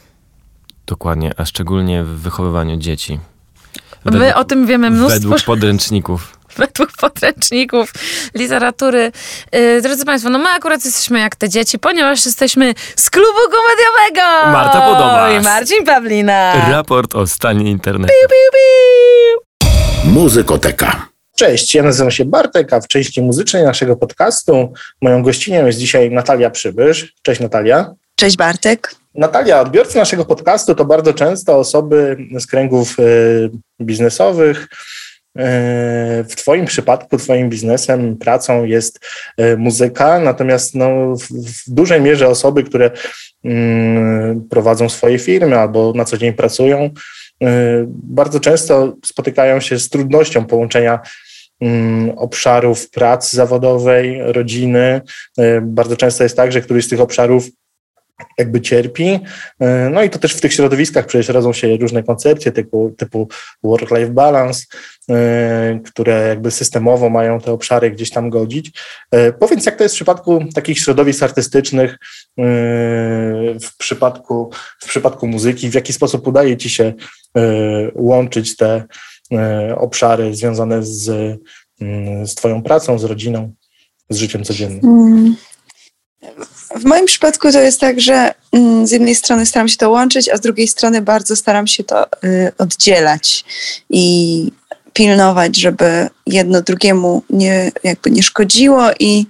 Dokładnie, a szczególnie w wychowywaniu dzieci. My o tym wiemy mnóstwo. Według podręczników. według podręczników literatury. Drodzy Państwo, no my akurat jesteśmy jak te dzieci, ponieważ jesteśmy z klubu komediowego. Marta Podoba i Marcin Pawlina. Raport o stanie internetu. Piu, piu, piu. Muzykoteka. Cześć, ja nazywam się Bartek, a w części muzycznej naszego podcastu moją gościnią jest dzisiaj Natalia Przybysz. Cześć Natalia. Cześć Bartek. Natalia, odbiorcy naszego podcastu to bardzo często osoby z kręgów biznesowych. W Twoim przypadku, Twoim biznesem, pracą jest muzyka, natomiast w dużej mierze osoby, które prowadzą swoje firmy albo na co dzień pracują, bardzo często spotykają się z trudnością połączenia obszarów pracy zawodowej, rodziny. Bardzo często jest tak, że któryś z tych obszarów jakby cierpi. No i to też w tych środowiskach przecież rodzą się różne koncepcje typu work-life balance, które jakby systemowo mają te obszary gdzieś tam godzić. Powiedz, jak to jest w przypadku takich środowisk artystycznych, w przypadku muzyki, w jaki sposób udaje Ci się łączyć te obszary związane z Twoją pracą, z rodziną, z życiem codziennym? W moim przypadku to jest tak, że z jednej strony staram się to łączyć, a z drugiej strony bardzo staram się to oddzielać i pilnować, żeby jedno drugiemu nie szkodziło i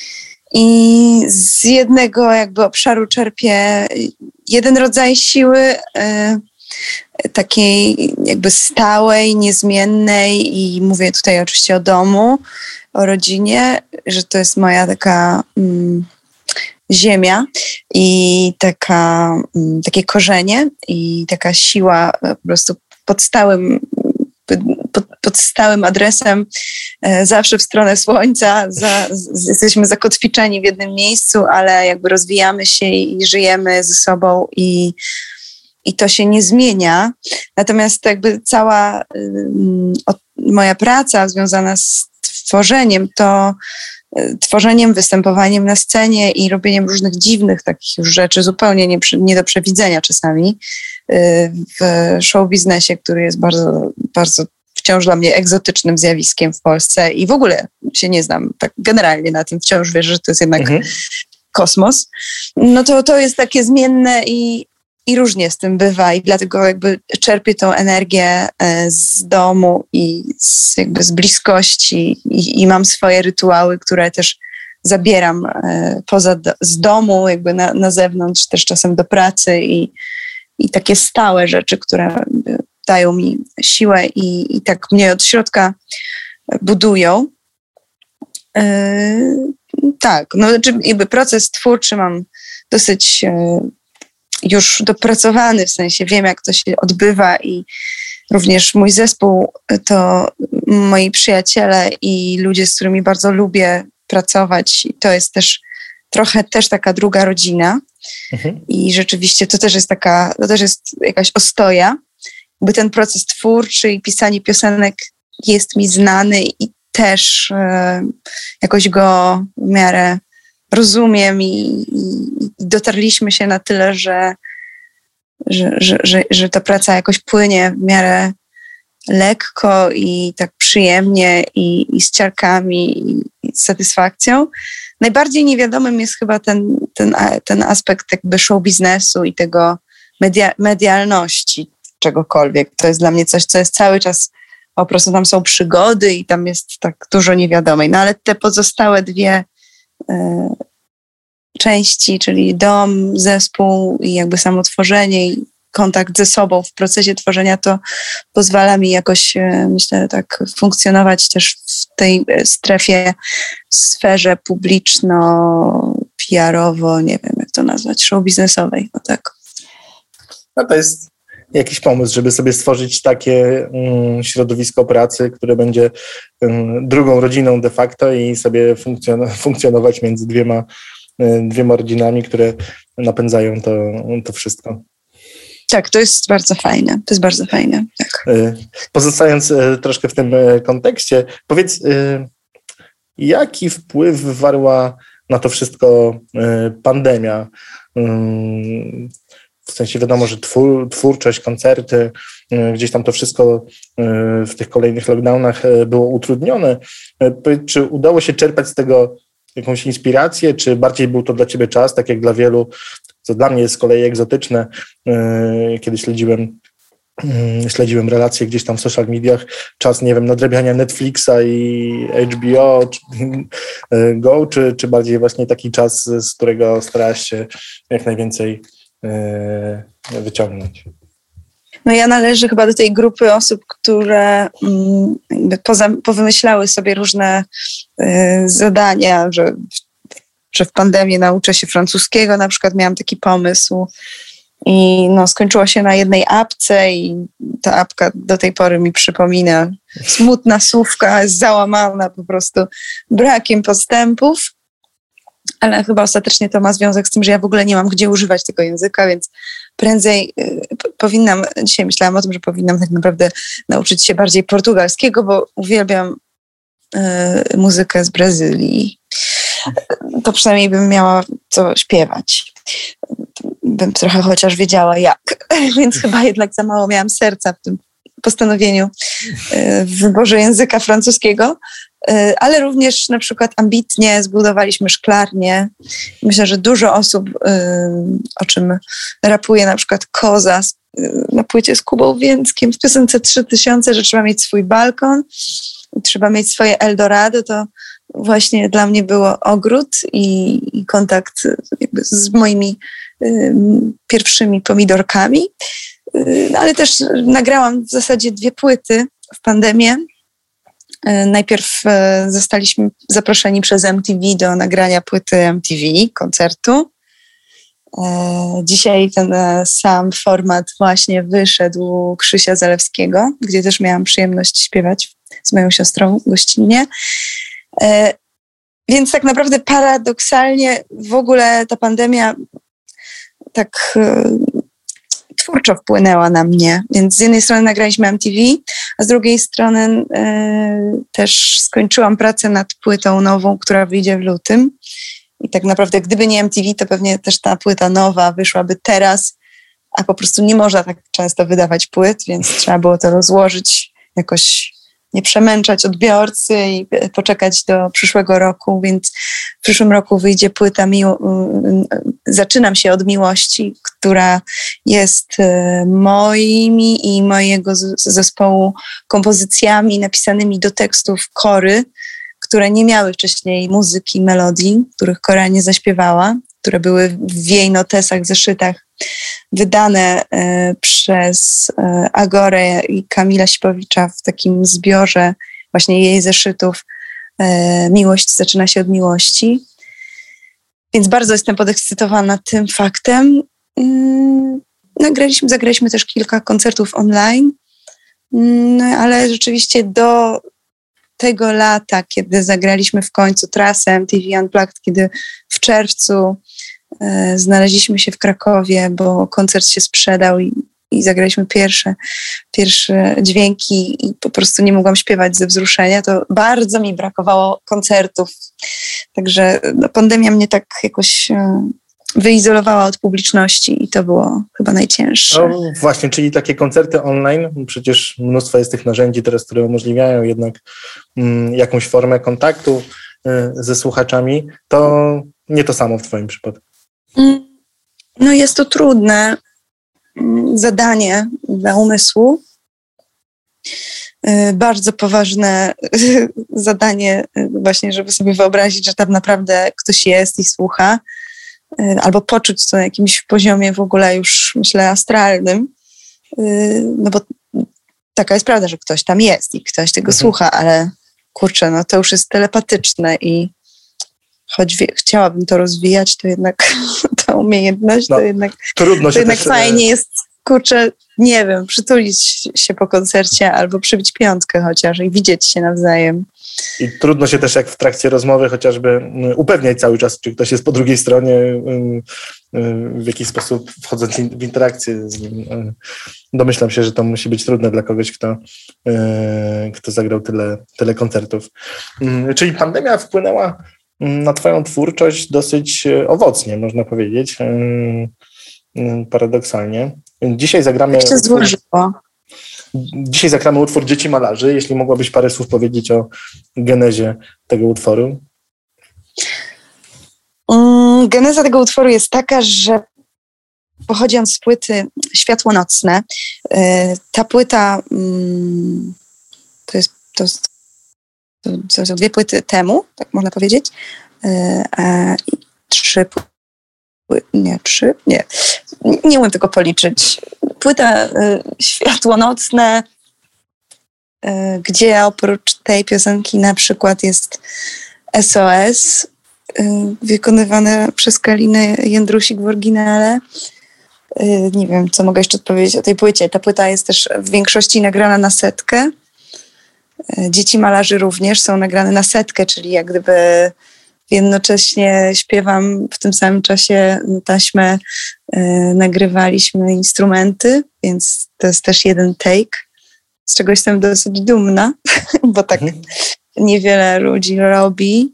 z jednego jakby obszaru czerpię jeden rodzaj siły, takiej jakby stałej, niezmiennej, i mówię tutaj oczywiście o domu, o rodzinie, że to jest moja taka ziemia i takie korzenie i taka siła po prostu pod stałym adresem, zawsze w stronę słońca, jesteśmy zakotwiczeni w jednym miejscu, ale jakby rozwijamy się i żyjemy ze sobą i to się nie zmienia. Natomiast jakby cała moja praca związana z tworzeniem, występowaniem na scenie i robieniem różnych dziwnych takich już rzeczy, zupełnie nie do przewidzenia czasami w show biznesie, który jest bardzo, bardzo wciąż dla mnie egzotycznym zjawiskiem w Polsce i w ogóle się nie znam tak generalnie na tym, wciąż wierzę, że to jest jednak kosmos. No to jest takie zmienne i różnie z tym bywa i dlatego jakby czerpię tą energię z domu i z bliskości i mam swoje rytuały, które też zabieram z domu, jakby na zewnątrz, też czasem do pracy i takie stałe rzeczy, które dają mi siłę i tak mnie od środka budują. Tak, jakby proces twórczy mam dosyć już dopracowany, w sensie wiem, jak to się odbywa i również mój zespół to moi przyjaciele i ludzie, z którymi bardzo lubię pracować, i to jest też trochę taka druga rodzina i rzeczywiście to też jest jakaś ostoja, by ten proces twórczy i pisanie piosenek jest mi znany i też jakoś go w miarę rozumiem i dotarliśmy się na tyle, że ta praca jakoś płynie w miarę lekko i tak przyjemnie i z ciarkami i z satysfakcją. Najbardziej niewiadomym jest chyba ten aspekt jakby show biznesu i tego medialności czegokolwiek. To jest dla mnie coś, co jest cały czas, po prostu tam są przygody i tam jest tak dużo niewiadomej. No ale te pozostałe dwie części, czyli dom, zespół i jakby samo tworzenie i kontakt ze sobą w procesie tworzenia, to pozwala mi jakoś, myślę, tak funkcjonować też w tej sferze publiczno-PR-owo, nie wiem jak to nazwać, show biznesowej, no tak. No to jest jakiś pomysł, żeby sobie stworzyć takie środowisko pracy, które będzie drugą rodziną de facto i sobie funkcjonować między dwiema rodzinami, które napędzają to wszystko. Tak, to jest bardzo fajne. To jest bardzo fajne, tak. Pozostając troszkę w tym kontekście, powiedz, jaki wpływ wywarła na to wszystko pandemia? w sensie wiadomo, że twórczość, koncerty, gdzieś tam to wszystko w tych kolejnych lockdownach było utrudnione. Czy udało się czerpać z tego jakąś inspirację, czy bardziej był to dla ciebie czas, tak jak dla wielu, co dla mnie jest z kolei egzotyczne, kiedy śledziłem relacje gdzieś tam w social mediach, czas, nie wiem, nadrabiania Netflixa i HBO, Go, czy bardziej właśnie taki czas, z którego starałaś się jak najwięcej wyciągnąć? No ja należę chyba do tej grupy osób, które powymyślały sobie różne zadania, że w pandemii nauczę się francuskiego, na przykład miałam taki pomysł i skończyło się na jednej apce i ta apka do tej pory mi przypomina smutna słówka, jest załamana po prostu brakiem postępów, ale chyba ostatecznie to ma związek z tym, że ja w ogóle nie mam gdzie używać tego języka, więc prędzej dzisiaj myślałam o tym, że powinnam tak naprawdę nauczyć się bardziej portugalskiego, bo uwielbiam muzykę z Brazylii. To przynajmniej bym miała co śpiewać. Bym trochę chociaż wiedziała jak, więc chyba jednak za mało miałam serca w tym postanowieniu w wyborze języka francuskiego, ale również na przykład ambitnie zbudowaliśmy szklarnię. Myślę, że dużo osób, o czym rapuje na przykład Koza na płycie z Kubą Więckiem w piosence 3000, że trzeba mieć swój balkon, trzeba mieć swoje Eldorado, to właśnie dla mnie było ogród i kontakt jakby z moimi pierwszymi pomidorkami, ale też nagrałam w zasadzie 2 płyty w pandemię. Najpierw zostaliśmy zaproszeni przez MTV do nagrania płyty MTV, koncertu. Dzisiaj ten sam format właśnie wyszedł Krzysia Zalewskiego, gdzie też miałam przyjemność śpiewać z moją siostrą gościnnie. Więc tak naprawdę paradoksalnie w ogóle ta pandemia tak twórczo wpłynęła na mnie. Więc z jednej strony nagraliśmy MTV, a z drugiej strony też skończyłam pracę nad płytą nową, która wyjdzie w lutym. I tak naprawdę gdyby nie MTV, to pewnie też ta płyta nowa wyszłaby teraz, a po prostu nie można tak często wydawać płyt, więc trzeba było to rozłożyć, jakoś nie przemęczać odbiorcy i poczekać do przyszłego roku, więc w przyszłym roku wyjdzie płyta Zaczynam się od miłości, która jest moimi i mojego zespołu kompozycjami napisanymi do tekstów Kory, które nie miały wcześniej muzyki, melodii, których Kora nie zaśpiewała, które były w jej notesach, zeszytach wydane przez Agorę i Kamila Sipowicza w takim zbiorze właśnie jej zeszytów Miłość zaczyna się od miłości. Więc bardzo jestem podekscytowana tym faktem. Zagraliśmy też kilka koncertów online, ale rzeczywiście do tego lata, kiedy zagraliśmy w końcu trasę MTV Unplugged, kiedy w czerwcu znaleźliśmy się w Krakowie, bo koncert się sprzedał i zagraliśmy pierwsze dźwięki i po prostu nie mogłam śpiewać ze wzruszenia, to bardzo mi brakowało koncertów. Także pandemia mnie tak jakoś wyizolowała od publiczności i to było chyba najcięższe. No właśnie, czyli takie koncerty online, przecież mnóstwo jest tych narzędzi teraz, które umożliwiają jednak jakąś formę kontaktu ze słuchaczami, to nie to samo w twoim przypadku. No jest to trudne zadanie dla umysłu. Bardzo poważne zadanie właśnie, żeby sobie wyobrazić, że tam naprawdę ktoś jest i słucha, albo poczuć to na jakimś poziomie w ogóle już, myślę, astralnym, no bo taka jest prawda, że ktoś tam jest i ktoś tego słucha, ale kurczę, no to już jest telepatyczne i choć chciałabym to rozwijać, to jednak ta umiejętność, to jednak fajnie jest, kurczę, nie wiem, przytulić się po koncercie albo przybić piątkę chociaż i widzieć się nawzajem. I trudno się też jak w trakcie rozmowy chociażby upewniać cały czas, czy ktoś jest po drugiej stronie, w jakiś sposób wchodząc w interakcję z nim. Domyślam się, że to musi być trudne dla kogoś, kto zagrał tyle koncertów. Czyli pandemia wpłynęła na twoją twórczość dosyć owocnie, można powiedzieć. paradoksalnie. Dzisiaj zagramy... Jak się złożyło. Dzisiaj zagramy utwór Dzieci Malarzy. Jeśli mogłabyś parę słów powiedzieć o genezie tego utworu. Geneza tego utworu jest taka, że pochodzi on z płyty Światło Nocne. Ta płyta to są 2 płyty temu, tak można powiedzieć. Nie umiem tego policzyć. Płyta Światło Nocne, gdzie oprócz tej piosenki na przykład jest SOS, wykonywane przez Kalinę Jędrusik w oryginale. Nie wiem, co mogę jeszcze powiedzieć o tej płycie. Ta płyta jest też w większości nagrana na setkę. Dzieci Malarzy również są nagrane na setkę, czyli jak gdyby jednocześnie śpiewam w tym samym czasie taśmę, nagrywaliśmy instrumenty, więc to jest też jeden take, z czego jestem dosyć dumna, bo tak niewiele ludzi robi.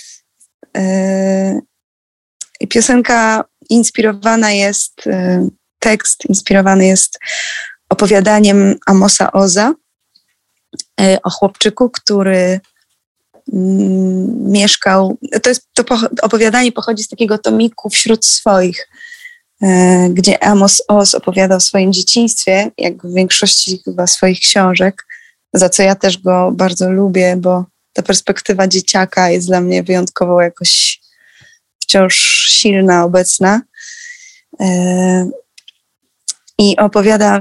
I piosenka inspirowana jest, tekst inspirowany jest opowiadaniem Amosa Oza o chłopczyku, który mieszkał, to opowiadanie pochodzi z takiego tomiku Wśród swoich, gdzie Amos Oz opowiada o swoim dzieciństwie, jak w większości chyba swoich książek, za co ja też go bardzo lubię, bo ta perspektywa dzieciaka jest dla mnie wyjątkowo jakoś wciąż silna, obecna. I opowiada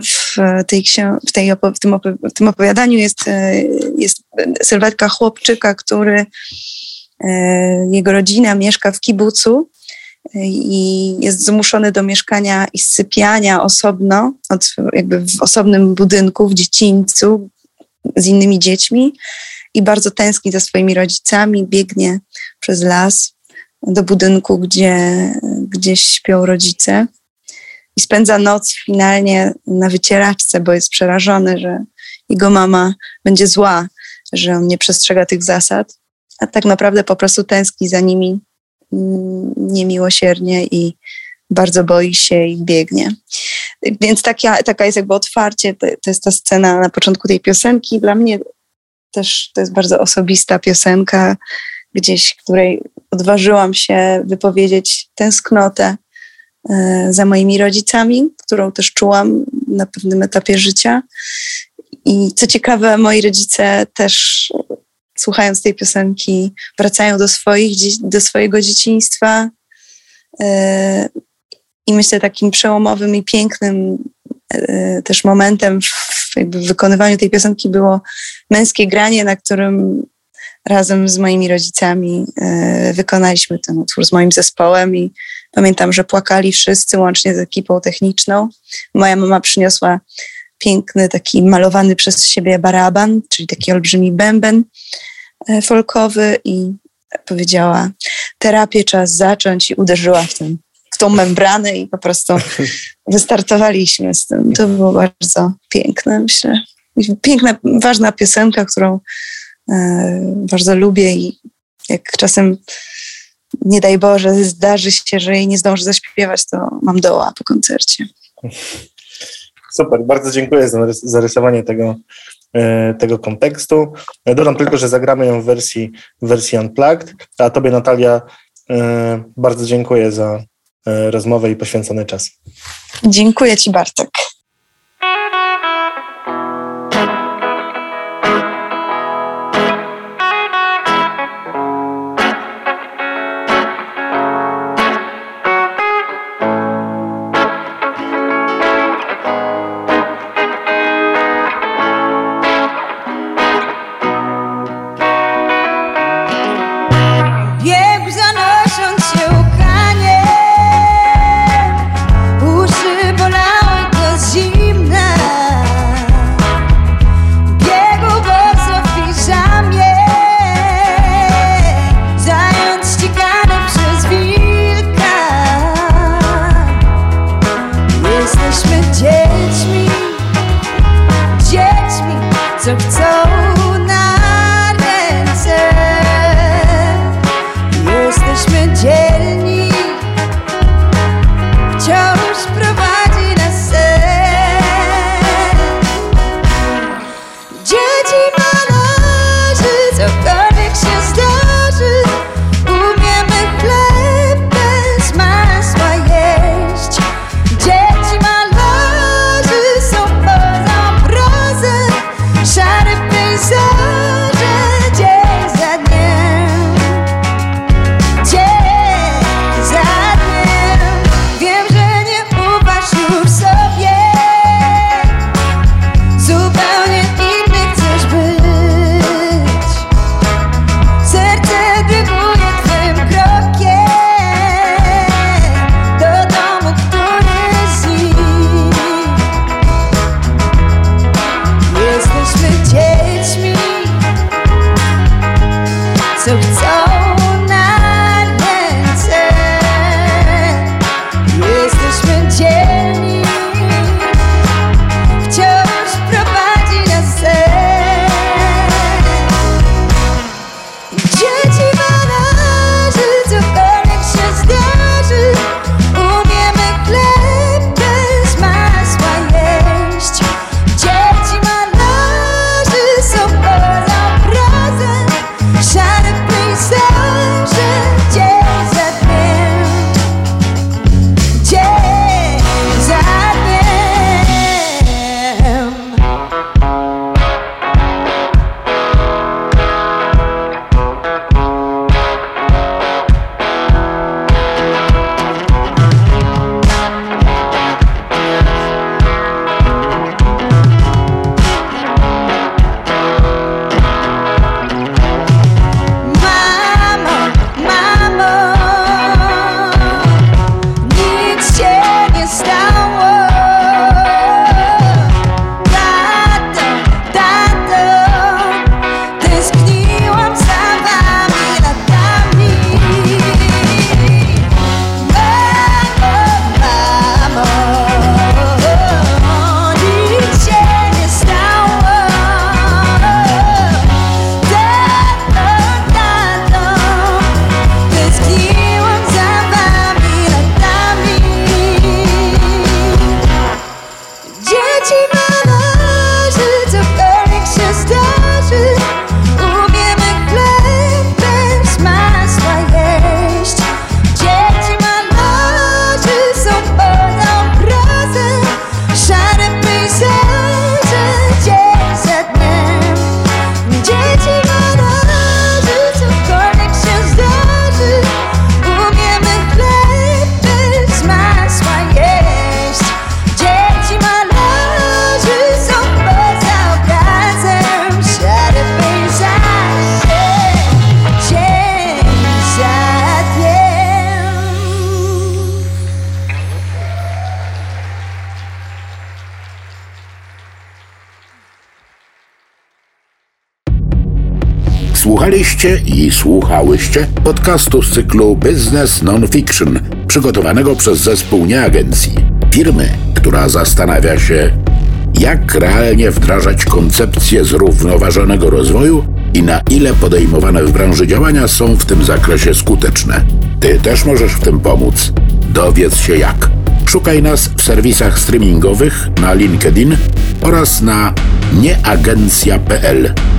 w tym opowiadaniu jest sylwetka chłopczyka, który jego rodzina mieszka w kibucu i jest zmuszony do mieszkania i sypiania osobno, jakby w osobnym budynku, w dziedzińcu z innymi dziećmi i bardzo tęskni za swoimi rodzicami, biegnie przez las do budynku, gdzie śpią rodzice. I spędza noc finalnie na wycieraczce, bo jest przerażony, że jego mama będzie zła, że on nie przestrzega tych zasad, a tak naprawdę po prostu tęskni za nimi niemiłosiernie i bardzo boi się i biegnie. Więc taka jest jakby otwarcie, to jest ta scena na początku tej piosenki. Dla mnie też to jest bardzo osobista piosenka, gdzieś, której odważyłam się wypowiedzieć tęsknotę za moimi rodzicami, którą też czułam na pewnym etapie życia. I co ciekawe, moi rodzice też, słuchając tej piosenki, wracają do swojego dzieciństwa. I myślę, takim przełomowym i pięknym też momentem w wykonywaniu tej piosenki było męskie granie, na którym razem z moimi rodzicami wykonaliśmy ten utwór z moim zespołem i pamiętam, że płakali wszyscy, łącznie z ekipą techniczną. Moja mama przyniosła piękny, taki malowany przez siebie baraban, czyli taki olbrzymi bęben folkowy i powiedziała: terapię czas zacząć, i uderzyła w tą membranę i po prostu wystartowaliśmy z tym. To było bardzo piękne, myślę. Piękna, ważna piosenka, którą bardzo lubię i jak czasem, nie daj Boże, zdarzy się, że jej nie zdążę zaśpiewać, to mam doła po koncercie. Super, bardzo dziękuję za zarysowanie tego kontekstu. Dodam tylko, że zagramy ją w wersji Unplugged, a Tobie, Natalia, bardzo dziękuję za rozmowę i poświęcony czas. Dziękuję Ci, Bartek. Co chcą na ręce. Jesteśmy dzielni, wciąż Słuchaliście i słuchałyście podcastu z cyklu Business Non-Fiction, przygotowanego przez zespół nieagencji. Firmy, która zastanawia się, jak realnie wdrażać koncepcję zrównoważonego rozwoju i na ile podejmowane w branży działania są w tym zakresie skuteczne. Ty też możesz w tym pomóc. Dowiedz się jak. Szukaj nas w serwisach streamingowych, na LinkedIn oraz na nieagencja.pl.